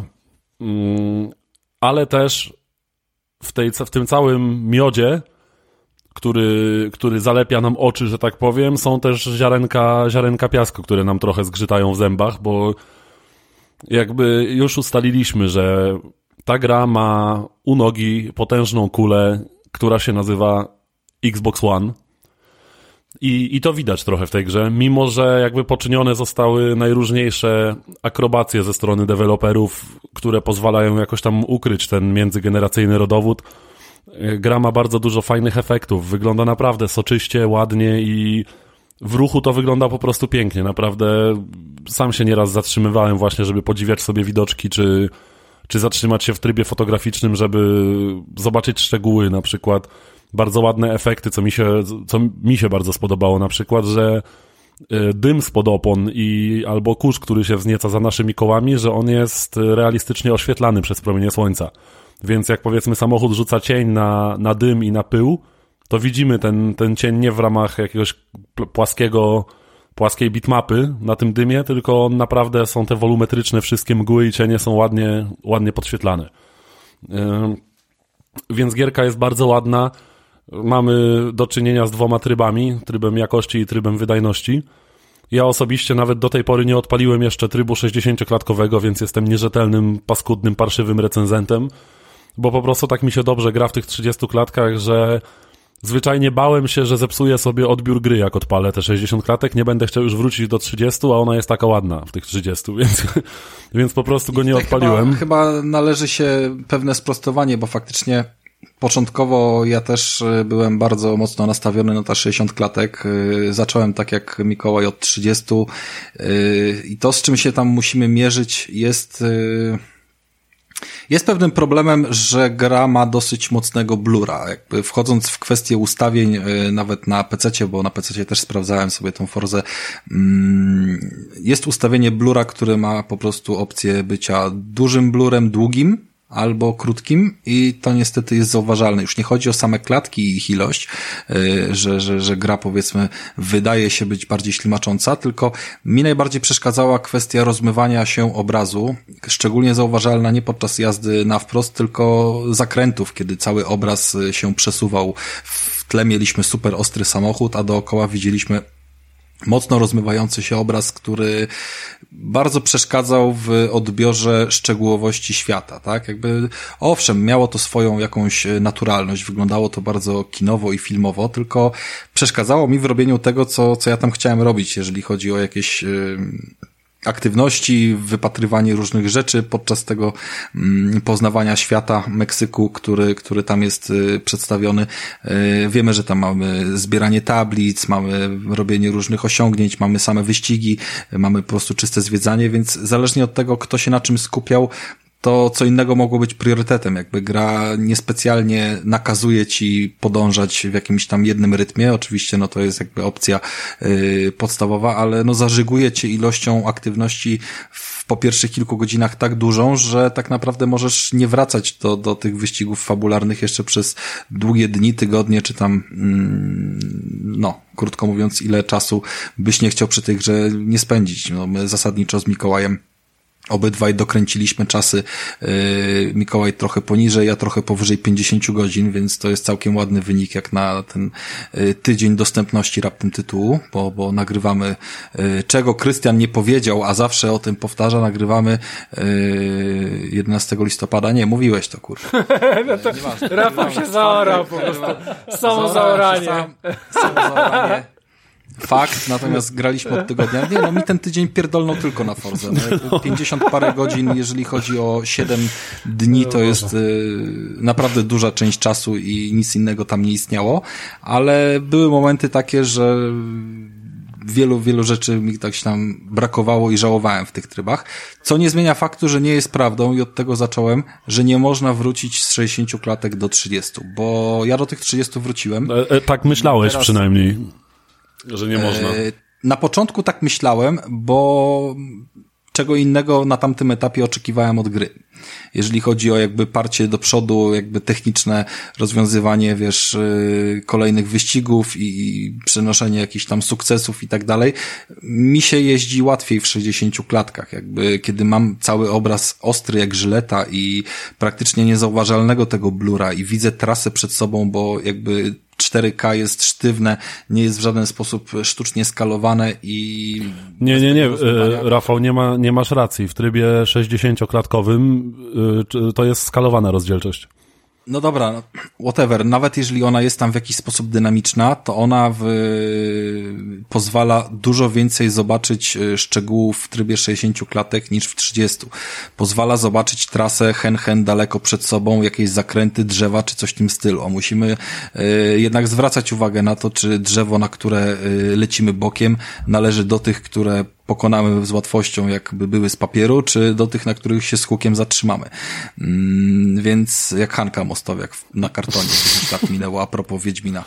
ale też w, tej, w tym całym miodzie, który, który zalepia nam oczy, że tak powiem, są też ziarenka, ziarenka piasku, które nam trochę zgrzytają w zębach, bo jakby już ustaliliśmy, że ta gra ma u nogi potężną kulę, która się nazywa Xbox One. I, I to widać trochę w tej grze, mimo że jakby poczynione zostały najróżniejsze akrobacje ze strony deweloperów, które pozwalają jakoś tam ukryć ten międzygeneracyjny rodowód. Gra ma bardzo dużo fajnych efektów, wygląda naprawdę soczyście, ładnie i w ruchu to wygląda po prostu pięknie, naprawdę sam się nieraz zatrzymywałem właśnie, żeby podziwiać sobie widoczki, czy, czy zatrzymać się w trybie fotograficznym, żeby zobaczyć szczegóły, na przykład bardzo ładne efekty, co mi się, co mi się bardzo spodobało, na przykład, że dym spod opon i albo kurz, który się wznieca za naszymi kołami, że on jest realistycznie oświetlany przez promienie słońca, więc jak powiedzmy samochód rzuca cień na, na dym i na pył, to widzimy ten, ten cień nie w ramach jakiegoś płaskiego, płaskiej bitmapy na tym dymie, tylko naprawdę są te wolumetryczne wszystkie mgły i cienie są ładnie, ładnie podświetlane. Yy, więc gierka jest bardzo ładna. Mamy do czynienia z dwoma trybami, trybem jakości i trybem wydajności. Ja osobiście nawet do tej pory nie odpaliłem jeszcze trybu sześćdziesięcioklatkowego, więc jestem nierzetelnym, paskudnym, parszywym recenzentem, bo po prostu tak mi się dobrze gra w tych trzydziestu klatkach, że zwyczajnie bałem się, że zepsuję sobie odbiór gry, jak odpalę te sześćdziesiąt klatek, nie będę chciał już wrócić do trzydziestu, a ona jest taka ładna w tych trzydziestu, więc, więc po prostu go nie odpaliłem. Chyba, chyba należy się pewne sprostowanie, bo faktycznie początkowo ja też byłem bardzo mocno nastawiony na te sześćdziesiąt klatek. Zacząłem tak jak Mikołaj od trzydziestu i to, z czym się tam musimy mierzyć, jest... Jest pewnym problemem, że gra ma dosyć mocnego blura. Jakby wchodząc w kwestię ustawień, nawet na pececie, bo na pececie też sprawdzałem sobie tą Forzę, jest ustawienie blura, które ma po prostu opcję bycia dużym blurem, długim, albo krótkim i to niestety jest zauważalne. Już nie chodzi o same klatki i ich ilość, że, że, że gra powiedzmy wydaje się być bardziej ślimacząca, tylko mi najbardziej przeszkadzała kwestia rozmywania się obrazu, szczególnie zauważalna nie podczas jazdy na wprost, tylko zakrętów, kiedy cały obraz się przesuwał. W tle mieliśmy super ostry samochód, a dookoła widzieliśmy mocno rozmywający się obraz, który bardzo przeszkadzał w odbiorze szczegółowości świata, tak? Jakby, owszem, miało to swoją jakąś naturalność, wyglądało to bardzo kinowo i filmowo, tylko przeszkadzało mi w robieniu tego, co, co ja tam chciałem robić, jeżeli chodzi o jakieś yy, aktywności, wypatrywanie różnych rzeczy podczas tego mm, poznawania świata Meksyku, który, który tam jest y, przedstawiony. Y, wiemy, że tam mamy zbieranie tablic, mamy robienie różnych osiągnięć, mamy same wyścigi, y, mamy po prostu czyste zwiedzanie, więc zależnie od tego, kto się na czym skupiał, to co innego mogło być priorytetem. Jakby gra niespecjalnie nakazuje ci podążać w jakimś tam jednym rytmie. Oczywiście no to jest jakby opcja yy, podstawowa, ale no zażyguje cię ilością aktywności w, po pierwszych kilku godzinach tak dużą, że tak naprawdę możesz nie wracać do, do tych wyścigów fabularnych jeszcze przez długie dni, tygodnie, czy tam yy, no, krótko mówiąc, ile czasu byś nie chciał przy tej grze nie spędzić. No my zasadniczo z Mikołajem Obydwaj dokręciliśmy czasy, yy, Mikołaj trochę poniżej, ja trochę powyżej pięćdziesiąt godzin, więc to jest całkiem ładny wynik jak na ten yy, tydzień dostępności raptem tytułu, bo, bo nagrywamy, yy, czego Krystian nie powiedział, a zawsze o tym powtarza, nagrywamy yy, jedenastego listopada. Nie, mówiłeś to, kurwa. No to Rafał się zaorał po prostu. Samo zaoranie. Sam, samo zaoranie. Fakt, natomiast graliśmy od tygodnia. Nie, no mi ten tydzień pierdolnął tylko na Forze. No, pięćdziesiąt parę godzin, jeżeli chodzi o siedem dni, to jest y, naprawdę duża część czasu i nic innego tam nie istniało, ale były momenty takie, że wielu, wielu rzeczy mi tak się tam brakowało i żałowałem w tych trybach, co nie zmienia faktu, że nie jest prawdą i od tego zacząłem, że nie można wrócić z sześćdziesięciu klatek do trzydziestu, bo ja do tych trzydziestu wróciłem. E, e, tak myślałeś Teraz... przynajmniej. Że nie można. Na początku tak myślałem, bo czego innego na tamtym etapie oczekiwałem od gry. Jeżeli chodzi o jakby parcie do przodu, jakby techniczne rozwiązywanie, wiesz, kolejnych wyścigów i przenoszenie jakichś tam sukcesów i tak dalej, mi się jeździ łatwiej w sześćdziesięciu klatkach. Jakby kiedy mam cały obraz ostry jak żyleta i praktycznie niezauważalnego tego blura i widzę trasę przed sobą, bo jakby cztery K jest sztywne, nie jest w żaden sposób sztucznie skalowane i... Nie, nie, nie, Rafał, nie ma, nie masz racji. W trybie sześćdziesięcioklatkowym to jest skalowana rozdzielczość. No dobra, no, whatever. Nawet jeżeli ona jest tam w jakiś sposób dynamiczna, to ona w, pozwala dużo więcej zobaczyć szczegółów w trybie sześćdziesięciu klatek niż w trzydziestu. Pozwala zobaczyć trasę hen hen daleko przed sobą, jakieś zakręty, drzewa czy coś w tym stylu. A musimy y, jednak zwracać uwagę na to, czy drzewo, na które y, lecimy bokiem, należy do tych, które pokonamy z łatwością, jakby były z papieru, czy do tych, na których się z hukiem zatrzymamy. Mm, więc jak Hanka Mostowiak na kartonie, dziesięć lat minęło, a propos Wiedźmina.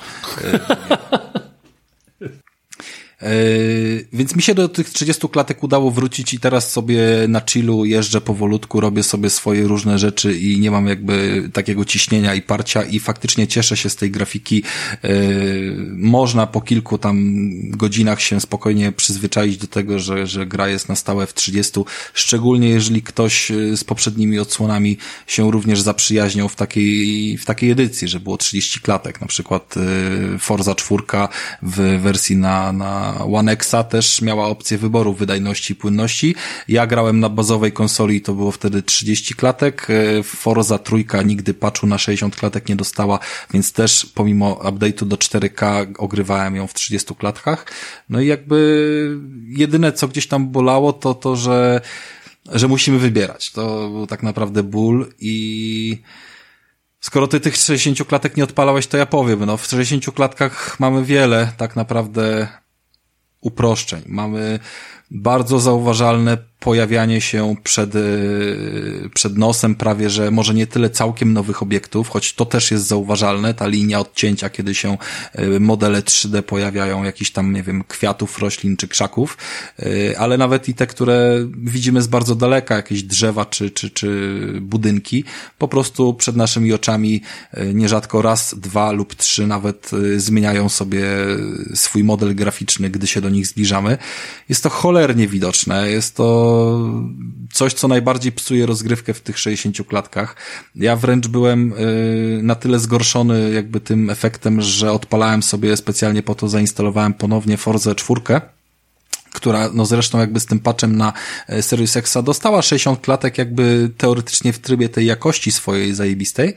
Yy, więc mi się do tych trzydziestu klatek udało wrócić i teraz sobie na chillu jeżdżę powolutku, robię sobie swoje różne rzeczy i nie mam jakby takiego ciśnienia i parcia i faktycznie cieszę się z tej grafiki. Yy, można po kilku tam godzinach się spokojnie przyzwyczaić do tego, że, że gra jest na stałe w trzydziestu, szczególnie jeżeli ktoś z poprzednimi odsłonami się również zaprzyjaźniał w takiej, w takiej edycji, że było trzydzieści klatek, na przykład yy, Forza cztery w wersji na, na One Xa też miała opcję wyboru wydajności i płynności. Ja grałem na bazowej konsoli i to było wtedy trzydzieści klatek. Forza trójka nigdy patchu na sześćdziesiąt klatek nie dostała, więc też pomimo update'u do cztery K ogrywałem ją w trzydziestu klatkach. No i jakby jedyne co gdzieś tam bolało to to, że że musimy wybierać. To był tak naprawdę ból i skoro ty tych sześćdziesięciu klatek nie odpalałeś, to ja powiem, no w sześćdziesięciu klatkach mamy wiele tak naprawdę uproszczeń. Mamy bardzo zauważalne pojawianie się przed, przed nosem prawie, że może nie tyle całkiem nowych obiektów, choć to też jest zauważalne, ta linia odcięcia, kiedy się modele trzy D pojawiają, jakichś tam, nie wiem, kwiatów, roślin czy krzaków, ale nawet i te, które widzimy z bardzo daleka, jakieś drzewa czy, czy, czy budynki, po prostu przed naszymi oczami nierzadko raz, dwa lub trzy nawet zmieniają sobie swój model graficzny, gdy się do nich zbliżamy. Jest to cholernie widoczne, jest to coś, co najbardziej psuje rozgrywkę w tych sześćdziesięciu klatkach. Ja wręcz byłem yy, na tyle zgorszony jakby tym efektem, że odpalałem sobie specjalnie po to, zainstalowałem ponownie Forzę cztery, która no zresztą jakby z tym patchem na Series Xa dostała sześćdziesiąt klatek jakby teoretycznie w trybie tej jakości swojej zajebistej.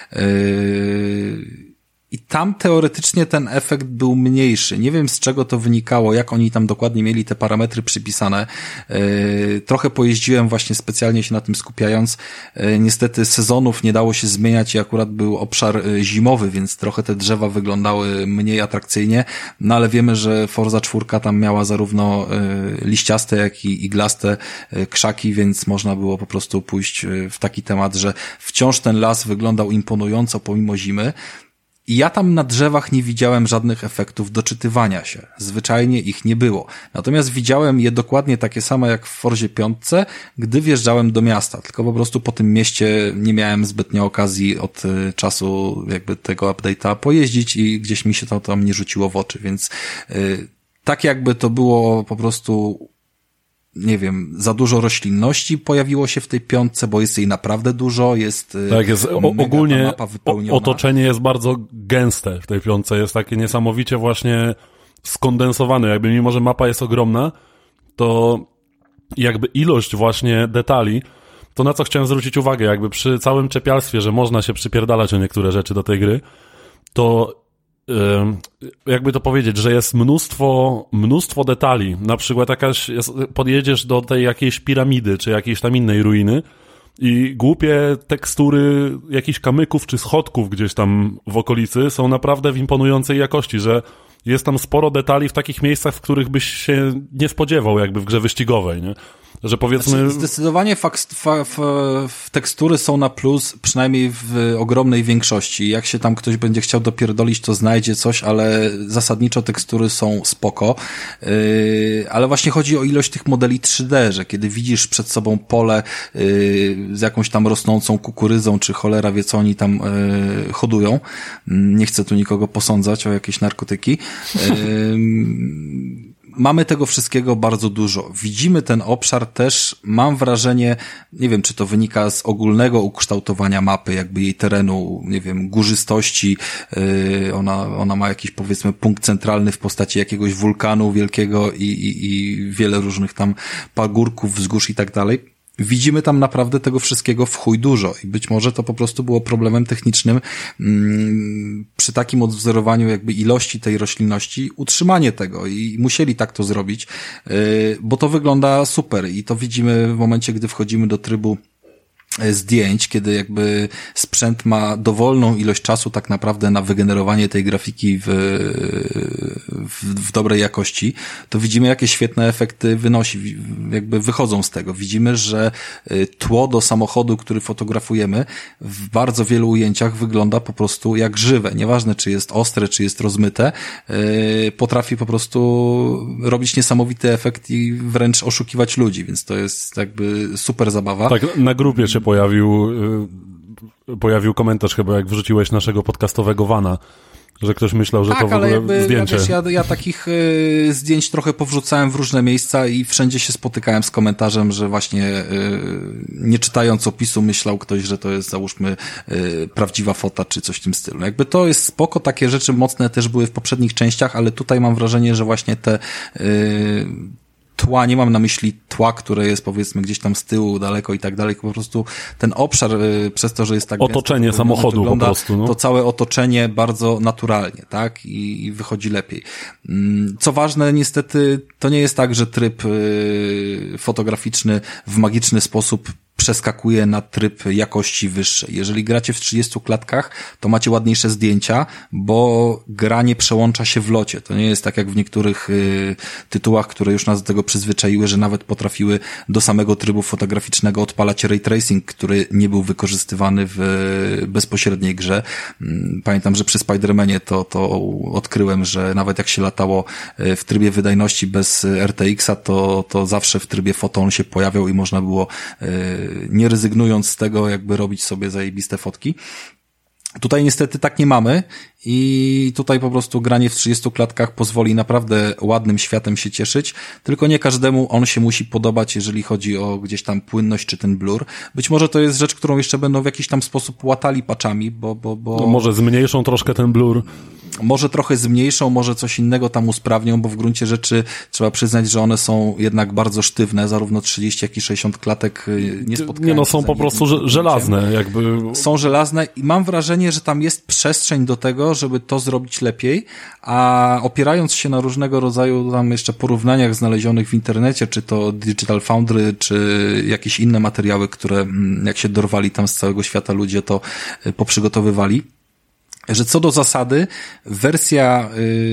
Yy... I tam teoretycznie ten efekt był mniejszy. Nie wiem z czego to wynikało, jak oni tam dokładnie mieli te parametry przypisane. Yy, trochę pojeździłem właśnie specjalnie się na tym skupiając. Yy, niestety sezonów nie dało się zmieniać i akurat był obszar zimowy, więc trochę te drzewa wyglądały mniej atrakcyjnie. No ale wiemy, że Forza cztery tam miała zarówno yy, liściaste, jak i iglaste yy, krzaki, więc można było po prostu pójść yy, w taki temat, że wciąż ten las wyglądał imponująco pomimo zimy. I ja tam na drzewach nie widziałem żadnych efektów doczytywania się. Zwyczajnie ich nie było. Natomiast widziałem je dokładnie takie same jak w Forzie piątce, gdy wjeżdżałem do miasta. Tylko po prostu po tym mieście nie miałem zbytnio okazji od czasu jakby tego update'a pojeździć i gdzieś mi się to tam nie rzuciło w oczy. Więc yy, tak jakby to było po prostu nie wiem, za dużo roślinności pojawiło się w tej piątce, bo jest jej naprawdę dużo, jest tak, jest o, ogólnie mapa wypełniona. Otoczenie jest bardzo gęste w tej piątce, jest takie niesamowicie właśnie skondensowane, jakby mimo, że mapa jest ogromna, to jakby ilość właśnie detali, to na co chciałem zwrócić uwagę, jakby przy całym czepialstwie, że można się przypierdalać o niektóre rzeczy do tej gry, to jakby to powiedzieć, że jest mnóstwo, mnóstwo detali. Na przykład jakaś, podjedziesz do tej jakiejś piramidy, czy jakiejś tam innej ruiny i głupie tekstury jakichś kamyków czy schodków gdzieś tam w okolicy są naprawdę w imponującej jakości, że jest tam sporo detali w takich miejscach, w których byś się nie spodziewał jakby w grze wyścigowej, nie? Że powiedzmy... Znaczy, zdecydowanie fakt, fa, fa, tekstury są na plus, przynajmniej w ogromnej większości. Jak się tam ktoś będzie chciał dopierdolić, to znajdzie coś, ale zasadniczo tekstury są spoko. Yy, ale właśnie chodzi o ilość tych modeli trzy D, że kiedy widzisz przed sobą pole yy, z jakąś tam rosnącą kukurydzą, czy cholera wie co oni tam yy, hodują. Nie chcę tu nikogo posądzać o jakieś narkotyki. Yy, Mamy tego wszystkiego bardzo dużo. Widzimy ten obszar też, mam wrażenie, nie wiem, czy to wynika z ogólnego ukształtowania mapy, jakby jej terenu, nie wiem, górzystości, yy, ona, ona ma jakiś, powiedzmy, punkt centralny w postaci jakiegoś wulkanu wielkiego i, i, i wiele różnych tam pagórków, wzgórz i tak dalej. Widzimy tam naprawdę tego wszystkiego w chuj dużo i być może to po prostu było problemem technicznym mm, przy takim odwzorowaniu jakby ilości tej roślinności, utrzymanie tego i musieli tak to zrobić, yy, bo to wygląda super i to widzimy w momencie, gdy wchodzimy do trybu zdjęć, kiedy jakby sprzęt ma dowolną ilość czasu tak naprawdę na wygenerowanie tej grafiki w, w, w dobrej jakości, to widzimy, jakie świetne efekty wynosi, jakby wychodzą z tego. Widzimy, że tło do samochodu, który fotografujemy, w bardzo wielu ujęciach wygląda po prostu jak żywe. Nieważne, czy jest ostre, czy jest rozmyte, potrafi po prostu robić niesamowity efekt i wręcz oszukiwać ludzi, więc to jest jakby super zabawa. Tak, na grupie się pojawił, pojawił komentarz chyba, jak wrzuciłeś naszego podcastowego vana, że ktoś myślał, że tak, to w ogóle jakby, zdjęcie. Ja, wiesz, ja, ja takich y, zdjęć trochę powrzucałem w różne miejsca i wszędzie się spotykałem z komentarzem, że właśnie y, nie czytając opisu myślał ktoś, że to jest, załóżmy, y, prawdziwa fota czy coś w tym stylu. Jakby to jest spoko, takie rzeczy mocne też były w poprzednich częściach, ale tutaj mam wrażenie, że właśnie te y, tła, nie mam na myśli tła, które jest powiedzmy gdzieś tam z tyłu, daleko i tak dalej, po prostu ten obszar, y, przez to, że jest tak otoczenie gęsto, samochodu wygląda, po prostu, no. To całe otoczenie bardzo naturalnie, tak? I, i wychodzi lepiej. Co ważne, niestety, to nie jest tak, że tryb y, fotograficzny w magiczny sposób przeskakuje na tryb jakości wyższej. Jeżeli gracie w trzydziestu klatkach, to macie ładniejsze zdjęcia, bo gra nie przełącza się w locie. To nie jest tak jak w niektórych y, tytułach, które już nas do tego przyzwyczaiły, że nawet potrafiły do samego trybu fotograficznego odpalać ray tracing, który nie był wykorzystywany w y, bezpośredniej grze. Pamiętam, że przy Spider-Manie to, to odkryłem, że nawet jak się latało w trybie wydajności bez R T X-a, to, to zawsze w trybie foto on się pojawiał i można było y, nie rezygnując z tego, jakby robić sobie zajebiste fotki. Tutaj niestety tak nie mamy i tutaj po prostu granie w trzydziestu klatkach pozwoli naprawdę ładnym światem się cieszyć, tylko nie każdemu on się musi podobać, jeżeli chodzi o gdzieś tam płynność czy ten blur. Być może to jest rzecz, którą jeszcze będą w jakiś tam sposób łatali patchami, bo... bo, bo... No może zmniejszą troszkę ten blur. Może trochę zmniejszą, może coś innego tam usprawnią, bo w gruncie rzeczy trzeba przyznać, że one są jednak bardzo sztywne, zarówno trzydzieści, jak i sześćdziesiąt klatek nie spotkałem. Nie no, są po prostu że, żelazne, jakby. Są żelazne i mam wrażenie, że tam jest przestrzeń do tego, żeby to zrobić lepiej, a opierając się na różnego rodzaju tam jeszcze porównaniach znalezionych w internecie, czy to Digital Foundry, czy jakieś inne materiały, które jak się dorwali tam z całego świata ludzie to poprzygotowywali, że co do zasady wersja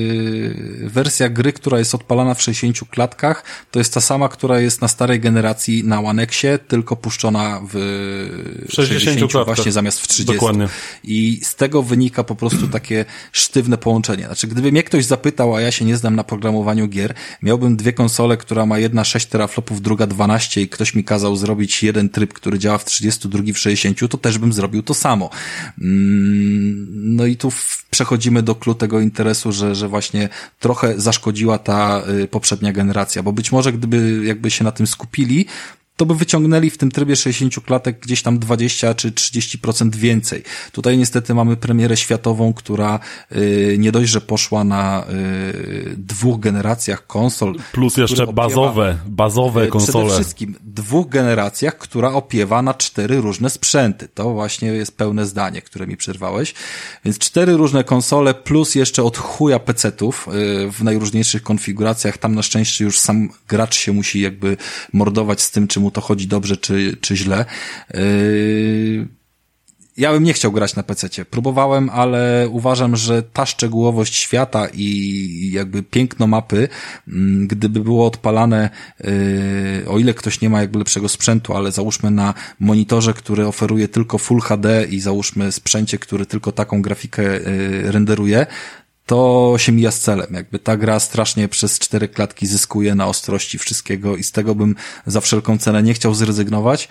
yy, wersja gry, która jest odpalana w sześćdziesięciu klatkach, to jest ta sama, która jest na starej generacji na One Xie, tylko puszczona w, w sześćdziesięciu właśnie zamiast w trzydziestu. Dokładnie. I z tego wynika po prostu takie sztywne połączenie. Znaczy, gdyby mnie ktoś zapytał, a ja się nie znam na programowaniu gier, miałbym dwie konsole, która ma jedna sześć teraflopów, druga dwanaście i ktoś mi kazał zrobić jeden tryb, który działa w trzydziestu, drugi w sześćdziesięciu, to też bym zrobił to samo. Mm, no no i tu w, przechodzimy do clou tego interesu, że, że właśnie trochę zaszkodziła ta y, poprzednia generacja, bo być może gdyby jakby się na tym skupili, to by wyciągnęli w tym trybie sześćdziesięciu klatek gdzieś tam dwadzieścia czy trzydzieści procent więcej. Tutaj niestety mamy premierę światową, która y, nie dość, że poszła na y, dwóch generacjach konsol. Plus jeszcze opiewa, bazowe, bazowe konsole. Przede wszystkim dwóch generacjach, która opiewa na cztery różne sprzęty. To właśnie jest pełne zdanie, które mi przerwałeś. Więc cztery różne konsole plus jeszcze od chuja pecetów y, w najróżniejszych konfiguracjach. Tam na szczęście już sam gracz się musi jakby mordować z tym, czy mu to chodzi dobrze, czy, czy źle. Yy... Ja bym nie chciał grać na pececie. Próbowałem, ale uważam, że ta szczegółowość świata i jakby piękno mapy, gdyby było odpalane, yy, o ile ktoś nie ma jakby lepszego sprzętu, ale załóżmy na monitorze, który oferuje tylko Full H D i załóżmy sprzęcie, który tylko taką grafikę yy, renderuje, to się mija z celem. Jakby ta gra strasznie przez cztery klatki zyskuje na ostrości wszystkiego i z tego bym za wszelką cenę nie chciał zrezygnować.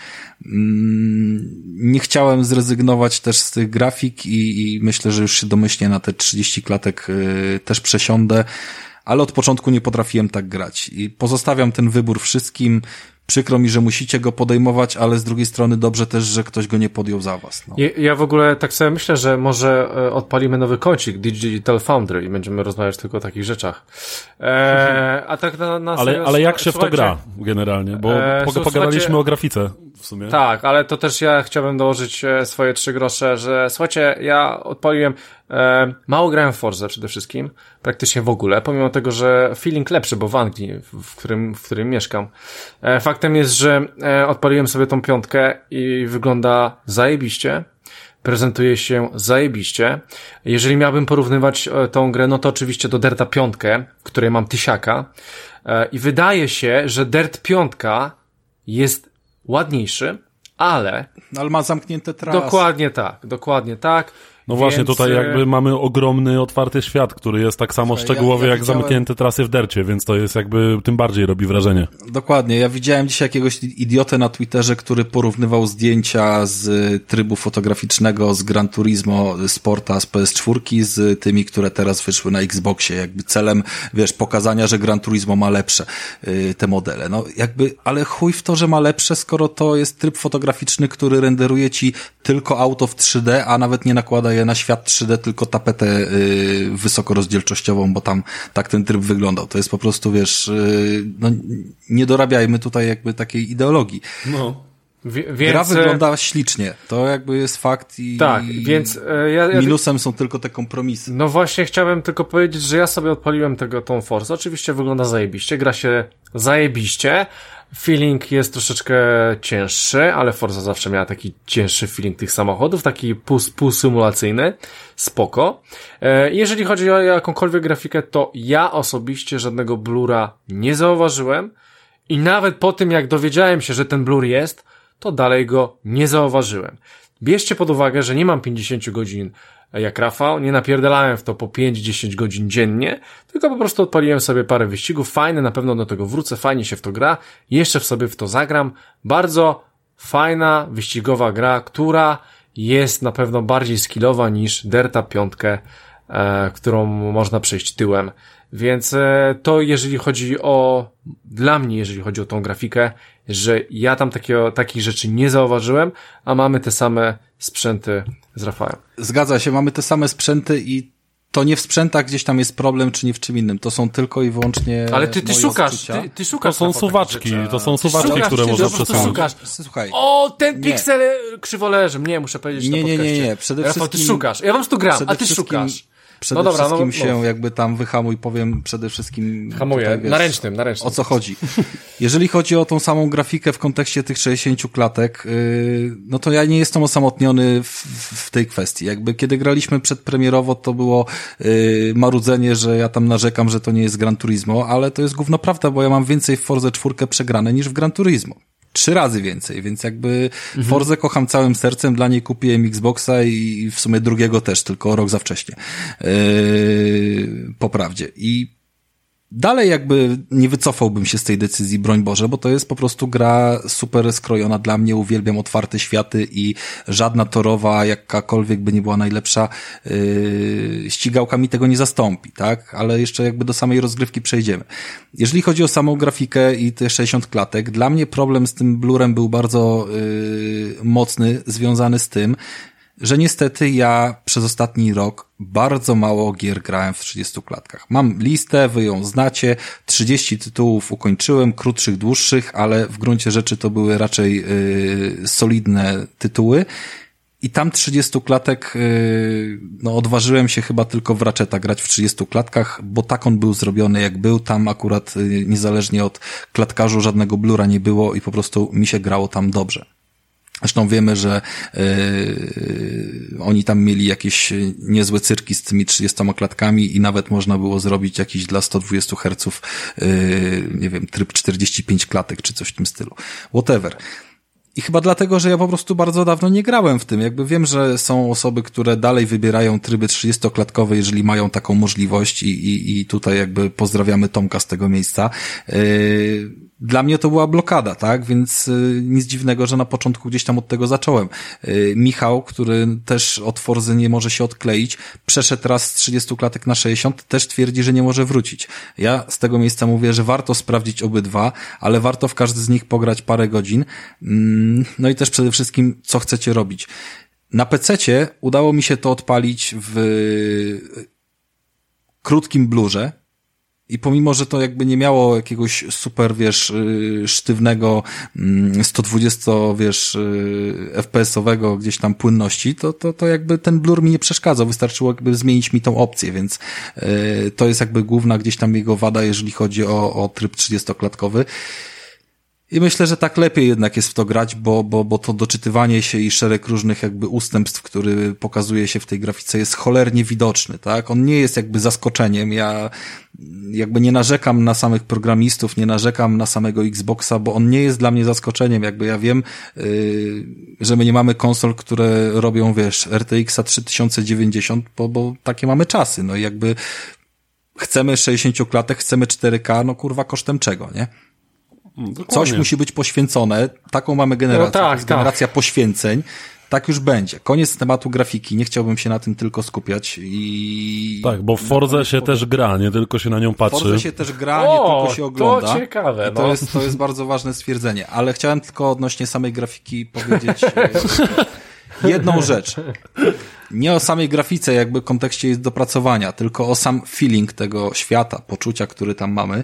Nie chciałem zrezygnować też z tych grafik i, i myślę, że już się domyślnie na te trzydzieści klatek y, też przesiądę, ale od początku nie potrafiłem tak grać i pozostawiam ten wybór wszystkim. Przykro mi, że musicie go podejmować, ale z drugiej strony dobrze też, że ktoś go nie podjął za was. No. Ja, ja w ogóle tak sobie myślę, że może odpalimy nowy kącik Digital Foundry i będziemy rozmawiać tylko o takich rzeczach. E, a tak na, na ale, serio, ale jak się w to gra generalnie? Bo e, po, pogadaliśmy o grafice w sumie. Tak, ale to też ja chciałbym dołożyć swoje trzy grosze, że słuchajcie, ja odpaliłem e, mało grałem w Forze przede wszystkim, praktycznie w ogóle, pomimo tego, że feeling lepszy, bo w Anglii, w którym, w którym mieszkam. E, faktem jest, że e, odpaliłem sobie tą piątkę i wygląda zajebiście. Prezentuje się zajebiście. Jeżeli miałbym porównywać e, tą grę, no to oczywiście do Dirta piątkę, której mam tysiaka. E, I wydaje się, że Dirt piątka jest ładniejszy, ale... Ale ma zamknięte trasy. Dokładnie tak, dokładnie tak. No Więc... właśnie, tutaj jakby mamy ogromny, otwarty świat, który jest tak samo szczegółowy ja, ja jak widziałem... zamknięte trasy w dercie, więc to jest jakby tym bardziej robi wrażenie. Dokładnie. Ja widziałem dzisiaj jakiegoś idiotę na Twitterze, który porównywał zdjęcia z trybu fotograficznego z Gran Turismo Sporta z P S cztery z tymi, które teraz wyszły na Xboxie. Jakby celem, wiesz, pokazania, że Gran Turismo ma lepsze yy, te modele. No jakby, ale chuj w to, że ma lepsze, skoro to jest tryb fotograficzny, który renderuje ci tylko auto w trzy D, a nawet nie nakłada je na świat trzy D, tylko tapetę yy, wysokorozdzielczościową, bo tam tak ten tryb wyglądał. To jest po prostu, wiesz, yy, no nie dorabiajmy tutaj jakby takiej ideologii. No. Wie, więc... Gra wygląda ślicznie. To jakby jest fakt i tak, więc e, ja, ja... minusem są tylko te kompromisy. No właśnie chciałem tylko powiedzieć, że ja sobie odpaliłem tego tą Force. Oczywiście wygląda zajebiście, gra się zajebiście. Feeling jest troszeczkę cięższy, ale Forza zawsze miała taki cięższy feeling tych samochodów, taki pół, półsymulacyjny, spoko. E, jeżeli chodzi o jakąkolwiek grafikę, to ja osobiście żadnego blura nie zauważyłem i nawet po tym, jak dowiedziałem się, że ten blur jest, to dalej go nie zauważyłem. Bierzcie pod uwagę, że nie mam pięćdziesiąt godzin jak Rafał, nie napierdalałem w to po pięć do dziesięciu godzin dziennie, tylko po prostu odpaliłem sobie parę wyścigów, fajne, na pewno do tego wrócę, fajnie się w to gra, jeszcze w sobie w to zagram. Bardzo fajna, wyścigowa gra, która jest na pewno bardziej skillowa niż Dirta piątkę, e, którą można przejść tyłem. Więc e, to jeżeli chodzi o, dla mnie jeżeli chodzi o tą grafikę, że ja tam takiego, takich rzeczy nie zauważyłem, a mamy te same sprzęty z Rafałem. Zgadza się, mamy te same sprzęty i to nie w sprzętach gdzieś tam jest problem, czy nie w czym innym. To są tylko i wyłącznie ale ty, ty szukasz, ty, ty szukasz. To są suwaczki, to są suwaczki, szukasz, które można przesunąć. Słuchaj. O, ten piksel krzywo leży. Nie, muszę powiedzieć nie, na podcaście. Nie, nie, nie. Przede Rafał, wszystkim... ty szukasz. Ja wam tu gram, a ty szukasz. Przede no dobra, wszystkim no, się jakby tam wyhamuj, powiem przede wszystkim... Hamuję, tutaj, wiesz, na ręcznym, na ręcznym. O co chodzi? Jeżeli chodzi o tą samą grafikę w kontekście tych sześćdziesięciu klatek, yy, no to ja nie jestem osamotniony w, w tej kwestii. Jakby kiedy graliśmy przedpremierowo, to było yy, marudzenie, że ja tam narzekam, że to nie jest Gran Turismo, ale to jest gówno prawda, bo ja mam więcej w Forze czwórkę przegrane niż w Gran Turismo. Trzy razy więcej, więc jakby mhm. Forzę kocham całym sercem, dla niej kupiłem Xboxa i w sumie drugiego też, tylko rok za wcześnie. Yy, po prawdzie. I Dalej jakby nie wycofałbym się z tej decyzji, broń Boże, bo to jest po prostu gra super skrojona dla mnie, uwielbiam otwarte światy i żadna torowa, jakakolwiek by nie była najlepsza, yy, ścigałka mi tego nie zastąpi, tak? Ale jeszcze jakby do samej rozgrywki przejdziemy. Jeżeli chodzi o samą grafikę i te sześćdziesiąt klatek, dla mnie problem z tym blurem był bardzo yy, mocny, związany z tym, że niestety ja przez ostatni rok bardzo mało gier grałem w trzydziestu klatkach. Mam listę, wy ją znacie, trzydzieści tytułów ukończyłem, krótszych, dłuższych, ale w gruncie rzeczy to były raczej yy, solidne tytuły. I tam trzydziestu klatek, yy, no odważyłem się chyba tylko w Ratcheta grać w trzydziestu klatkach, bo tak on był zrobiony jak był. Tam akurat yy, niezależnie od klatkarzu żadnego blura nie było i po prostu mi się grało tam dobrze. Zresztą wiemy, że yy, oni tam mieli jakieś niezłe cyrki z tymi trzydziestoma klatkami i nawet można było zrobić jakiś dla sto dwadzieścia herców, yy, nie wiem, tryb czterdzieści pięć klatek czy coś w tym stylu. Whatever. I chyba dlatego, że ja po prostu bardzo dawno nie grałem w tym. Jakby wiem, że są osoby, które dalej wybierają tryby trzydziestoklatkowe, jeżeli mają taką możliwość i, i, i tutaj jakby pozdrawiamy Tomka z tego miejsca. Yy, Dla mnie to była blokada, tak? Więc y, nic dziwnego, że na początku gdzieś tam od tego zacząłem. Y, Michał, który też od Forzy nie może się odkleić, przeszedł raz z trzydziestu klatek na sześćdziesiąt, też twierdzi, że nie może wrócić. Ja z tego miejsca mówię, że warto sprawdzić obydwa, ale warto w każdy z nich pograć parę godzin. Mm, no i też przede wszystkim, co chcecie robić. Na pececie udało mi się to odpalić w krótkim blurze. I pomimo, że to jakby nie miało jakiegoś super, wiesz, sztywnego sto dwadzieścia, wiesz, F P S-owego gdzieś tam płynności, to, to, to jakby ten blur mi nie przeszkadzał. Wystarczyło jakby zmienić mi tą opcję, więc to jest jakby główna gdzieś tam jego wada, jeżeli chodzi o, o tryb trzydziestoklatkowy. I myślę, że tak lepiej jednak jest w to grać, bo, bo, bo to doczytywanie się i szereg różnych jakby ustępstw, który pokazuje się w tej grafice, jest cholernie widoczny, tak? On nie jest jakby zaskoczeniem. Ja jakby nie narzekam na samych programistów, nie narzekam na samego Xboxa, bo on nie jest dla mnie zaskoczeniem. Jakby ja wiem, yy, że my nie mamy konsol, które robią, wiesz, R T X trzysta dziewięćdziesiąt, bo, bo takie mamy czasy. No i jakby chcemy sześćdziesiąt klatek, chcemy cztery K, no kurwa kosztem czego, nie? Dokładnie. Coś musi być poświęcone, taką mamy generację, no tak, to jest tak. Generacja poświęceń, tak już będzie. Koniec tematu grafiki, nie chciałbym się na tym tylko skupiać i... Tak, bo w Forze się też gra, nie tylko się na nią patrzy. W Forze się też gra, o, nie tylko się ogląda. To ciekawe, no. To jest, to jest bardzo ważne stwierdzenie, ale chciałem tylko odnośnie samej grafiki powiedzieć jedną rzecz. Nie o samej grafice, jakby w kontekście jest dopracowania, tylko o sam feeling tego świata, poczucia, który tam mamy,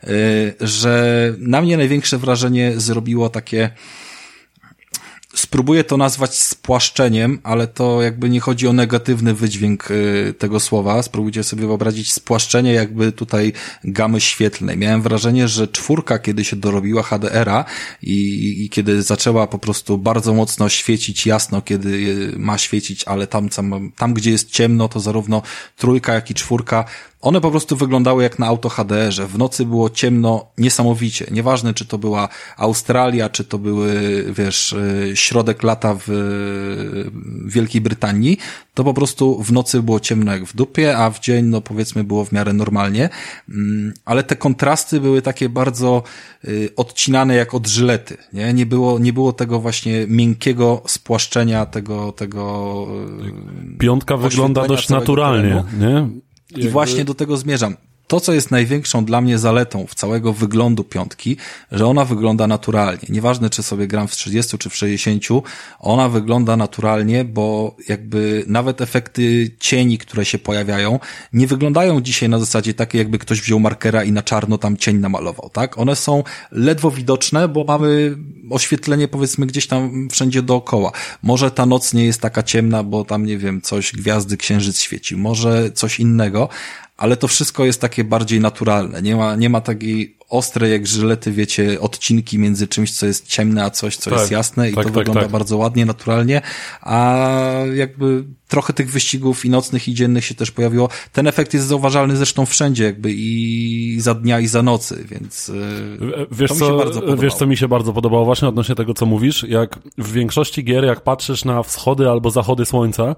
że na mnie największe wrażenie zrobiło takie, spróbuję to nazwać spłaszczeniem, ale to jakby nie chodzi o negatywny wydźwięk tego słowa. Spróbujcie sobie wyobrazić spłaszczenie jakby tutaj gamy świetlnej. Miałem wrażenie, że czwórka, kiedy się dorobiła H D R a i, i kiedy zaczęła po prostu bardzo mocno świecić jasno, kiedy ma świecić, ale tam, tam, tam gdzie jest ciemno, to zarówno trójka, jak i czwórka, one po prostu wyglądały jak na auto H D R ze. W nocy było ciemno niesamowicie. Nieważne, czy to była Australia, czy to były, wiesz, środek lata w Wielkiej Brytanii, to po prostu w nocy było ciemno jak w dupie, a w dzień, no powiedzmy, było w miarę normalnie. Ale te kontrasty były takie bardzo odcinane jak od żylety, nie? Nie było, nie było tego właśnie miękkiego spłaszczenia, tego, tego... Piątka wygląda dość naturalnie, nie? I jakby... właśnie do tego zmierzam. To, co jest największą dla mnie zaletą w całego wyglądu piątki, że ona wygląda naturalnie. Nieważne, czy sobie gram w trzydziestu czy w sześćdziesięciu, ona wygląda naturalnie, bo jakby nawet efekty cieni, które się pojawiają, nie wyglądają dzisiaj na zasadzie takiej, jakby ktoś wziął markera i na czarno tam cień namalował, tak? One są ledwo widoczne, bo mamy oświetlenie, powiedzmy, gdzieś tam wszędzie dookoła. Może ta noc nie jest taka ciemna, bo tam, nie wiem, coś, gwiazdy, księżyc świeci. Może coś innego, ale to wszystko jest takie bardziej naturalne. Nie ma, nie ma takiej ostrej jak żylety, wiecie, odcinki między czymś, co jest ciemne, a coś, co tak, jest jasne i tak, to tak, wygląda tak. bardzo ładnie, naturalnie, a jakby trochę tych wyścigów i nocnych, i dziennych się też pojawiło. Ten efekt jest zauważalny zresztą wszędzie, jakby i za dnia, i za nocy, więc wiesz, to mi się co, bardzo podobało. Wiesz, co mi się bardzo podobało właśnie odnośnie tego, co mówisz, jak w większości gier, jak patrzysz na wschody albo zachody słońca,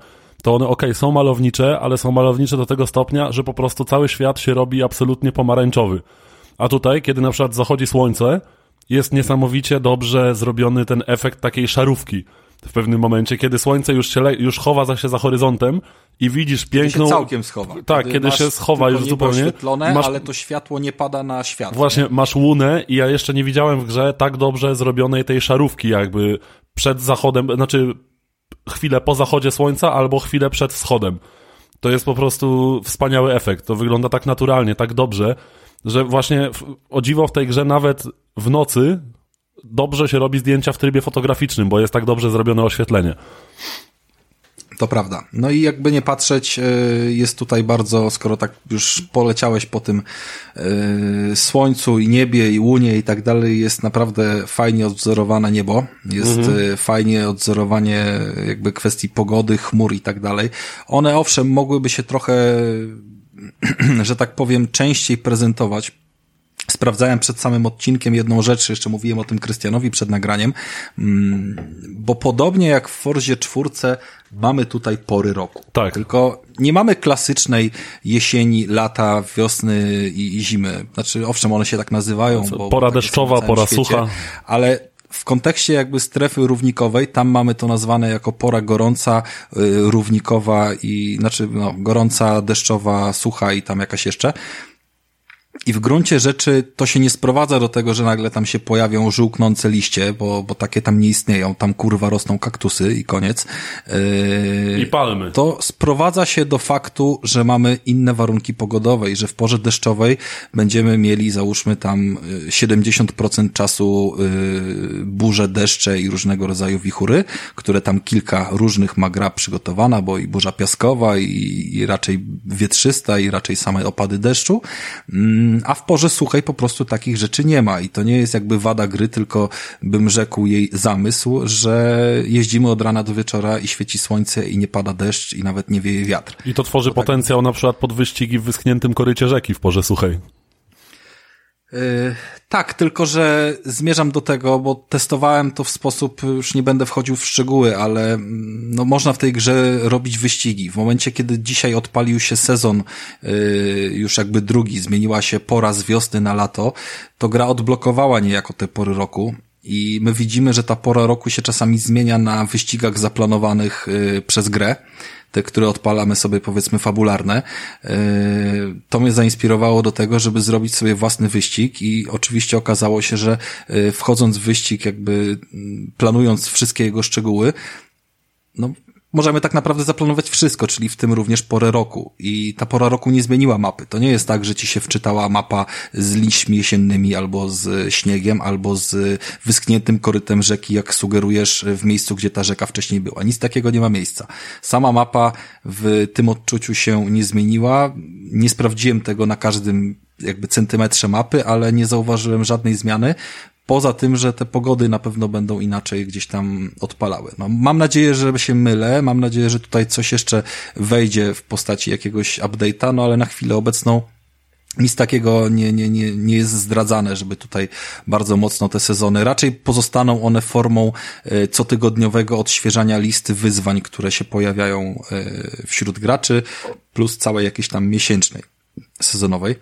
to one okej, okay, są malownicze, ale są malownicze do tego stopnia, że po prostu cały świat się robi absolutnie pomarańczowy. A tutaj, kiedy na przykład zachodzi słońce, jest niesamowicie dobrze zrobiony ten efekt takiej szarówki. W pewnym momencie, kiedy słońce już się le- już chowa za się za horyzontem i widzisz piękną... Kiedy się całkiem schowa. Tak, kiedy, kiedy się schowa już zupełnie. Masz... ale to światło nie pada na świat. Właśnie, nie? Masz łunę i ja jeszcze nie widziałem w grze tak dobrze zrobionej tej szarówki, jakby przed zachodem, znaczy chwilę po zachodzie słońca albo chwilę przed wschodem. To jest po prostu wspaniały efekt. To wygląda tak naturalnie, tak dobrze, że właśnie o dziwo w tej grze nawet w nocy dobrze się robi zdjęcia w trybie fotograficznym, bo jest tak dobrze zrobione oświetlenie. To prawda. No i jakby nie patrzeć, jest tutaj bardzo, skoro tak już poleciałeś po tym słońcu i niebie i łunie i tak dalej, jest naprawdę fajnie odwzorowane niebo, jest mhm. fajnie odzorowanie jakby kwestii pogody, chmur i tak dalej. One owszem mogłyby się trochę, że tak powiem, częściej prezentować. Sprawdzałem przed samym odcinkiem jedną rzecz, jeszcze mówiłem o tym Krystianowi przed nagraniem, bo podobnie jak w Forzie czwórce mamy tutaj pory roku. Tak. Tylko nie mamy klasycznej jesieni, lata, wiosny i, i zimy. Znaczy, owszem, one się tak nazywają. Co, bo, pora bo tak deszczowa, pora świecie, sucha. Ale w kontekście jakby strefy równikowej, tam mamy to nazwane jako pora gorąca, yy, równikowa i, znaczy, no, gorąca, deszczowa, sucha i tam jakaś jeszcze. I w gruncie rzeczy to się nie sprowadza do tego, że nagle tam się pojawią żółknące liście, bo, bo takie tam nie istnieją. Tam kurwa rosną kaktusy i koniec. Yy, I palmy. To sprowadza się do faktu, że mamy inne warunki pogodowe i że w porze deszczowej będziemy mieli, załóżmy tam siedemdziesiąt procent czasu yy, burze, deszcze i różnego rodzaju wichury, które tam kilka różnych ma gra przygotowana, bo i burza piaskowa i, i raczej wietrzysta i raczej same opady deszczu. Yy, A w porze suchej po prostu takich rzeczy nie ma i to nie jest jakby wada gry, tylko bym rzekł jej zamysł, że jeździmy od rana do wieczora i świeci słońce i nie pada deszcz i nawet nie wieje wiatr. I to tworzy to potencjał tak... na przykład pod wyścigi w wyschniętym korycie rzeki w porze suchej. Yy, tak, tylko że zmierzam do tego, bo testowałem to w sposób, już nie będę wchodził w szczegóły, ale no można w tej grze robić wyścigi. W momencie, kiedy dzisiaj odpalił się sezon, yy, już jakby drugi, zmieniła się pora z wiosny na lato, to gra odblokowała niejako te pory roku. I my widzimy, że ta pora roku się czasami zmienia na wyścigach zaplanowanych yy, przez grę, te, które odpalamy sobie, powiedzmy, fabularne. Yy, to mnie zainspirowało do tego, żeby zrobić sobie własny wyścig i oczywiście okazało się, że yy, wchodząc w wyścig, jakby planując wszystkie jego szczegóły, no możemy tak naprawdę zaplanować wszystko, czyli w tym również porę roku. I ta pora roku nie zmieniła mapy. To nie jest tak, że ci się wczytała mapa z liśćmi jesiennymi, albo z śniegiem, albo z wyschniętym korytem rzeki, jak sugerujesz, w miejscu, gdzie ta rzeka wcześniej była. Nic takiego nie ma miejsca. Sama mapa w tym odczuciu się nie zmieniła. Nie sprawdziłem tego na każdym jakby centymetrze mapy, ale nie zauważyłem żadnej zmiany. Poza tym, że te pogody na pewno będą inaczej gdzieś tam odpalały. No, mam nadzieję, że się mylę, mam nadzieję, że tutaj coś jeszcze wejdzie w postaci jakiegoś update'a, no ale na chwilę obecną nic takiego nie, nie, nie, nie jest zdradzane, żeby tutaj bardzo mocno te sezony, raczej pozostaną one formą y, cotygodniowego odświeżania listy wyzwań, które się pojawiają y, wśród graczy, plus całej jakiejś tam miesięcznej, sezonowej.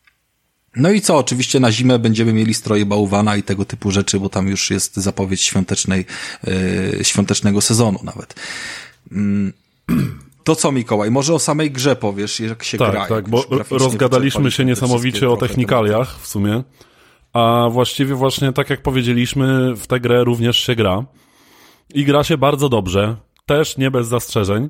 No i co, oczywiście na zimę będziemy mieli stroje bałwana i tego typu rzeczy, bo tam już jest zapowiedź świątecznej, yy, świątecznego sezonu nawet. Yy. To co, Mikołaj, może o samej grze powiesz, jak się tak, gra? Tak, tak, bo rozgadaliśmy się niesamowicie o technikaliach w sumie, a właściwie właśnie tak jak powiedzieliśmy, w tę grę również się gra i gra się bardzo dobrze, też nie bez zastrzeżeń,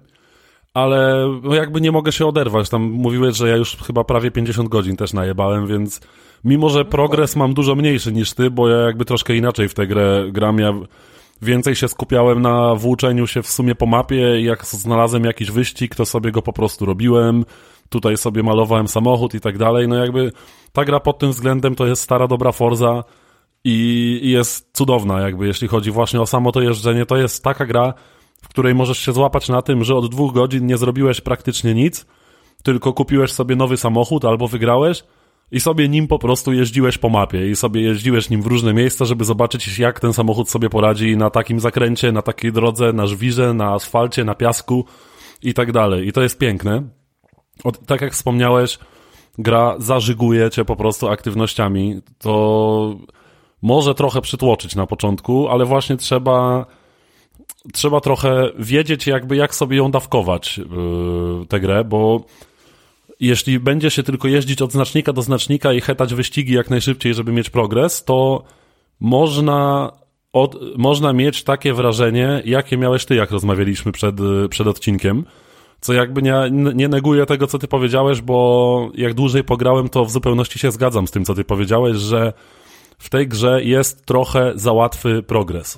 ale jakby nie mogę się oderwać. Tam mówiłeś, że ja już chyba prawie pięćdziesiąt godzin też najebałem, więc mimo, że progres mam dużo mniejszy niż ty, bo ja jakby troszkę inaczej w tę grę gram, ja więcej się skupiałem na włóczeniu się w sumie po mapie i jak znalazłem jakiś wyścig, to sobie go po prostu robiłem, tutaj sobie malowałem samochód i tak dalej, no jakby ta gra pod tym względem to jest stara dobra Forza i, i jest cudowna jakby, jeśli chodzi właśnie o samo to jeżdżenie, to jest taka gra, w której możesz się złapać na tym, że od dwóch godzin nie zrobiłeś praktycznie nic, tylko kupiłeś sobie nowy samochód albo wygrałeś i sobie nim po prostu jeździłeś po mapie i sobie jeździłeś nim w różne miejsca, żeby zobaczyć, jak ten samochód sobie poradzi na takim zakręcie, na takiej drodze, na żwirze, na asfalcie, na piasku i tak dalej. I to jest piękne. Od, tak jak wspomniałeś, gra zażyguje cię po prostu aktywnościami. To może trochę przytłoczyć na początku, ale właśnie trzeba trzeba trochę wiedzieć jakby jak sobie ją dawkować, yy, tę grę, bo jeśli będzie się tylko jeździć od znacznika do znacznika i hetać wyścigi jak najszybciej, żeby mieć progres, to można, od, można mieć takie wrażenie, jakie miałeś ty, jak rozmawialiśmy przed, przed odcinkiem, co jakby nie, nie neguje tego, co ty powiedziałeś, bo jak dłużej pograłem, to w zupełności się zgadzam z tym, co ty powiedziałeś, że w tej grze jest trochę za łatwy progres.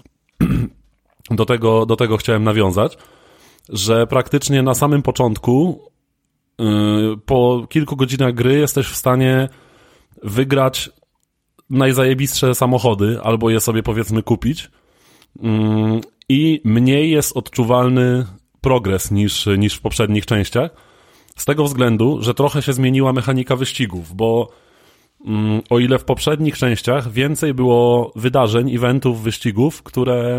Do tego, do tego chciałem nawiązać, że praktycznie na samym początku, yy, po kilku godzinach gry jesteś w stanie wygrać najzajebistsze samochody, albo je sobie powiedzmy kupić, yy, i mniej jest odczuwalny progres niż, niż w poprzednich częściach, z tego względu, że trochę się zmieniła mechanika wyścigów, bo yy, o ile w poprzednich częściach więcej było wydarzeń, eventów, wyścigów, które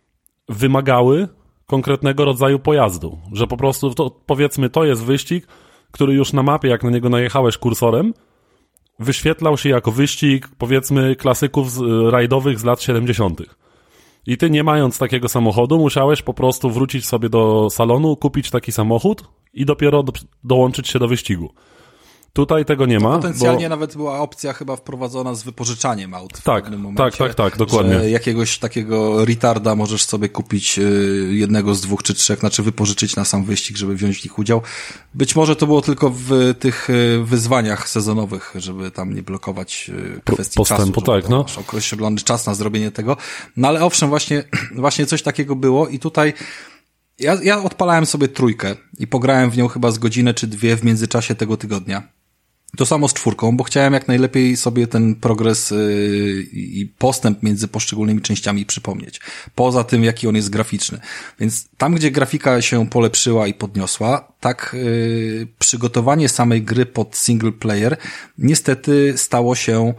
wymagały konkretnego rodzaju pojazdu, że po prostu to, powiedzmy to jest wyścig, który już na mapie, jak na niego najechałeś kursorem, wyświetlał się jako wyścig powiedzmy klasyków z, rajdowych z lat siedemdziesiątych. I ty nie mając takiego samochodu musiałeś po prostu wrócić sobie do salonu, kupić taki samochód i dopiero do, dołączyć się do wyścigu. Tutaj tego nie ma. Potencjalnie bo... nawet była opcja chyba wprowadzona z wypożyczaniem aut w tak, pewnym momencie. Tak, tak, tak, dokładnie. Że jakiegoś takiego retarda możesz sobie kupić jednego z dwóch czy trzech, znaczy wypożyczyć na sam wyścig, żeby wziąć w nich udział. Być może to było tylko w tych wyzwaniach sezonowych, żeby tam nie blokować kwestii postępu, czasu. tak, no. Masz określony czas na zrobienie tego. No ale owszem, właśnie, właśnie coś takiego było i tutaj ja, ja odpalałem sobie trójkę i pograłem w nią chyba z godzinę czy dwie w międzyczasie tego tygodnia. To samo z czwórką, bo chciałem jak najlepiej sobie ten progres yy, i postęp między poszczególnymi częściami przypomnieć. Poza tym, jaki on jest graficzny. Więc tam, gdzie grafika się polepszyła i podniosła, tak yy, przygotowanie samej gry pod single player niestety stało się,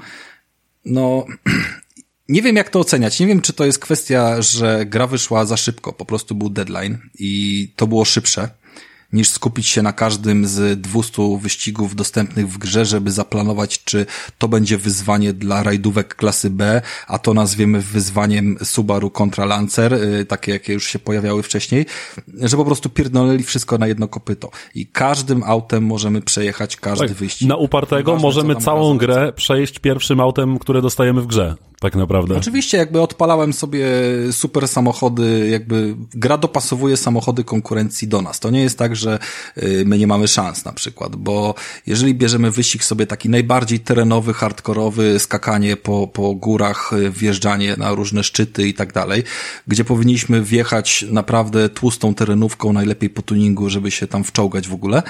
no... Nie wiem, jak to oceniać. Nie wiem, czy to jest kwestia, że gra wyszła za szybko. Po prostu był deadline i to było szybsze niż skupić się na każdym z dwustu wyścigów dostępnych w grze, żeby zaplanować, czy to będzie wyzwanie dla rajdówek klasy B, a to nazwiemy wyzwaniem Subaru Contra Lancer, yy, takie jakie już się pojawiały wcześniej, że po prostu pierdoleli wszystko na jedno kopyto. I każdym autem możemy przejechać każdy tak, wyścig. Na upartego Ważne, możemy całą grę przejść pierwszym autem, które dostajemy w grze. Tak naprawdę. Oczywiście, jakby odpalałem sobie super samochody, jakby gra dopasowuje samochody konkurencji do nas. To nie jest tak, że my nie mamy szans na przykład, bo jeżeli bierzemy wyścig sobie taki najbardziej terenowy, hardkorowy, skakanie po, po górach, wjeżdżanie na różne szczyty i tak dalej, gdzie powinniśmy wjechać naprawdę tłustą terenówką, najlepiej po tuningu, żeby się tam wczołgać w ogóle,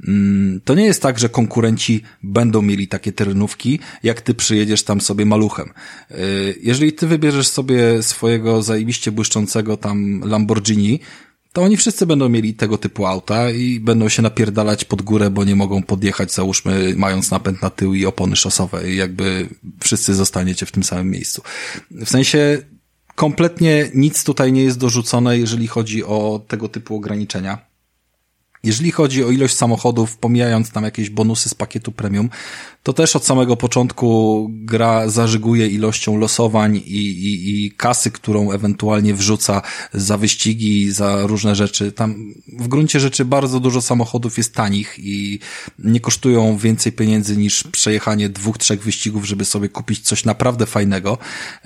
to nie jest tak, że konkurenci będą mieli takie terenówki, jak ty przyjedziesz tam sobie maluchem. Jeżeli ty wybierzesz sobie swojego zajebiście błyszczącego tam Lamborghini, to oni wszyscy będą mieli tego typu auta i będą się napierdalać pod górę, bo nie mogą podjechać, załóżmy, mając napęd na tył i opony szosowe i jakby wszyscy zostaniecie w tym samym miejscu. W sensie kompletnie nic tutaj nie jest dorzucone, jeżeli chodzi o tego typu ograniczenia. Jeżeli chodzi o ilość samochodów, pomijając tam jakieś bonusy z pakietu premium, to też od samego początku gra zażyguje ilością losowań i, i, i kasy, którą ewentualnie wrzuca za wyścigi, za różne rzeczy. Tam w gruncie rzeczy bardzo dużo samochodów jest tanich i nie kosztują więcej pieniędzy niż przejechanie dwóch, trzech wyścigów, żeby sobie kupić coś naprawdę fajnego.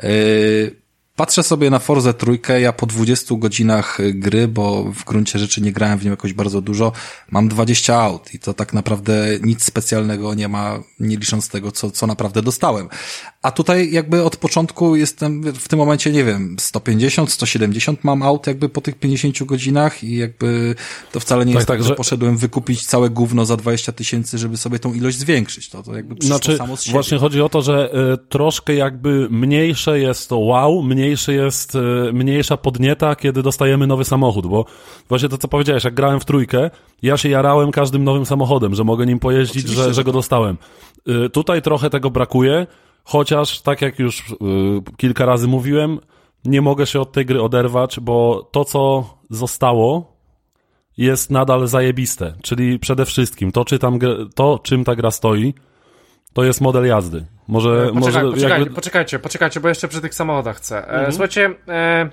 Yy, Patrzę sobie na Forzę trójkę, ja po dwudziestu godzinach gry, bo w gruncie rzeczy nie grałem w nią jakoś bardzo dużo, mam dwadzieścia aut i to tak naprawdę nic specjalnego nie ma, nie licząc tego, co, co naprawdę dostałem. A tutaj jakby od początku jestem w tym momencie, nie wiem, sto pięćdziesiąt, sto siedemdziesiąt mam aut jakby po tych pięćdziesięciu godzinach i jakby to wcale nie tak, jest tak, tak że poszedłem wykupić całe gówno za dwadzieścia tysięcy, żeby sobie tą ilość zwiększyć. To, to jakby przyszło znaczy, samo z siebie. Właśnie chodzi o to, że y, troszkę jakby mniejsze jest to wow, mniejszy jest, y, mniejsza podnieta, kiedy dostajemy nowy samochód, bo właśnie to, co powiedziałeś, jak grałem w trójkę, ja się jarałem każdym nowym samochodem, że mogę nim pojeździć, że, że go dostałem. Y, tutaj trochę tego brakuje. Chociaż, tak jak już y, kilka razy mówiłem, nie mogę się od tej gry oderwać, bo to, co zostało, jest nadal zajebiste. Czyli przede wszystkim to, czy tam, to czym ta gra stoi, to jest model jazdy. Może, Poczekaj, może poczekajcie, jakby... poczekajcie, poczekajcie, bo jeszcze przy tych samochodach chcę. Mhm. E, słuchajcie, e,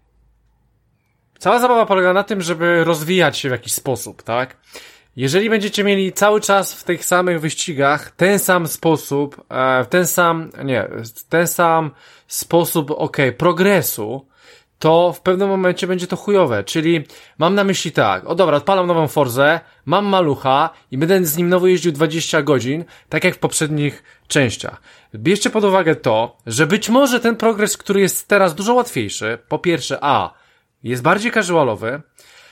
cała zabawa polega na tym, żeby rozwijać się w jakiś sposób, tak? Jeżeli będziecie mieli cały czas w tych samych wyścigach ten sam sposób, e, ten sam, nie, ten sam sposób, okej, okay, progresu, to w pewnym momencie będzie to chujowe, czyli mam na myśli tak, o dobra, odpalam nową Forzę, mam malucha i będę z nim nowo jeździł dwadzieścia godzin, tak jak w poprzednich częściach. Bierzcie pod uwagę to, że być może ten progres, który jest teraz dużo łatwiejszy, po pierwsze, a, jest bardziej casualowy,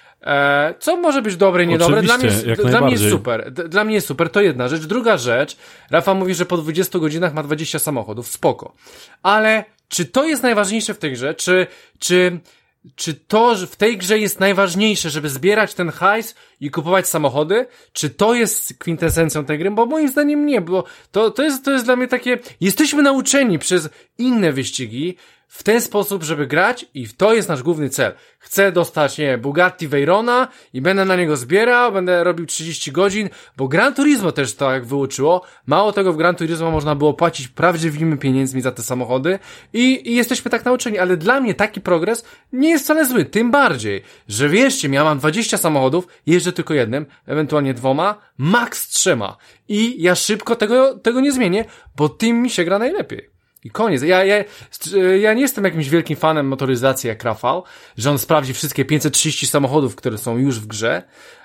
e, co może być dobre i niedobre, dla mnie, jest, dla mnie jest super, D- dla mnie jest super, to jedna rzecz. Druga rzecz, Rafa mówi, że po dwudziestu godzinach ma dwadzieścia samochodów, spoko, ale czy to jest najważniejsze w tej grze? Czy, czy, czy to w tej grze jest najważniejsze, żeby zbierać ten hajs i kupować samochody? Czy to jest kwintesencją tej gry? Bo moim zdaniem nie, bo to, to jest, to jest dla mnie takie, jesteśmy nauczeni przez inne wyścigi w ten sposób, żeby grać i to jest nasz główny cel. Chcę dostać, nie, Bugatti Veyrona i będę na niego zbierał, będę robił trzydzieści godzin, bo Gran Turismo też to jak wyuczyło. Mało tego, w Gran Turismo można było płacić prawdziwymi pieniędzmi za te samochody i, i jesteśmy tak nauczeni, ale dla mnie taki progres nie jest wcale zły, tym bardziej, że wierzcie mi, ja mam dwadzieścia samochodów, jeżdżę tylko jednym, ewentualnie dwoma, max trzema i ja szybko tego, tego nie zmienię, bo tym mi się gra najlepiej. I koniec. Ja, ja, ja nie jestem jakimś wielkim fanem motoryzacji jak Rafał, że on sprawdzi wszystkie pięćset trzydzieści samochodów, które są już w grze.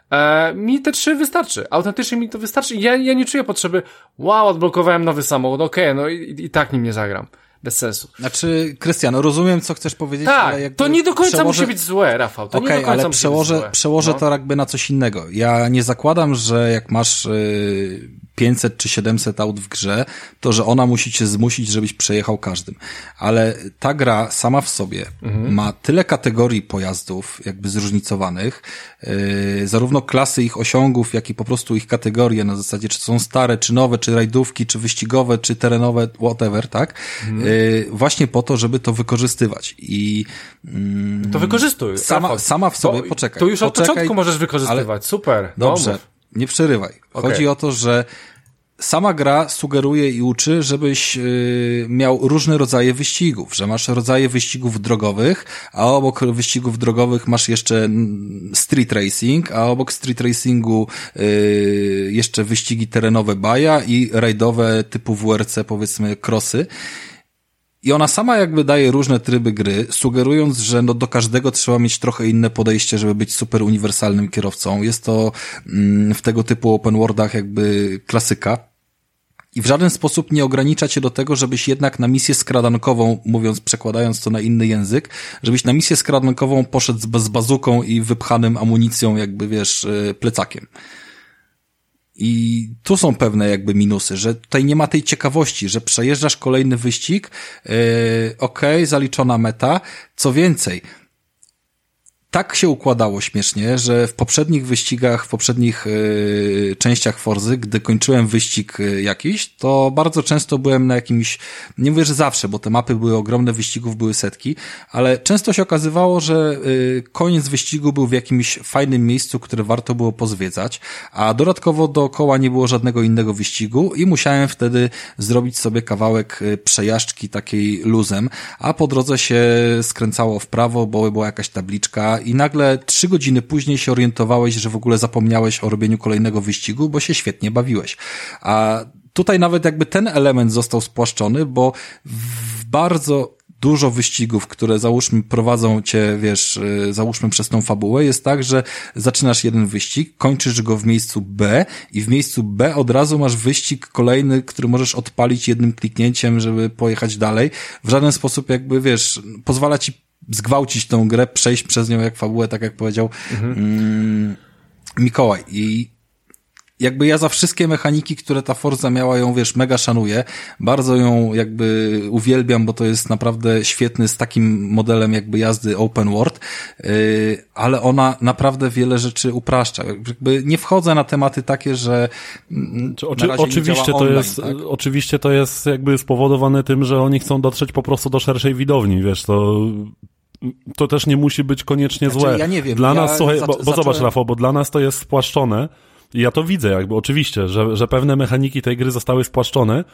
E, mi te trzy wystarczy. Autentycznie mi to wystarczy. Ja, ja nie czuję potrzeby, wow, odblokowałem nowy samochód, okej, okay, no i, i tak nim nie zagram. Bez sensu. Znaczy, Krystian, rozumiem, co chcesz powiedzieć, tak, ale jakby to nie do końca przełożę... musi być złe, Rafał. Okej, okay, ale przełożę, przełożę no. to jakby na coś innego. Ja nie zakładam, że jak masz yy, pięćset czy siedemset aut w grze, to że ona musi cię zmusić, żebyś przejechał każdym. Ale ta gra sama w sobie mhm. ma tyle kategorii pojazdów jakby zróżnicowanych, yy, zarówno klasy ich osiągów, jak i po prostu ich kategorie na zasadzie, czy są stare, czy nowe, czy rajdówki, czy wyścigowe, czy terenowe, whatever, tak? Mhm. Yy, właśnie po to, żeby to wykorzystywać. I mm, to wykorzystuj. Sama, Rafał, sama w sobie, to, poczekaj. To już poczekaj, od początku możesz wykorzystywać. Ale... Super. Dobrze. Domów. Nie przerywaj. Chodzi okay. o to, że sama gra sugeruje i uczy, żebyś yy, miał różne rodzaje wyścigów, że masz rodzaje wyścigów drogowych, a obok wyścigów drogowych masz jeszcze street racing, a obok street racingu yy, jeszcze wyścigi terenowe baja i rajdowe typu W R C, powiedzmy crossy. I ona sama jakby daje różne tryby gry, sugerując, że no do każdego trzeba mieć trochę inne podejście, żeby być super uniwersalnym kierowcą. Jest to mm, w tego typu open worldach jakby klasyka. I w żaden sposób nie ogranicza cię do tego, żebyś jednak na misję skradankową, mówiąc, przekładając to na inny język, żebyś na misję skradankową poszedł z, z bazuką i wypchanym amunicją jakby, wiesz, plecakiem. I tu są pewne jakby minusy, że tutaj nie ma tej ciekawości, że przejeżdżasz kolejny wyścig, yy, okej, okay, zaliczona meta. Co więcej, tak się układało śmiesznie, że w poprzednich wyścigach, w poprzednich yy, częściach Forzy, gdy kończyłem wyścig yy, jakiś, to bardzo często byłem na jakimś, nie mówię, że zawsze, bo te mapy były ogromne, wyścigów były setki, ale często się okazywało, że yy, koniec wyścigu był w jakimś fajnym miejscu, które warto było pozwiedzać, a dodatkowo dookoła nie było żadnego innego wyścigu i musiałem wtedy zrobić sobie kawałek yy, przejażdżki takiej luzem, a po drodze się skręcało w prawo, bo była jakaś tabliczka i nagle trzy godziny później się orientowałeś, że w ogóle zapomniałeś o robieniu kolejnego wyścigu, bo się świetnie bawiłeś. A tutaj nawet jakby ten element został spłaszczony, bo w bardzo dużo wyścigów, które załóżmy prowadzą cię, wiesz, załóżmy przez tą fabułę, jest tak, że zaczynasz jeden wyścig, kończysz go w miejscu B i w miejscu B od razu masz wyścig kolejny, który możesz odpalić jednym kliknięciem, żeby pojechać dalej. W żaden sposób jakby, wiesz, pozwala ci zgwałcić tą grę, przejść przez nią jak fabułę, tak jak powiedział mhm. mm, Mikołaj. I jakby ja za wszystkie mechaniki, które ta Forza miała, ją, wiesz, mega szanuję. Bardzo ją jakby uwielbiam, bo to jest naprawdę świetny z takim modelem jakby jazdy open world, yy, ale ona naprawdę wiele rzeczy upraszcza. Jakby nie wchodzę na tematy takie, że Oczy, na oczywiście to online, jest, tak? Oczywiście to jest jakby spowodowane tym, że oni chcą dotrzeć po prostu do szerszej widowni, wiesz, to to też nie musi być koniecznie znaczy, złe. Ja nie wiem. Dla ja nas, słuchaj, bo, bo zacząłem... zobacz, Rafał, bo dla nas to jest spłaszczone i ja to widzę jakby, oczywiście, że, że pewne mechaniki tej gry zostały spłaszczone,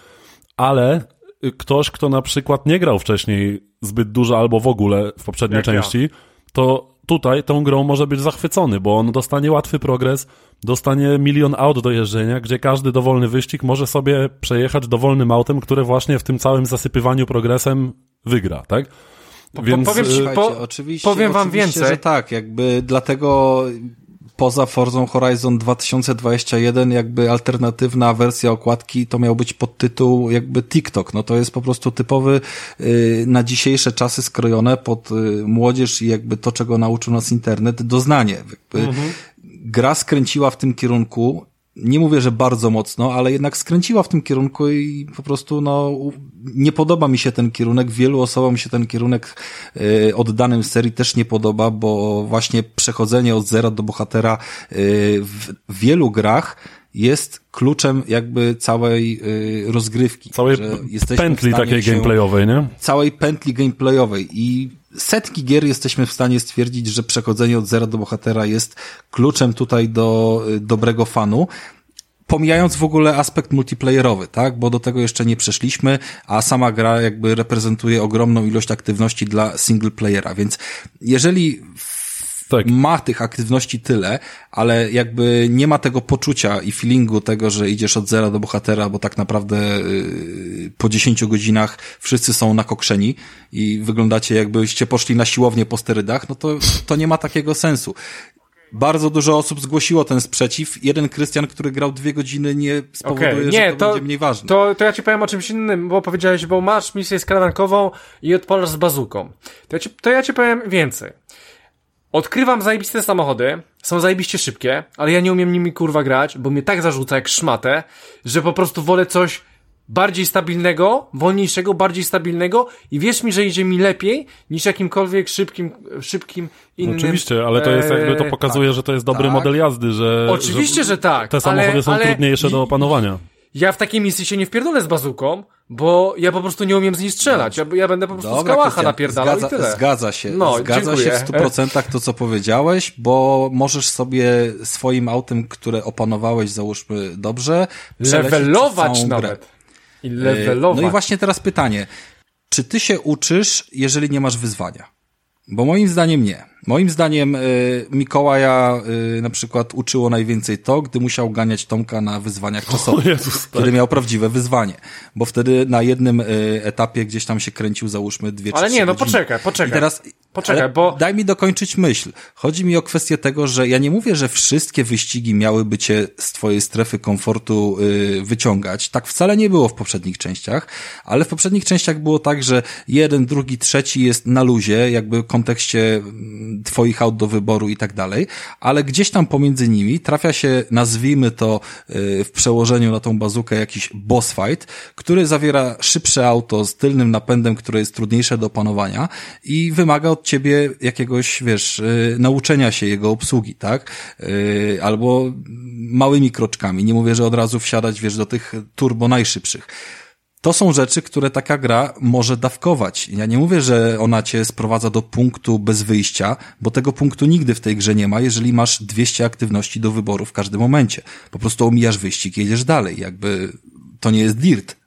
ale ktoś, kto na przykład nie grał wcześniej zbyt dużo albo w ogóle w poprzedniej Jak części, ja. to tutaj tą grą może być zachwycony, bo on dostanie łatwy progres, dostanie milion aut do jeżdżenia, gdzie każdy dowolny wyścig może sobie przejechać dowolnym autem, które właśnie w tym całym zasypywaniu progresem wygra, tak? Więc, powiem ci, po, oczywiście, powiem wam oczywiście, więcej. Że tak, jakby dlatego poza Forzą Horizon dwa tysiące dwudziesty pierwszy jakby alternatywna wersja okładki to miał być podtytuł jakby TikTok. No to jest po prostu typowy y, na dzisiejsze czasy skrojone pod y, młodzież i jakby to, czego nauczył nas internet, doznanie. Jakby mhm. Gra skręciła w tym kierunku. Nie mówię, że bardzo mocno, ale jednak skręciła w tym kierunku i po prostu no nie podoba mi się ten kierunek. Wielu osobom się ten kierunek y, oddanym serii też nie podoba, bo właśnie przechodzenie od zera do bohatera y, w wielu grach jest kluczem jakby całej y, rozgrywki. Całej pętli takiej gameplayowej, nie? Całej pętli gameplayowej i setki gier jesteśmy w stanie stwierdzić, że przechodzenie od zera do bohatera jest kluczem tutaj do y, dobrego fanu. Pomijając w ogóle aspekt multiplayerowy, tak? Bo do tego jeszcze nie przeszliśmy, a sama gra jakby reprezentuje ogromną ilość aktywności dla single playera, więc jeżeli tak. ma tych aktywności tyle, ale jakby nie ma tego poczucia i feelingu tego, że idziesz od zera do bohatera, bo tak naprawdę yy, po dziesięciu godzinach wszyscy są nakokszeni i wyglądacie jakbyście poszli na siłownię po sterydach, no to, to nie ma takiego sensu. Bardzo dużo osób zgłosiło ten sprzeciw. Jeden Krystian, który grał dwie godziny, nie spowoduje, okay. nie, że to, to będzie mniej ważne. To, to ja ci powiem o czymś innym, bo powiedziałeś, bo masz misję skradankową i odpalasz z bazuką. To ja ci, to ja ci powiem więcej. Odkrywam zajebiste samochody, są zajebiście szybkie, ale ja nie umiem nimi kurwa grać, bo mnie tak zarzuca jak szmatę, że po prostu wolę coś bardziej stabilnego, wolniejszego, bardziej stabilnego i wierz mi, że idzie mi lepiej niż jakimkolwiek szybkim, szybkim innym. Oczywiście, ale to jest jakby, to pokazuje, tak, że to jest dobry tak. model jazdy, że... Oczywiście, że, że tak. Te samochody ale, są ale trudniejsze do opanowania. Ja w takiej misji się nie wpierdolę z bazuką, bo ja po prostu nie umiem z niej strzelać. Ja, ja będę po prostu Dobra, z kałacha Krystian, napierdalał zgadza, i tyle. Zgadza się. No, zgadza dziękuję. się w stu procentach to, co powiedziałeś, bo możesz sobie swoim autem, które opanowałeś, załóżmy dobrze, levelować nawet. I levelować. No i właśnie teraz pytanie. Czy ty się uczysz, jeżeli nie masz wyzwania? Bo moim zdaniem nie. Moim zdaniem y, Mikołaja y, na przykład uczyło najwięcej to, gdy musiał ganiać Tomka na wyzwaniach czasowych. O Jezus, tak. Kiedy miał prawdziwe wyzwanie. Bo wtedy na jednym y, etapie gdzieś tam się kręcił, załóżmy dwie, trzy Ale nie, no godziny. poczekaj, poczekaj. I teraz, poczekaj, bo... Daj mi dokończyć myśl. Chodzi mi o kwestię tego, że ja nie mówię, że wszystkie wyścigi miałyby cię z twojej strefy komfortu y, wyciągać. Tak wcale nie było w poprzednich częściach, ale w poprzednich częściach było tak, że jeden, drugi, trzeci jest na luzie, jakby w kontekście twoich aut do wyboru i tak dalej, ale gdzieś tam pomiędzy nimi trafia się, nazwijmy to yy, w przełożeniu na tą bazukę, jakiś boss fight, który zawiera szybsze auto z tylnym napędem, które jest trudniejsze do opanowania i wymaga od ciebie jakiegoś, wiesz, yy, nauczenia się jego obsługi, tak? Yy, albo małymi kroczkami. Nie mówię, że od razu wsiadać, wiesz, do tych turbo najszybszych. To są rzeczy, które taka gra może dawkować. Ja nie mówię, że ona cię sprowadza do punktu bez wyjścia, bo tego punktu nigdy w tej grze nie ma, jeżeli masz dwieście aktywności do wyboru w każdym momencie. Po prostu omijasz wyścig i jedziesz dalej. Jakby to nie jest dirt.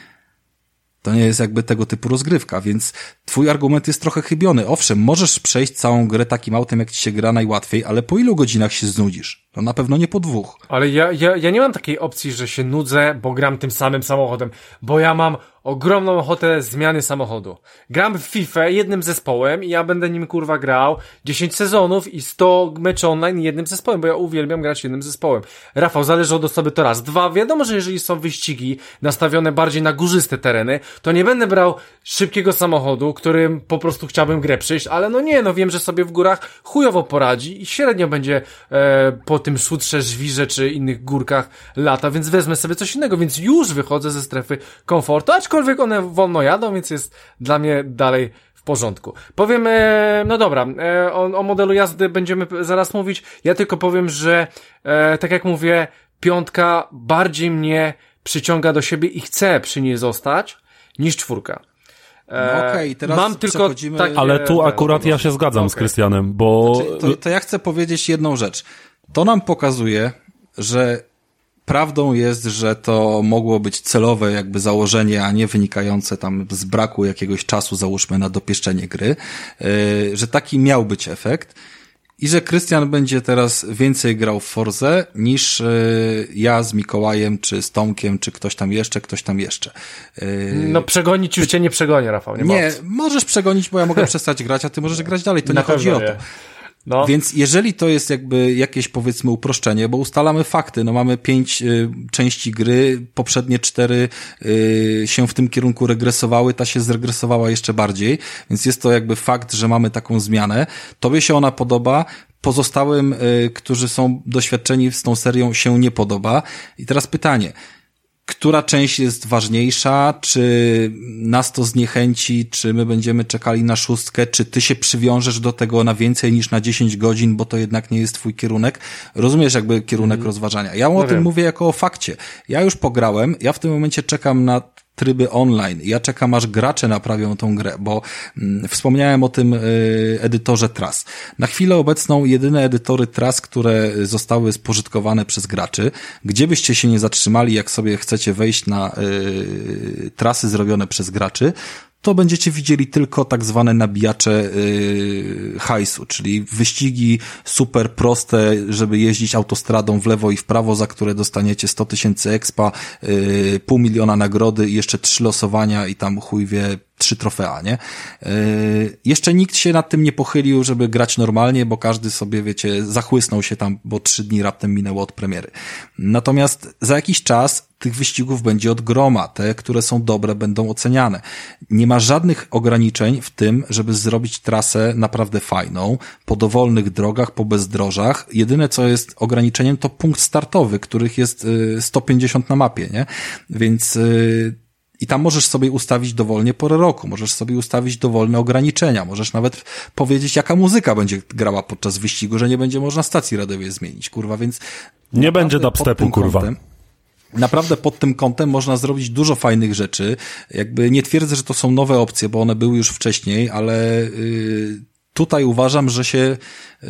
To nie jest jakby tego typu rozgrywka, więc twój argument jest trochę chybiony. Owszem, możesz przejść całą grę takim autem, jak ci się gra najłatwiej, ale po ilu godzinach się znudzisz? No na pewno nie po dwóch. Ale ja, ja, ja nie mam takiej opcji, że się nudzę, bo gram tym samym samochodem, bo ja mam ogromną ochotę zmiany samochodu. Gram w FIFA jednym zespołem i ja będę nim kurwa grał dziesięć sezonów i sto meczy online jednym zespołem, bo ja uwielbiam grać jednym zespołem. Rafał, zależy od osoby to raz. Dwa, wiadomo, że jeżeli są wyścigi nastawione bardziej na górzyste tereny, to nie będę brał szybkiego samochodu, którym po prostu chciałbym grę przejść, ale no nie, no wiem, że sobie w górach chujowo poradzi i średnio będzie e, po tym szutrze, żwirze czy innych górkach lata, więc wezmę sobie coś innego, więc już wychodzę ze strefy komfortu, aczkolwiek one wolno jadą, więc jest dla mnie dalej w porządku. Powiem, e, no dobra, e, o, o modelu jazdy będziemy zaraz mówić, ja tylko powiem, że e, tak jak mówię, piątka bardziej mnie przyciąga do siebie i chcę przy niej zostać niż czwórka. E, no okej, teraz mam tylko takie... Ale tu akurat ja się zgadzam okay. z Krystianem, bo... Znaczy, to, to ja chcę powiedzieć jedną rzecz. To nam pokazuje, że prawdą jest, że to mogło być celowe jakby założenie, a nie wynikające tam z braku jakiegoś czasu, załóżmy, na dopieszczenie gry, yy, że taki miał być efekt i że Krystian będzie teraz więcej grał w Forzę niż yy, ja z Mikołajem, czy z Tomkiem, czy ktoś tam jeszcze, ktoś tam jeszcze. Yy, no przegonić już cię nie przegonię, Rafał. Nie, nie możesz przegonić, bo ja mogę przestać grać, a ty możesz grać dalej, to nie chodzi o to. Nie. No. Więc jeżeli to jest jakby jakieś, powiedzmy, uproszczenie, bo ustalamy fakty, no mamy pięć y, części gry, poprzednie cztery y, się w tym kierunku regresowały, ta się zregresowała jeszcze bardziej, więc jest to jakby fakt, że mamy taką zmianę. Tobie się ona podoba, pozostałym, y, którzy są doświadczeni z tą serią, się nie podoba. I teraz pytanie, która część jest ważniejsza, czy nas to zniechęci, czy my będziemy czekali na szóstkę, czy ty się przywiążesz do tego na więcej niż na dziesięć godzin, bo to jednak nie jest twój kierunek. Rozumiesz jakby kierunek mm. rozważania. Ja no o wiem. tym mówię jako o fakcie. Ja już pograłem, ja w tym momencie czekam na tryby online. Ja czekam, aż gracze naprawią tą grę, bo mm, wspomniałem o tym y, edytorze tras. Na chwilę obecną jedyne edytory tras, które zostały spożytkowane przez graczy, gdzie byście się nie zatrzymali, jak sobie chcecie wejść na y, trasy zrobione przez graczy, to będziecie widzieli tylko tak zwane nabijacze yy, hajsu, czyli wyścigi super proste, żeby jeździć autostradą w lewo i w prawo, za które dostaniecie sto tysięcy expa, yy, pół miliona nagrody i jeszcze trzy losowania i tam chuj wie, trzy trofea, nie? Yy, jeszcze nikt się nad tym nie pochylił, żeby grać normalnie, bo każdy sobie, wiecie, zachłysnął się tam, bo trzy dni raptem minęło od premiery. Natomiast za jakiś czas tych wyścigów będzie od groma. Te, które są dobre, będą oceniane. Nie ma żadnych ograniczeń w tym, żeby zrobić trasę naprawdę fajną, po dowolnych drogach, po bezdrożach. Jedyne, co jest ograniczeniem, to punkt startowy, których jest sto pięćdziesiąt na mapie, nie? Więc i tam możesz sobie ustawić dowolnie porę roku, możesz sobie ustawić dowolne ograniczenia, możesz nawet powiedzieć, jaka muzyka będzie grała podczas wyścigu, że nie będzie można stacji radiowej zmienić, kurwa, więc... Nie będzie dubstepu, kurwa. Kątem, naprawdę pod tym kątem można zrobić dużo fajnych rzeczy. Jakby nie twierdzę, że to są nowe opcje, bo one były już wcześniej, ale yy, tutaj uważam, że się yy,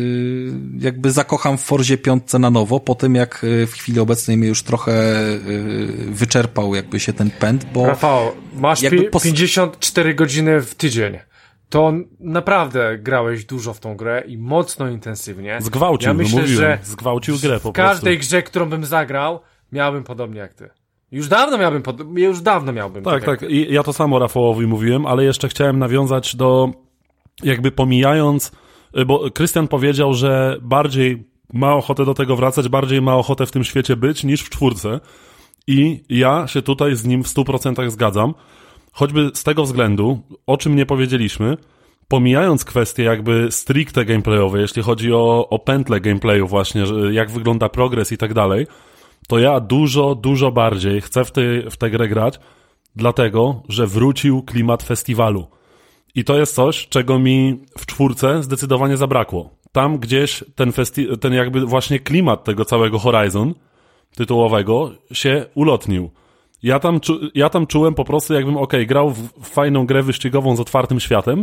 jakby zakocham w Forzie piątce na nowo, po tym jak w chwili obecnej mnie już trochę yy, wyczerpał jakby się ten pęd, bo... Rafał, masz pi- pos- pięćdziesiąt cztery godziny w tydzień. To naprawdę grałeś dużo w tą grę i mocno intensywnie. Zgwałcił, ja myślę, mówiłem, że zgwałcił grę po w każdej prostu. grze, którą bym zagrał, miałbym podobnie jak ty. Już dawno miałbym, pod... już dawno miałbym. Tak, tak. tak. I ja to samo Rafałowi mówiłem, ale jeszcze chciałem nawiązać do, jakby pomijając, bo Krystian powiedział, że bardziej ma ochotę do tego wracać, bardziej ma ochotę w tym świecie być niż w czwórce. I ja się tutaj z nim w stu procentach zgadzam. Choćby z tego względu, o czym nie powiedzieliśmy, pomijając kwestie jakby stricte gameplayowe, jeśli chodzi o, o pętle gameplayu właśnie, że jak wygląda progres i tak dalej, to ja dużo, dużo bardziej chcę w, tej, w tę grę grać, dlatego, że wrócił klimat festiwalu. I to jest coś, czego mi w czwórce zdecydowanie zabrakło. Tam gdzieś ten, festi- ten jakby właśnie klimat tego całego Horizon tytułowego się ulotnił. Ja tam, czu- ja tam czułem po prostu, jakbym okej, okay, grał w, w fajną grę wyścigową z otwartym światem,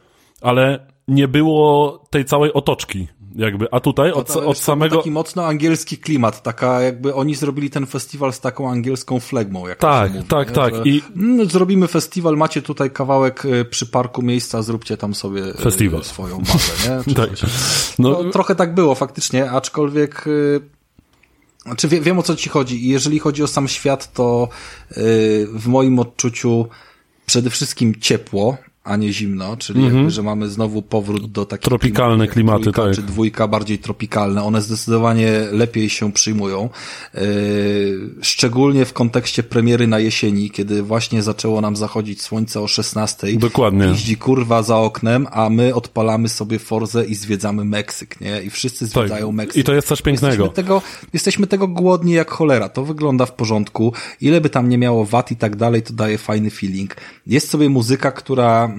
ale nie było tej całej otoczki, jakby, a tutaj od, to, od samego... Taki mocno angielski klimat, taka jakby oni zrobili ten festiwal z taką angielską flegmą, jak tak, to się mówi. Tak, nie? tak, Że, i mm, zrobimy festiwal, macie tutaj kawałek y, przy parku miejsca, zróbcie tam sobie festiwal. Y, swoją bazę, nie? Czy tak. no, no, trochę tak było faktycznie, aczkolwiek... Y, Znaczy wie, wiem, o co ci chodzi i jeżeli chodzi o sam świat, to yy, w moim odczuciu przede wszystkim ciepło, a nie zimno, czyli mm-hmm. jakby, że mamy znowu powrót do takich tropikalne klimaty, trójka, tak. czy dwójka bardziej tropikalne. One zdecydowanie lepiej się przyjmują. Yy, szczególnie w kontekście premiery na jesieni, kiedy właśnie zaczęło nam zachodzić słońce o szesnastej. Dokładnie. Jeździ kurwa za oknem, a my odpalamy sobie Forzę i zwiedzamy Meksyk, nie? I wszyscy zwiedzają tak. Meksyk. I to jest coś pięknego. Jesteśmy tego, jesteśmy tego głodni jak cholera. To wygląda w porządku. Ile by tam nie miało wat i tak dalej, to daje fajny feeling. Jest sobie muzyka, która...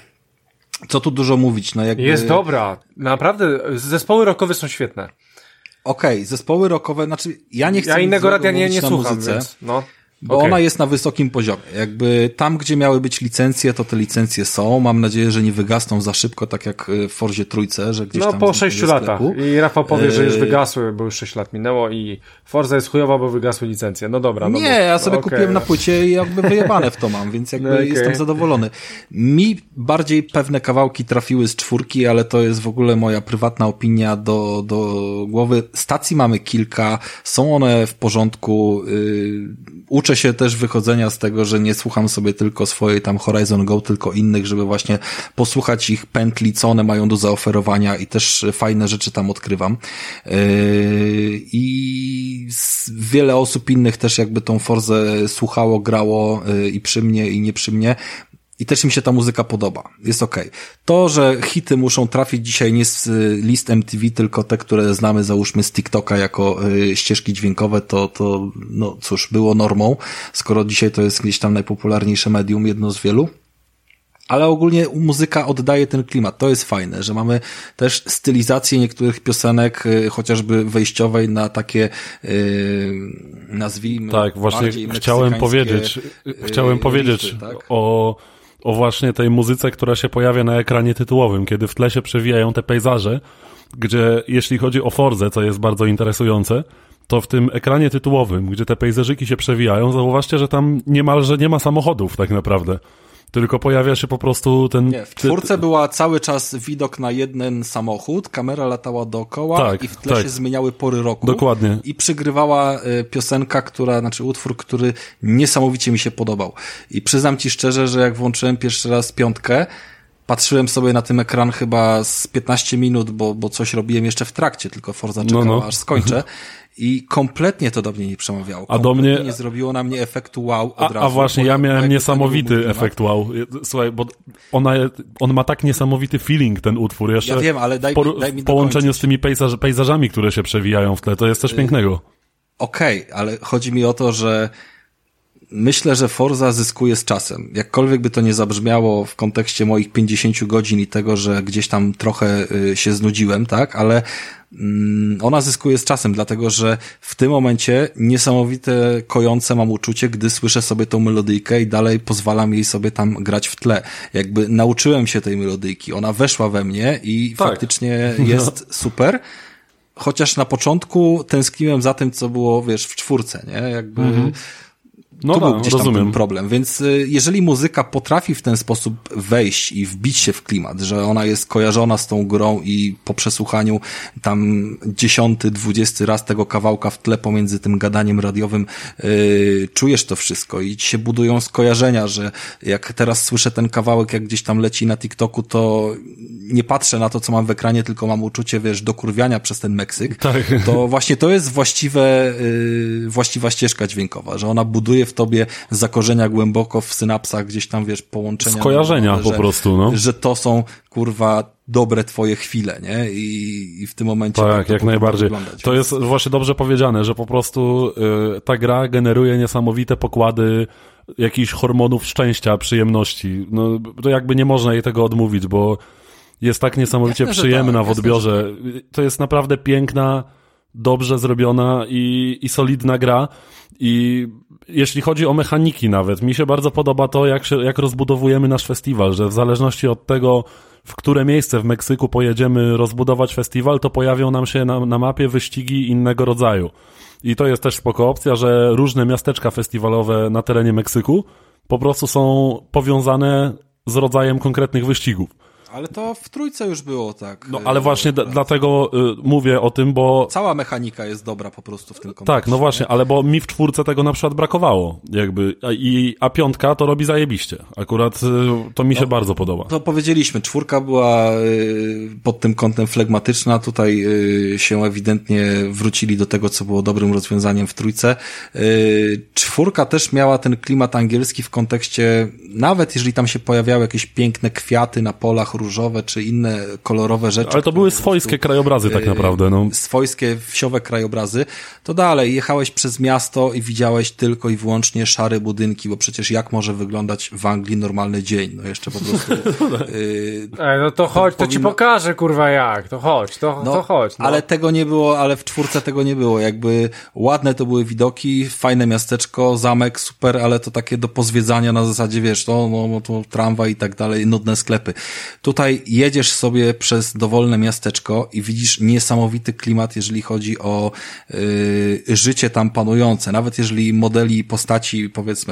Co tu dużo mówić, no jakby... Jest dobra, naprawdę, zespoły rockowe są świetne. Okej, okay, zespoły rockowe, znaczy ja nie chcę... Ja innego radia nie, nie słucham, więc no. Bo okay. ona jest na wysokim poziomie. Jakby tam, gdzie miały być licencje, to te licencje są. Mam nadzieję, że nie wygasną za szybko, tak jak w Forzie Trójce, że gdzieś no, tam... No po sześciu latach. I Rafał powie, że już wygasły, bo już sześć lat minęło i Forza jest chujowa, bo wygasły licencje. No dobra. No nie, bo... ja sobie okay. kupiłem na płycie i jakby wyjebane w to mam, więc jakby okay. jestem zadowolony. Mi bardziej pewne kawałki trafiły z czwórki, ale to jest w ogóle moja prywatna opinia do, do głowy. Stacji mamy kilka, są one w porządku. Yy, uczę się też wychodzenia z tego, że nie słucham sobie tylko swojej tam Horizon Go, tylko innych, żeby właśnie posłuchać ich pętli, co one mają do zaoferowania i też fajne rzeczy tam odkrywam. Yy, I wiele osób innych też jakby tą Forzę słuchało, grało yy, i przy mnie, i nie przy mnie. I też mi się ta muzyka podoba. Jest okej. Okay. To, że hity muszą trafić dzisiaj nie z list M T V, tylko te, które znamy załóżmy z TikToka jako y, ścieżki dźwiękowe, to, to, no cóż, było normą, skoro dzisiaj to jest gdzieś tam najpopularniejsze medium, jedno z wielu. Ale ogólnie muzyka oddaje ten klimat. To jest fajne, że mamy też stylizację niektórych piosenek, y, chociażby wejściowej na takie, y, nazwijmy, tak, właśnie chciałem powiedzieć, y, chciałem powiedzieć rify, tak? o, o właśnie tej muzyce, która się pojawia na ekranie tytułowym, kiedy w tle się przewijają te pejzaże, gdzie jeśli chodzi o Forzę, co jest bardzo interesujące, to w tym ekranie tytułowym, gdzie te pejzażyki się przewijają, zauważcie, że tam niemalże nie ma samochodów tak naprawdę. Tylko pojawia się po prostu ten... Nie, w czwórce była cały czas widok na jeden samochód, kamera latała dookoła tak, i w tle tak. się zmieniały pory roku. Dokładnie. I przygrywała y, piosenka, która, znaczy utwór, który niesamowicie mi się podobał. I przyznam ci szczerze, że jak włączyłem pierwszy raz piątkę, patrzyłem sobie na tym ekran chyba z piętnaście minut, bo, bo coś robiłem jeszcze w trakcie, tylko Forza czekała, no, no. aż skończę. I kompletnie to do mnie nie przemawiało. A do mnie nie zrobiło na mnie efektu wow od a, razu. A właśnie, ja miałem niesamowity efekt wow. Słuchaj, bo ona, on ma tak niesamowity feeling, ten utwór. Jeszcze ja wiem, ale daj, por, daj mi w połączeniu dokończyć. z tymi pejzaż, pejzażami, które się przewijają w tle, to jest coś pięknego. Okej, okay, ale chodzi mi o to, że myślę, że Forza zyskuje z czasem. Jakkolwiek by to nie zabrzmiało w kontekście moich pięćdziesięciu godzin i tego, że gdzieś tam trochę się znudziłem, tak, ale ona zyskuje z czasem, dlatego że w tym momencie niesamowite kojące mam uczucie, gdy słyszę sobie tą melodyjkę i dalej pozwalam jej sobie tam grać w tle. Jakby nauczyłem się tej melodyjki, ona weszła we mnie i tak. faktycznie jest no. super. Chociaż na początku tęskniłem za tym, co było, wiesz, w czwórce, nie? Jakby... Mm-hmm. No tu tak, był gdzieś tam ten problem, więc jeżeli muzyka potrafi w ten sposób wejść i wbić się w klimat, że ona jest kojarzona z tą grą i po przesłuchaniu tam dziesiąty, dwudziesty raz tego kawałka w tle pomiędzy tym gadaniem radiowym yy, czujesz to wszystko i ci się budują skojarzenia, że jak teraz słyszę ten kawałek, jak gdzieś tam leci na TikToku, to nie patrzę na to, co mam w ekranie, tylko mam uczucie, wiesz, dokurwiania przez ten Meksyk, tak. To właśnie to jest właściwe, yy, właściwa ścieżka dźwiękowa, że ona buduje w tobie zakorzenia głęboko w synapsach, gdzieś tam, wiesz, połączenia. Skojarzenia że, po prostu, no. Że to są, kurwa, dobre twoje chwile, nie? I, i w tym momencie... Tak, tak jak najbardziej. To jest właśnie dobrze powiedziane, że po prostu y, ta gra generuje niesamowite pokłady jakichś hormonów szczęścia, przyjemności. No, to jakby nie można jej tego odmówić, bo jest tak niesamowicie jasne, przyjemna tak, w odbiorze. Jasne, to jest naprawdę piękna, dobrze zrobiona i, i solidna gra. I jeśli chodzi o mechaniki nawet, mi się bardzo podoba to, jak, się, jak rozbudowujemy nasz festiwal, że w zależności od tego, w które miejsce w Meksyku pojedziemy rozbudować festiwal, to pojawią nam się na, na mapie wyścigi innego rodzaju. I to jest też spoko opcja, że różne miasteczka festiwalowe na terenie Meksyku po prostu są powiązane z rodzajem konkretnych wyścigów. Ale to w trójce już było tak. No ale właśnie d- dlatego y, mówię o tym, bo... Cała mechanika jest dobra po prostu w tym kontekście. Tak, no właśnie, nie? Ale bo mi w czwórce tego na przykład brakowało, jakby, a, i, a piątka to robi zajebiście. Akurat y, to mi się no, bardzo podoba. To powiedzieliśmy, czwórka była y, pod tym kątem flegmatyczna, tutaj y, się ewidentnie wrócili do tego, co było dobrym rozwiązaniem w trójce. Y, czwórka też miała ten klimat angielski w kontekście, nawet jeżeli tam się pojawiały jakieś piękne kwiaty na polach, różowe, czy inne kolorowe rzeczy. Ale to były swojskie prostu, krajobrazy tak naprawdę, no. Swojskie, wsiowe krajobrazy. To dalej, jechałeś przez miasto i widziałeś tylko i wyłącznie szare budynki, bo przecież jak może wyglądać w Anglii normalny dzień? No jeszcze po prostu... yy, Ej, no to chodź, to, to ci pokażę, kurwa, jak. To chodź, to, no, to chodź. No. Ale tego nie było, ale w czwórce tego nie było. Jakby ładne to były widoki, fajne miasteczko, zamek, super, ale to takie do pozwiedzania na zasadzie, wiesz, to, no, no to tramwaj i tak dalej, nudne sklepy. Tutaj jedziesz sobie przez dowolne miasteczko i widzisz niesamowity klimat, jeżeli chodzi o yy, życie tam panujące. Nawet jeżeli modeli postaci, powiedzmy,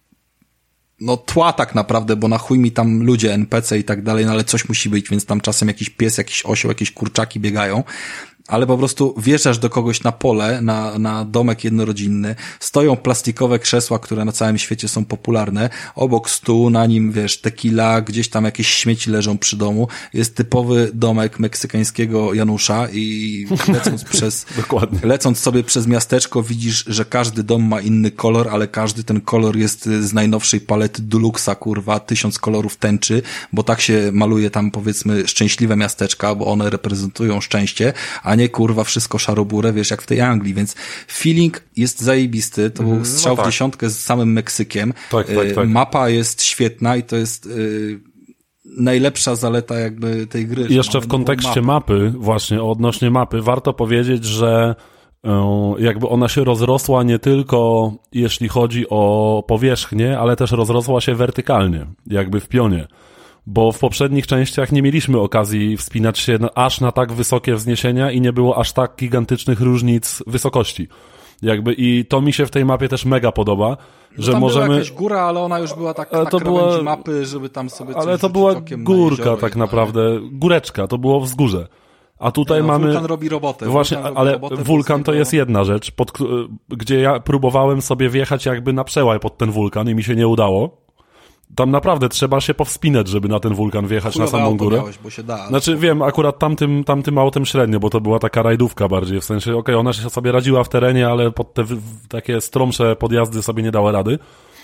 no tła tak naprawdę, bo na chuj mi tam ludzie, en pe ce i tak dalej, no ale coś musi być, więc tam czasem jakiś pies, jakiś osioł, jakieś kurczaki biegają, ale po prostu wjeżdżasz do kogoś na pole, na, na domek jednorodzinny, stoją plastikowe krzesła, które na całym świecie są popularne, obok stół, na nim, wiesz, tequila, gdzieś tam jakieś śmieci leżą przy domu, jest typowy domek meksykańskiego Janusza i lecąc przez, Dokładnie. lecąc sobie przez miasteczko widzisz, że każdy dom ma inny kolor, ale każdy ten kolor jest z najnowszej palety Duluxa, kurwa, tysiąc kolorów tęczy, bo tak się maluje tam, powiedzmy, szczęśliwe miasteczka, bo one reprezentują szczęście, a nie, kurwa, wszystko szaroburę, wiesz, jak w tej Anglii, więc feeling jest zajebisty, to był strzał no tak. w dziesiątkę z samym Meksykiem, tak, tak, tak. Mapa jest świetna i to jest yy, najlepsza zaleta jakby tej gry. I jeszcze w kontekście mapy, właśnie odnośnie mapy, warto powiedzieć, że jakby ona się rozrosła nie tylko jeśli chodzi o powierzchnię, ale też rozrosła się wertykalnie, jakby w pionie. Bo w poprzednich częściach nie mieliśmy okazji wspinać się aż na tak wysokie wzniesienia i nie było aż tak gigantycznych różnic wysokości. Jakby i to mi się w tej mapie też mega podoba, no że tam możemy... była jakaś góra, ale ona już była tak ale na to krawędzi była... mapy, żeby tam sobie coś Ale to była górka na tak naprawdę, góreczka, to było wzgórze. A tutaj no, mamy... Wulkan robi robotę. Właśnie, wulkan ale robotę, wulkan to jest jedna rzecz, pod... gdzie ja próbowałem sobie wjechać jakby na przełaj pod ten wulkan i mi się nie udało. Tam naprawdę trzeba się powspinać, żeby na ten wulkan wjechać Chujowe na samą górę. Miałeś, bo się da, znaczy to... wiem, akurat tamtym, tamtym autem średnio, bo to była taka rajdówka bardziej, w sensie okej, okay, ona się sobie radziła w terenie, ale pod te w, takie stromsze podjazdy sobie nie dała rady.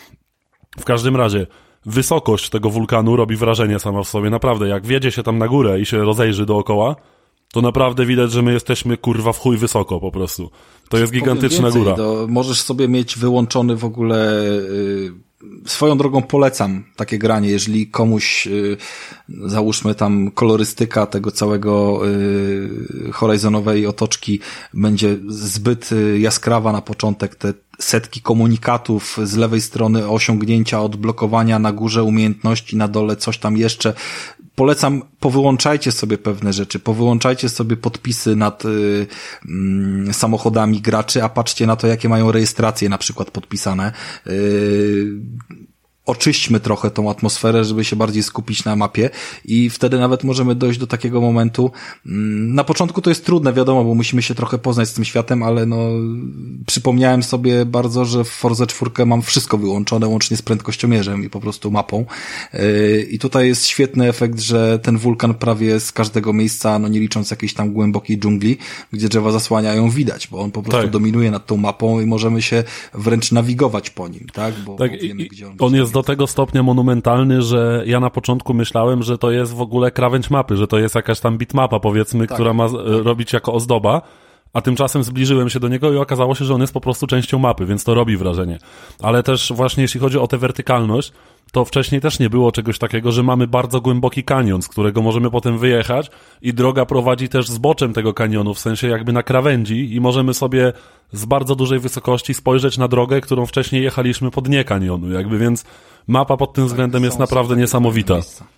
W każdym razie wysokość tego wulkanu robi wrażenie sama w sobie, naprawdę, jak wjedzie się tam na górę i się rozejrzy dookoła, to naprawdę widać, że my jesteśmy kurwa w chuj wysoko po prostu. To jest gigantyczna więcej, góra. To możesz sobie mieć wyłączony w ogóle... Yy... Swoją drogą polecam takie granie, jeżeli komuś, yy, załóżmy tam kolorystyka tego całego yy, horizonowej otoczki będzie zbyt yy, jaskrawa na początek, te setki komunikatów z lewej strony, osiągnięcia, odblokowania na górze umiejętności, na dole coś tam jeszcze. Polecam, powyłączajcie sobie pewne rzeczy, powyłączajcie sobie podpisy nad y, y, samochodami graczy, a patrzcie na to, jakie mają rejestracje na przykład podpisane. Y, oczyśćmy trochę tą atmosferę, żeby się bardziej skupić na mapie i wtedy nawet możemy dojść do takiego momentu. Na początku to jest trudne, wiadomo, bo musimy się trochę poznać z tym światem, ale no przypomniałem sobie bardzo, że w Forza cztery mam wszystko wyłączone, łącznie z prędkościomierzem i po prostu mapą. I tutaj jest świetny efekt, że ten wulkan prawie z każdego miejsca, no nie licząc jakiejś tam głębokiej dżungli, gdzie drzewa zasłaniają, widać, bo on po prostu tak. dominuje nad tą mapą i możemy się wręcz nawigować po nim, tak? Bo, tak, bo wiemy, gdzie on, on jest do tego stopnia monumentalny, że ja na początku myślałem, że to jest w ogóle krawędź mapy, że to jest jakaś tam bitmapa, powiedzmy, tak, która ma tak. robić jako ozdoba, a tymczasem zbliżyłem się do niego i okazało się, że on jest po prostu częścią mapy, więc to robi wrażenie. Ale też właśnie jeśli chodzi o tę wertykalność, to wcześniej też nie było czegoś takiego, że mamy bardzo głęboki kanion, z którego możemy potem wyjechać i droga prowadzi też zboczem tego kanionu, w sensie jakby na krawędzi i możemy sobie z bardzo dużej wysokości spojrzeć na drogę, którą wcześniej jechaliśmy po dnie kanionu, jakby, więc mapa pod tym względem jest naprawdę niesamowita.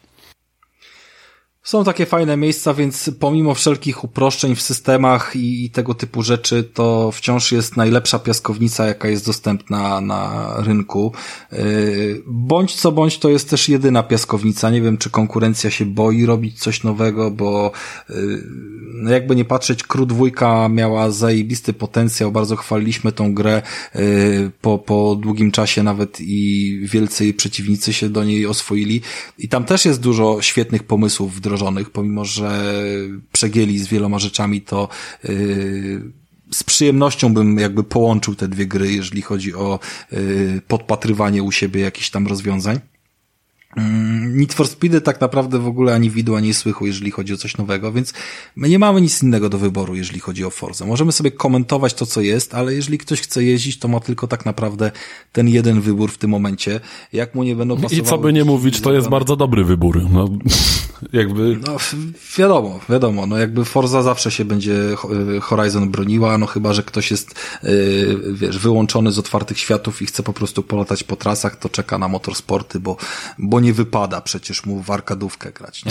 Są takie fajne miejsca, więc pomimo wszelkich uproszczeń w systemach i, i tego typu rzeczy, to wciąż jest najlepsza piaskownica, jaka jest dostępna na rynku. Yy, bądź co bądź to jest też jedyna piaskownica. Nie wiem, czy konkurencja się boi robić coś nowego, bo yy, no jakby nie patrzeć, Crew dwa miała zajebisty potencjał, bardzo chwaliliśmy tą grę yy, po, po długim czasie nawet i wielcy jej przeciwnicy się do niej oswoili. I tam też jest dużo świetnych pomysłów wdrożonych. Pomimo że przegięli z wieloma rzeczami, to yy, z przyjemnością bym jakby połączył te dwie gry, jeżeli chodzi o yy, podpatrywanie u siebie jakichś tam rozwiązań. Need for Speedy tak naprawdę w ogóle ani widu, ani słychu, jeżeli chodzi o coś nowego, więc my nie mamy nic innego do wyboru, jeżeli chodzi o Forzę. Możemy sobie komentować to, co jest, ale jeżeli ktoś chce jeździć, to ma tylko tak naprawdę ten jeden wybór w tym momencie. Jak mu nie będą pasowały... I co by nie mówić, to jest bardzo dobry wybór. No, jakby... No, wiadomo, wiadomo, no jakby Forza zawsze się będzie Horizon broniła, no chyba, że ktoś jest, yy, wiesz, wyłączony z otwartych światów i chce po prostu polatać po trasach, to czeka na motorsporty, bo, bo nie wypada przecież mu w arkadówkę grać, nie?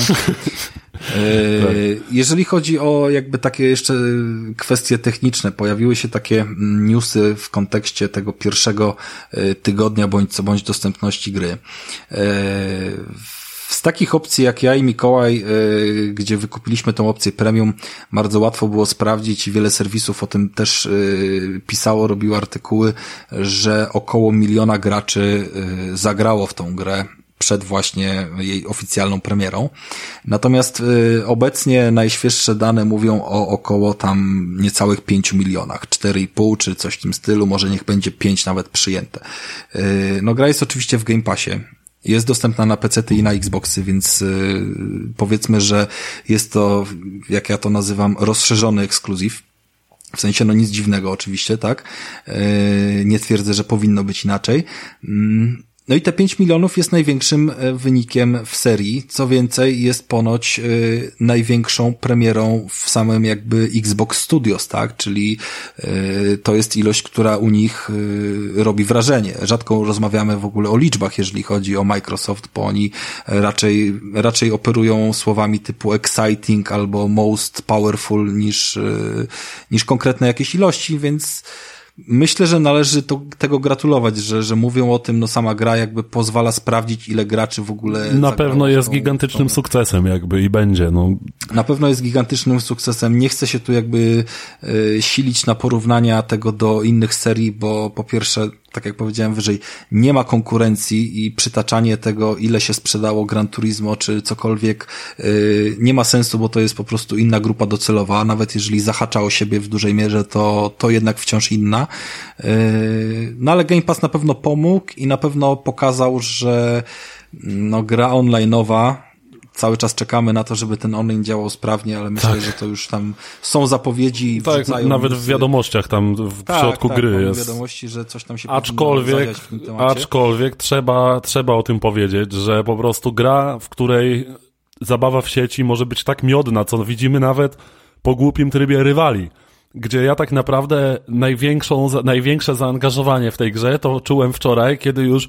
Yy, jeżeli chodzi o jakby takie jeszcze kwestie techniczne, pojawiły się takie newsy w kontekście tego pierwszego tygodnia bądź co bądź dostępności gry. Yy, Z takich opcji jak ja i Mikołaj, yy, gdzie wykupiliśmy tą opcję premium, bardzo łatwo było sprawdzić i wiele serwisów o tym też yy, pisało, robiło artykuły, że około miliona graczy yy, zagrało w tą grę przed właśnie jej oficjalną premierą. Natomiast y, obecnie najświeższe dane mówią o około tam niecałych pięciu milionach, cztery i pół czy coś w tym stylu, może niech będzie pięć nawet przyjęte. Y, no gra jest oczywiście w Game Passie. Jest dostępna na pecety i na Xboxy, więc y, powiedzmy, że jest to, jak ja to nazywam, rozszerzony ekskluzyw. W sensie, no nic dziwnego oczywiście, tak? Yy, nie twierdzę, że powinno być inaczej. Yy. No i te pięć milionów jest największym wynikiem w serii. Co więcej, jest ponoć y, największą premierą w samym jakby Xbox Studios, tak? Czyli y, to jest ilość, która u nich y, robi wrażenie. Rzadko rozmawiamy w ogóle o liczbach, jeżeli chodzi o Microsoft, bo oni raczej, raczej operują słowami typu exciting albo most powerful niż, y, niż konkretne jakieś ilości, więc myślę, że należy to, tego gratulować, że, że mówią o tym, no sama gra jakby pozwala sprawdzić, ile graczy w ogóle... Na pewno jest tą, gigantycznym tą... sukcesem jakby i będzie, no. Na pewno jest gigantycznym sukcesem. Nie chcę się tu jakby y, silić na porównania tego do innych serii, bo po pierwsze, tak jak powiedziałem wyżej, nie ma konkurencji i przytaczanie tego, ile się sprzedało Gran Turismo czy cokolwiek, yy, nie ma sensu, bo to jest po prostu inna grupa docelowa. Nawet jeżeli zahacza o siebie w dużej mierze, to, to jednak wciąż inna. Yy, no ale Game Pass na pewno pomógł i na pewno pokazał, że no gra online'owa, cały czas czekamy na to, żeby ten online działał sprawnie, ale myślę, tak. że to już tam są zapowiedzi. Tak, nawet w wiadomościach tam w tak, środku tak, gry jest. wiadomości, że coś tam się aczkolwiek, w tym temacie. Aczkolwiek trzeba, trzeba o tym powiedzieć, że po prostu gra, w której zabawa w sieci może być tak miodna, co widzimy nawet po głupim trybie rywali, gdzie ja tak naprawdę największą, największe zaangażowanie w tej grze to czułem wczoraj, kiedy już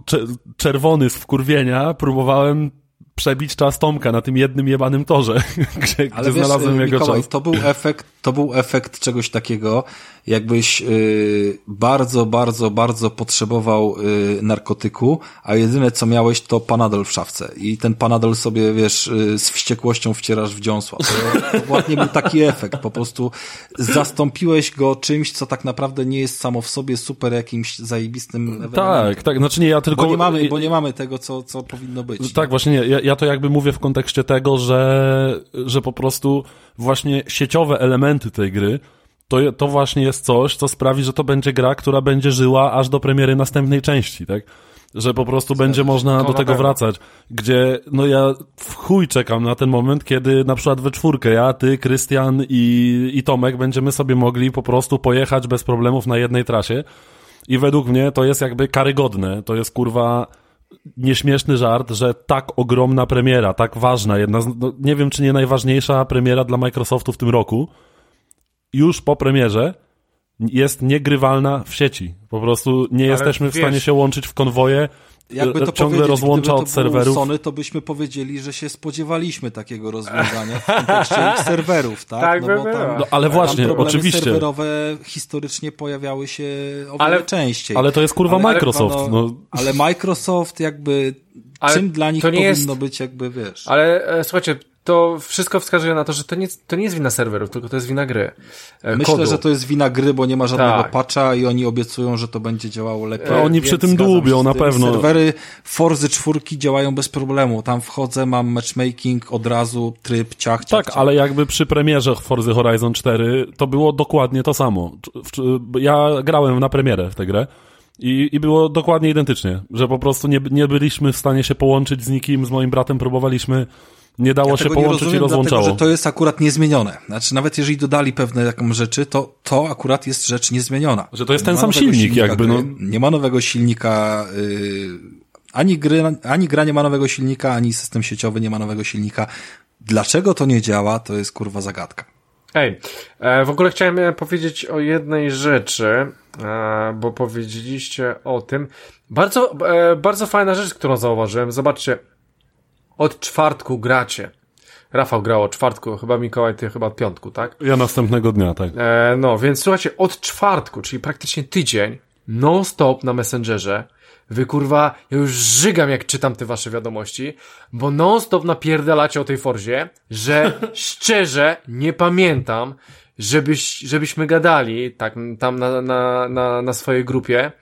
czerwony z wkurwienia próbowałem przebić czas Tomka na tym jednym jebanym torze, gdzie, ale gdzie wiesz, znalazłem jego Mikołaj, czas. To był efekt, to był efekt czegoś takiego, jakbyś yy, bardzo, bardzo, bardzo potrzebował yy, narkotyku, a jedyne co miałeś to Panadol w szafce i ten Panadol sobie, wiesz, yy, z wściekłością wcierasz w dziąsła. To, to właśnie był taki efekt, po prostu zastąpiłeś go czymś, co tak naprawdę nie jest samo w sobie super jakimś zajebistym elementem. Tak, tak, znaczy nie, ja tylko... Bo nie mamy, bo nie mamy tego, co, co powinno być. Tak, nie? Właśnie nie, ja, ja to jakby mówię w kontekście tego, że, że po prostu właśnie sieciowe elementy tej gry to, to właśnie jest coś, co sprawi, że to będzie gra, która będzie żyła aż do premiery następnej części, tak? Że po prostu Zgadza będzie można do tego pewno. wracać, gdzie no ja w chuj czekam na ten moment, kiedy na przykład we czwórkę ja, ty, Krystian i, i Tomek będziemy sobie mogli po prostu pojechać bez problemów na jednej trasie i według mnie to jest jakby karygodne, to jest kurwa nieśmieszny żart, że tak ogromna premiera, tak ważna, jedna z, no, nie wiem czy nie najważniejsza premiera dla Microsoftu w tym roku, już po premierze jest niegrywalna w sieci. Po prostu nie Ale jesteśmy wiesz, w stanie się łączyć w konwoje, jakby to ciągle rozłącza od serwerów. Sony, to byśmy powiedzieli, że się spodziewaliśmy takiego rozwiązania w kontekście ich serwerów, tak? Tak, no, by bo tam, no, ale właśnie, tam oczywiście. serwerowe historycznie pojawiały się o wiele ale, częściej. Ale to jest kurwa ale, Microsoft. No, no. Ale Microsoft jakby, ale czym dla nich to powinno jest, być jakby, wiesz. Ale e, słuchajcie, to wszystko wskazuje na to, że to nie, to nie jest wina serwerów, tylko to jest wina gry. E, Myślę, kodu. że to jest wina gry, bo nie ma żadnego tak. patcha i oni obiecują, że to będzie działało lepiej. E, oni przy tym dłubią, na pewno. Serwery Forzy czwórki działają bez problemu. Tam wchodzę, mam matchmaking od razu, tryb, ciach, ciach. Tak, ciach. Ale jakby przy premierze Forzy Horizon cztery to było dokładnie to samo. Ja grałem na premierę w tę grę I, I było dokładnie identycznie, że po prostu nie, nie byliśmy w stanie się połączyć z nikim, z moim bratem próbowaliśmy, nie dało ja się połączyć rozumiem, i rozłączało. Dlatego, że to jest akurat niezmienione. Znaczy nawet jeżeli dodali pewne jakąś rzeczy, to to akurat jest rzecz niezmieniona. Że to jest ten sam silnik jakby. Gry, no. Nie ma nowego silnika, yy, ani, gry, ani gra nie ma nowego silnika, ani system sieciowy nie ma nowego silnika. Dlaczego to nie działa, to jest kurwa zagadka. Ej, e, w ogóle chciałem powiedzieć o jednej rzeczy, e, bo powiedzieliście o tym. Bardzo, e, bardzo fajna rzecz, którą zauważyłem. Zobaczcie, od czwartku gracie. Rafał grał od czwartku, chyba Mikołaj, ty chyba od piątku, tak? Ja następnego dnia, tak. E, no, więc słuchajcie, od czwartku, czyli praktycznie tydzień, non-stop na Messengerze, wy kurwa, ja już żygam jak czytam te wasze wiadomości, bo non-stop napierdalacie o tej Forzie, że szczerze nie pamiętam, żebyś, żebyśmy gadali tak tam na, na, na, na swojej grupie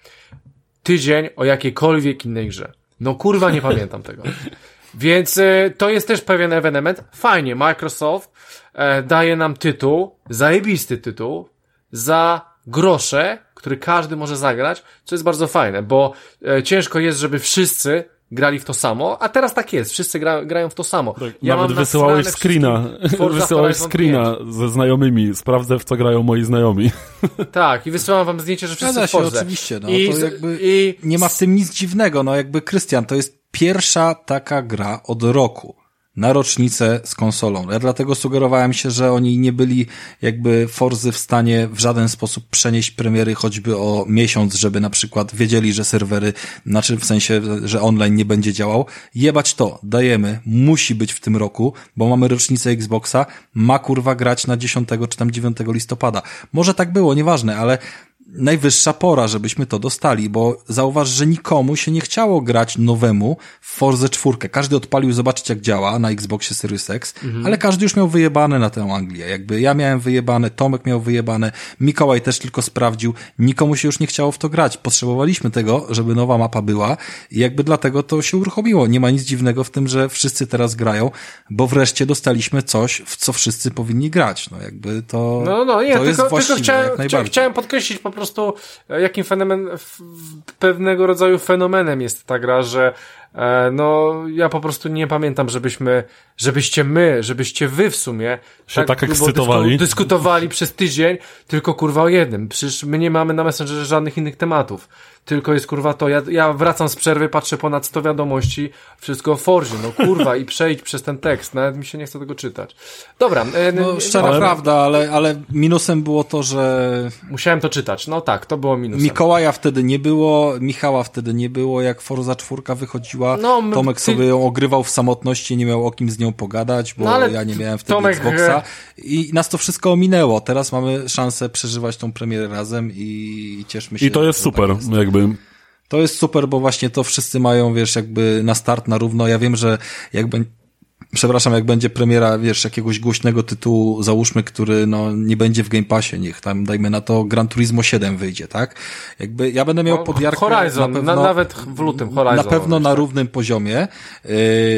tydzień o jakiejkolwiek innej grze. No kurwa nie pamiętam tego. Więc y, to jest też pewien ewenement. Fajnie, Microsoft e, daje nam tytuł, zajebisty tytuł, za grosze, który każdy może zagrać, co jest bardzo fajne, bo e, ciężko jest, żeby wszyscy grali w to samo, a teraz tak jest, wszyscy gra, grają w to samo. Tak, ja nawet wysyłałeś screena, wysyłałeś screena ze znajomymi, sprawdzę w co grają moi znajomi. Tak, i wysyłam wam zdjęcie, że wszyscy Zgadza w się, Forze. oczywiście, no I, to jakby i... nie ma w tym nic dziwnego, no jakby Krystian, to jest pierwsza taka gra od roku na rocznicę z konsolą. Ja dlatego sugerowałem się, że oni nie byli jakby Forzy w stanie w żaden sposób przenieść premiery choćby o miesiąc, żeby na przykład wiedzieli, że serwery, znaczy w sensie, że online nie będzie działał. Jebać to, dajemy, musi być w tym roku, bo mamy rocznicę Xboxa, ma kurwa grać na dziesiątego czy tam dziewiątego listopada. Może tak było, nieważne, ale najwyższa pora, żebyśmy to dostali, bo zauważ, że nikomu się nie chciało grać nowemu w Forze czwórkę. Każdy odpalił zobaczyć jak działa na Xboxie Series X, mhm. ale każdy już miał wyjebane na tę Anglię. Jakby ja miałem wyjebane, Tomek miał wyjebane, Mikołaj też tylko sprawdził. Nikomu się już nie chciało w to grać. Potrzebowaliśmy tego, żeby nowa mapa była i jakby dlatego to się uruchomiło. Nie ma nic dziwnego w tym, że wszyscy teraz grają, bo wreszcie dostaliśmy coś, w co wszyscy powinni grać. No jakby to, no, no, nie, to tylko, jest tylko właściwe chciałem, jak najbardziej. Chciałem podkreślić po prostu, jakim fenomen, f, pewnego rodzaju fenomenem jest ta gra, że e, no, ja po prostu nie pamiętam, żebyśmy, żebyście my, żebyście wy w sumie się tak, tak ekscytowali. Dysku, dyskutowali przez tydzień, tylko kurwa o jednym. Przecież my nie mamy na Messengerze żadnych innych tematów. Tylko jest kurwa to, ja, ja wracam z przerwy, patrzę ponad sto wiadomości, wszystko o Forzie, no kurwa i przejdź przez ten tekst, nawet mi się nie chce tego czytać. Dobra. E, no, szczera ale... prawda, ale, ale minusem było to, że... Musiałem to czytać, no tak, to było minusem. Mikołaja wtedy nie było, Michała wtedy nie było, jak Forza czwórka wychodziła, no, my, Tomek ty... sobie ją ogrywał w samotności, nie miał o kim z nią pogadać, bo no, ja nie miałem wtedy Tomek... Xboxa i nas to wszystko ominęło. Teraz mamy szansę przeżywać tą premierę razem i cieszmy się. I to jest super, tak jest. Jakby. To jest super, bo właśnie to wszyscy mają, wiesz, jakby na start, na równo. Ja wiem, że jakby, przepraszam, jak będzie premiera, wiesz, jakiegoś głośnego tytułu, załóżmy, który, no, nie będzie w Game Passie, niech tam, dajmy na to, Gran Turismo siedem wyjdzie, tak? Jakby, ja będę miał no, podjarkę Horizon, na pewno, na, nawet w lutym Horizon. Na pewno być, na tak? równym poziomie. Yy,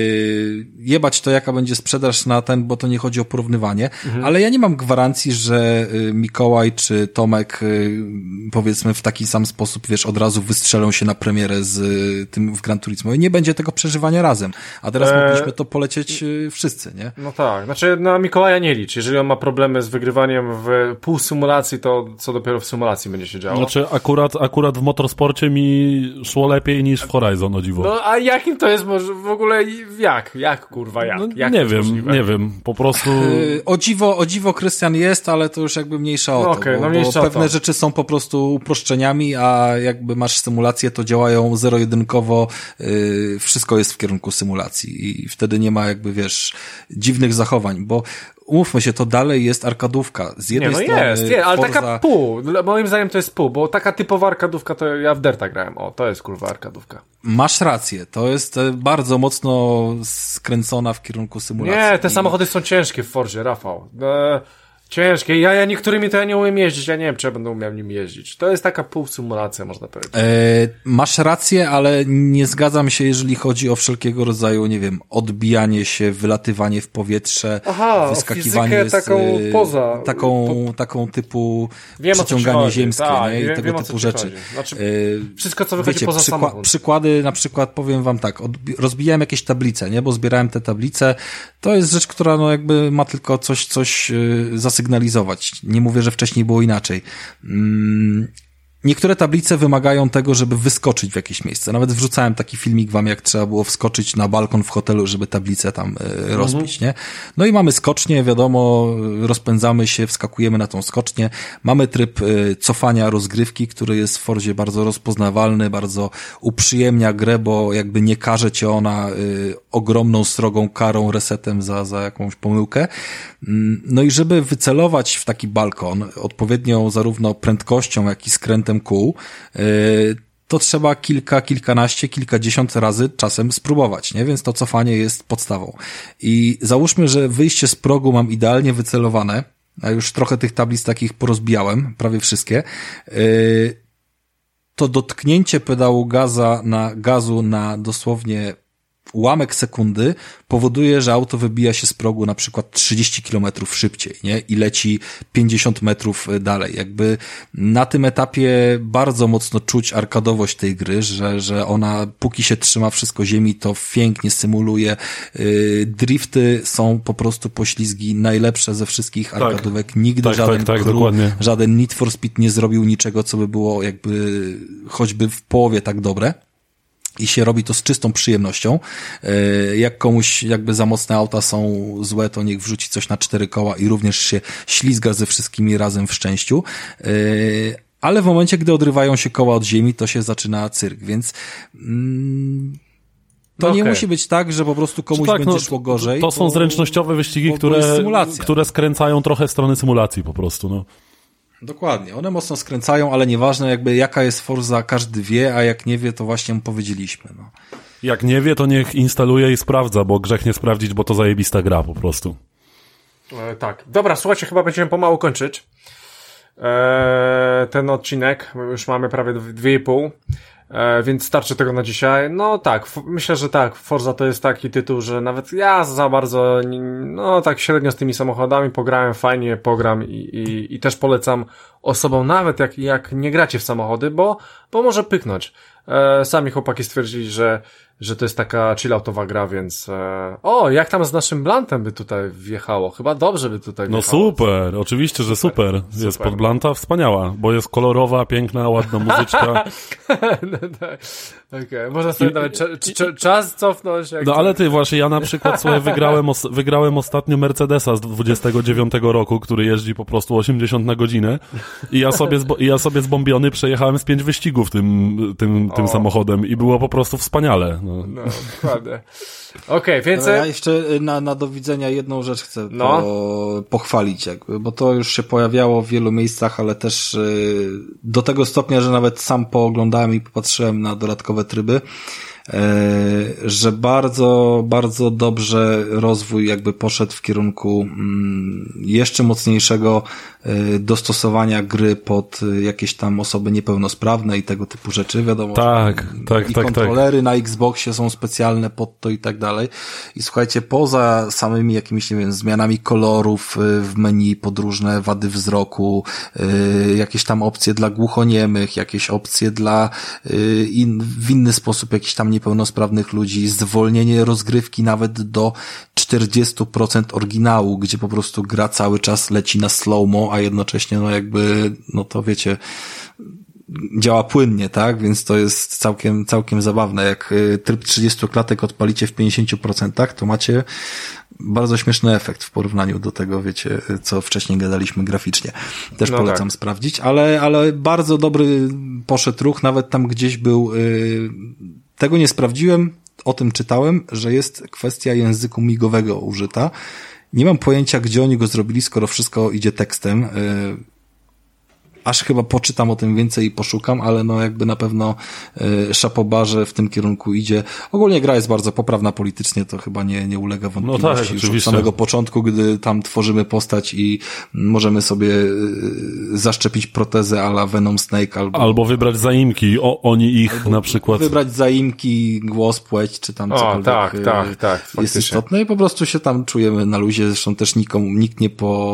jebać to, jaka będzie sprzedaż na ten, bo to nie chodzi o porównywanie, mhm. ale ja nie mam gwarancji, że Mikołaj czy Tomek, yy, powiedzmy, w taki sam sposób, wiesz, od razu wystrzelą się na premierę z yy, tym w Gran Turismo i nie będzie tego przeżywania razem. A teraz e... mogliśmy to polecieć wszyscy, nie? No tak, znaczy na Mikołaja nie licz. Jeżeli on ma problemy z wygrywaniem w pół symulacji, to co dopiero w symulacji będzie się działo. Znaczy akurat, akurat w motorsporcie mi szło lepiej niż w Horizon, o dziwo. No a jakim to jest może w ogóle, jak? Jak kurwa, jak? No, jak nie wiem, możliwe? nie wiem, po prostu... Yy, o dziwo, o dziwo Krystian jest, ale to już jakby mniejsza o to, no okay, bo, no mniejsza bo pewne to. rzeczy są po prostu uproszczeniami, a jakby masz symulację, to działają zero-jedynkowo, yy, wszystko jest w kierunku symulacji i wtedy nie ma jakby, wiesz, dziwnych zachowań, bo umówmy się, to dalej jest arkadówka. Z jednej nie, no strony jest, jest, ale Forza... taka pół. Moim zdaniem to jest pół, bo taka typowa arkadówka to ja w Derta grałem. O, to jest kurwa arkadówka. Masz rację, to jest bardzo mocno skręcona w kierunku symulacji. Nie, te samochody są ciężkie w Forzie, Rafał. E, Ciężkie. Ja, ja niektórymi to ja nie umiem jeździć, ja nie wiem, czy ja będę umiał nim jeździć. To jest taka półsymulacja, można powiedzieć. E, masz rację, ale nie zgadzam się, jeżeli chodzi o wszelkiego rodzaju, nie wiem, odbijanie się, wylatywanie w powietrze, Aha, wyskakiwanie z... taką poza... Taką, po... taką typu wiem, przyciąganie ziemskie, tak, nie? I wiem, tego wiem, typu rzeczy. Znaczy, e, wszystko, co wychodzi wiecie, poza przykła- samochód. Przykłady, na przykład powiem wam tak, odbi- rozbijałem jakieś tablice, nie? Bo zbierałem te tablice. To jest rzecz, która no jakby ma tylko coś, coś yy, zasygnalizować. Nie mówię, że wcześniej było inaczej. Mm. Niektóre tablice wymagają tego, żeby wyskoczyć w jakieś miejsce. Nawet wrzucałem taki filmik wam, jak trzeba było wskoczyć na balkon w hotelu, żeby tablicę tam y, rozbić, mhm. nie? No i mamy skocznię, wiadomo, rozpędzamy się, wskakujemy na tą skocznię. Mamy tryb y, cofania rozgrywki, który jest w Forzie bardzo rozpoznawalny, bardzo uprzyjemnia grę, bo jakby nie karze cię ona y, ogromną, srogą karą, resetem za, za jakąś pomyłkę. No i żeby wycelować w taki balkon odpowiednią zarówno prędkością, jak i skrętem kół, to trzeba kilka, kilkanaście, kilkadziesiąt razy czasem spróbować, nie? Więc to cofanie jest podstawą. I załóżmy, że wyjście z progu mam idealnie wycelowane, a już trochę tych tablic takich porozbijałem, prawie wszystkie, to dotknięcie pedału gaza na, gazu na dosłownie ułamek sekundy powoduje, że auto wybija się z progu na przykład trzydzieści kilometrów szybciej, nie? I leci pięćdziesiąt metrów dalej. Jakby na tym etapie bardzo mocno czuć arkadowość tej gry, że, że ona póki się trzyma wszystko ziemi, to pięknie symuluje. Yy, drifty są po prostu poślizgi najlepsze ze wszystkich arkadówek. Tak, Nigdy tak, żaden tak, tak, crew, żaden Need for Speed nie zrobił niczego, co by było jakby choćby w połowie tak dobre. I się robi to z czystą przyjemnością. Jak komuś jakby za mocne auta są złe, to niech wrzuci coś na cztery koła i również się ślizga ze wszystkimi razem w szczęściu. Ale w momencie, gdy odrywają się koła od ziemi, to się zaczyna cyrk, więc mm, to no nie okay. musi być tak, że po prostu komuś tak, będzie no, szło gorzej. To są bo, zręcznościowe wyścigi, bo, które, bo które skręcają trochę w stronę symulacji po prostu, no. Dokładnie, one mocno skręcają, ale nieważne jakby jaka jest Forza, każdy wie, a jak nie wie, to właśnie mu powiedzieliśmy. No. Jak nie wie, to niech instaluje i sprawdza, bo grzech nie sprawdzić, bo to zajebista gra po prostu. E, tak, dobra, słuchajcie, chyba będziemy pomału kończyć e, ten odcinek, już mamy prawie dwie i pół. E, więc starczy tego na dzisiaj. No tak, f- myślę, że tak, Forza to jest taki tytuł, że nawet ja za bardzo, no tak średnio z tymi samochodami pograłem, fajnie pogram i, i, i też polecam osobom, nawet jak, jak nie gracie w samochody, bo, bo może pyknąć. E, sami chłopaki stwierdzili, że, że to jest taka chilloutowa gra, więc e, o, jak tam z naszym Blantem by tutaj wjechało? Chyba dobrze by tutaj wjechało. No super, oczywiście, że super. super. Jest pod Blanta wspaniała, bo jest kolorowa, piękna, ładna muzyczka. no, tak. Okej, okay. Można sobie I, nawet cza, cza, czas cofnąć. Jak no ale ty właśnie, ja na przykład sobie wygrałem, os, wygrałem ostatnio Mercedesa z dwudziestego dziewiątego roku, który jeździ po prostu osiemdziesiąt na godzinę i ja sobie, zbo, i ja sobie zbombiony przejechałem z pięć wyścigów tym, tym, tym samochodem i było po prostu wspaniale. No, no dokładnie. Okej, okay, więc... Ja jeszcze na, na do widzenia jedną rzecz chcę no. po, pochwalić, jakby, bo to już się pojawiało w wielu miejscach, ale też yy, do tego stopnia, że nawet sam pooglądałem i popatrzyłem na dodatkowe tryby, że bardzo, bardzo dobrze rozwój jakby poszedł w kierunku jeszcze mocniejszego dostosowania gry pod jakieś tam osoby niepełnosprawne i tego typu rzeczy, wiadomo. Tak, tak, i tak. kontrolery tak. na Xboxie są specjalne pod to i tak dalej. I słuchajcie, poza samymi jakimiś, nie wiem, zmianami kolorów w menu, podróżne wady wzroku, jakieś tam opcje dla głuchoniemych, jakieś opcje dla in, w inny sposób jakiś tam niepełnosprawnych ludzi, zwolnienie rozgrywki nawet do czterdzieści procent oryginału, gdzie po prostu gra cały czas leci na slow-mo, a jednocześnie no jakby, no to wiecie, działa płynnie, tak? Więc to jest całkiem, całkiem zabawne. Jak tryb trzydzieści klatek odpalicie w pięćdziesiąt procent, to macie bardzo śmieszny efekt w porównaniu do tego, wiecie, co wcześniej gadaliśmy graficznie. Też no polecam tak. sprawdzić, ale, ale bardzo dobry poszedł ruch, nawet tam gdzieś był, yy, tego nie sprawdziłem, o tym czytałem, że jest kwestia języku migowego użyta. Nie mam pojęcia, gdzie oni go zrobili, skoro wszystko idzie tekstem. Yy, aż chyba poczytam o tym więcej i poszukam, ale no jakby na pewno y, Szapobarze w tym kierunku idzie. Ogólnie gra jest bardzo poprawna politycznie, to chyba nie, nie ulega wątpliwości. No tak, już oczywiście. Od samego początku, gdy tam tworzymy postać i możemy sobie y, zaszczepić protezę a la Venom Snake albo... Albo wybrać zaimki, o, oni ich na przykład. Wybrać zaimki, głos, płeć, czy tam o, cokolwiek tak, y, tak, tak, jest istotne i po prostu się tam czujemy na luzie, zresztą też nikomu, nikt nie po...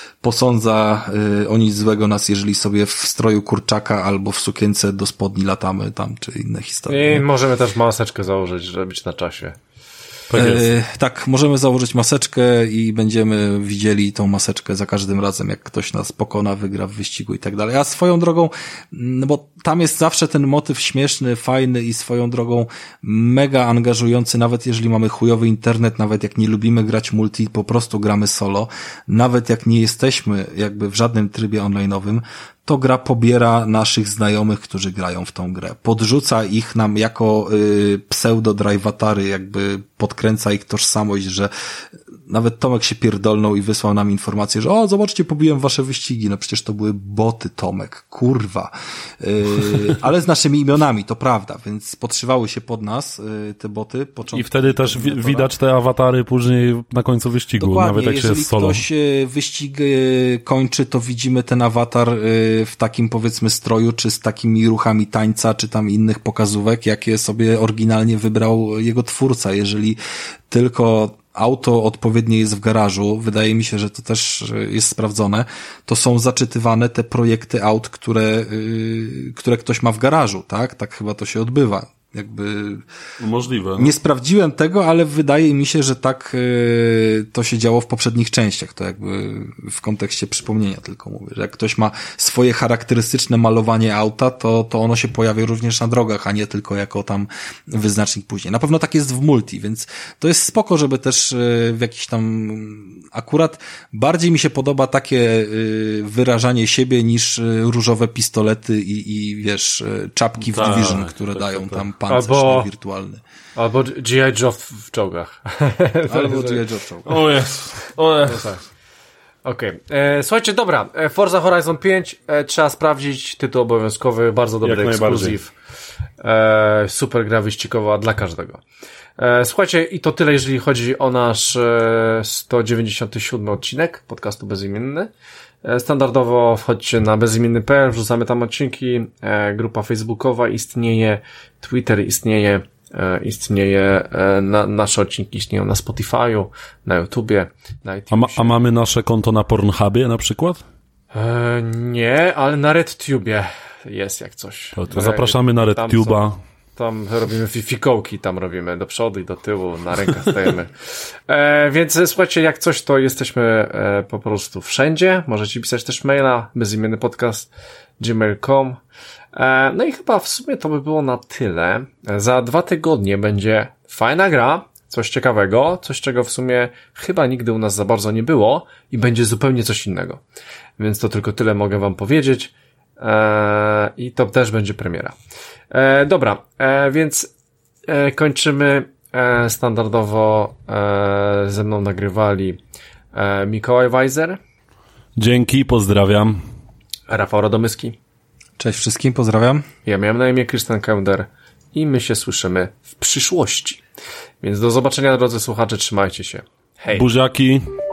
posądza y, o nic złego nas, jeżeli sobie w stroju kurczaka albo w sukience do spodni latamy tam, czy inne historie. I możemy też maseczkę założyć, żeby być na czasie. Tak, e, tak, możemy założyć maseczkę i będziemy widzieli tą maseczkę za każdym razem, jak ktoś nas pokona, wygra w wyścigu i tak dalej. A swoją drogą, no bo tam jest zawsze ten motyw śmieszny, fajny i swoją drogą mega angażujący, nawet jeżeli mamy chujowy internet, nawet jak nie lubimy grać multi, po prostu gramy solo, nawet jak nie jesteśmy jakby w żadnym trybie online'owym, to gra pobiera naszych znajomych, którzy grają w tą grę. Podrzuca ich nam jako y, pseudo-drivatary, jakby podkręca ich tożsamość, że nawet Tomek się pierdolnął i wysłał nam informację, że o, zobaczcie, pobiłem wasze wyścigi. No przecież to były boty, Tomek, kurwa. Yy, ale z naszymi imionami, to prawda, więc podszywały się pod nas yy, te boty. I wtedy też wi- widać te awatary później na końcu wyścigu, dokładnie, nawet jak się jest solo. Jeżeli ktoś wyścig kończy, to widzimy ten awatar w takim, powiedzmy, stroju, czy z takimi ruchami tańca, czy tam innych pokazówek, jakie sobie oryginalnie wybrał jego twórca. Jeżeli tylko auto odpowiednie jest w garażu, wydaje mi się, że to też jest sprawdzone, to są zaczytywane te projekty aut, które, yy, które ktoś ma w garażu, tak? Tak chyba to się odbywa. Jakby możliwe. Nie sprawdziłem tego, ale wydaje mi się, że tak yy, to się działo w poprzednich częściach. To jakby w kontekście przypomnienia tylko mówię, że jak ktoś ma swoje charakterystyczne malowanie auta, to, to ono się pojawia również na drogach, a nie tylko jako tam wyznacznik później. Na pewno tak jest w multi, więc to jest spoko, żeby też yy, w jakiś tam akurat bardziej mi się podoba takie yy, wyrażanie siebie niż yy, różowe pistolety i, i wiesz, yy, czapki w tak, Division, które tak, dają tak, tam pancerz albo, wirtualny. Albo G I Joe w, w czołgach. Albo G I Joe w czołgach. O jest. O jest. No tak. Okej. Okay. Słuchajcie, dobra. Forza Horizon pięć e, trzeba sprawdzić. Tytuł obowiązkowy, bardzo dobry ekskluzyw. E, super gra wyścigowa dla każdego. E, słuchajcie, i to tyle, jeżeli chodzi o nasz e, sto dziewięćdziesiąty siódmy odcinek podcastu Bezimienny. Standardowo wchodźcie na bezimienny kropka p l, wrzucamy tam odcinki, e, grupa facebookowa istnieje, Twitter istnieje, e, istnieje, e, na, nasze odcinki istnieją na Spotify'u, na YouTubie, na iTunesie. A, ma, a mamy nasze konto na Pornhubie na przykład? E, nie, ale na RedTubie jest jak coś. To, to zapraszamy na RedTube'a. Tam robimy fikołki, tam robimy do przodu i do tyłu, na rękach stajemy. E, więc słuchajcie, jak coś, to jesteśmy e, po prostu wszędzie. Możecie pisać też maila, bezimienny podcast gmail kropka com. E, no i chyba w sumie to by było na tyle. E, za dwa tygodnie będzie fajna gra, coś ciekawego, coś czego w sumie chyba nigdy u nas za bardzo nie było i będzie zupełnie coś innego. Więc to tylko tyle mogę wam powiedzieć. E, I to też będzie premiera. E, dobra, e, więc e, kończymy e, standardowo e, ze mną nagrywali e, Mikołaj Weiser. Dzięki, pozdrawiam. Rafał Radomyski. Cześć wszystkim, pozdrawiam. Ja miałem na imię Krystian Kender i my się słyszymy w przyszłości. Więc do zobaczenia, drodzy słuchacze, trzymajcie się. Hej. Buziaki.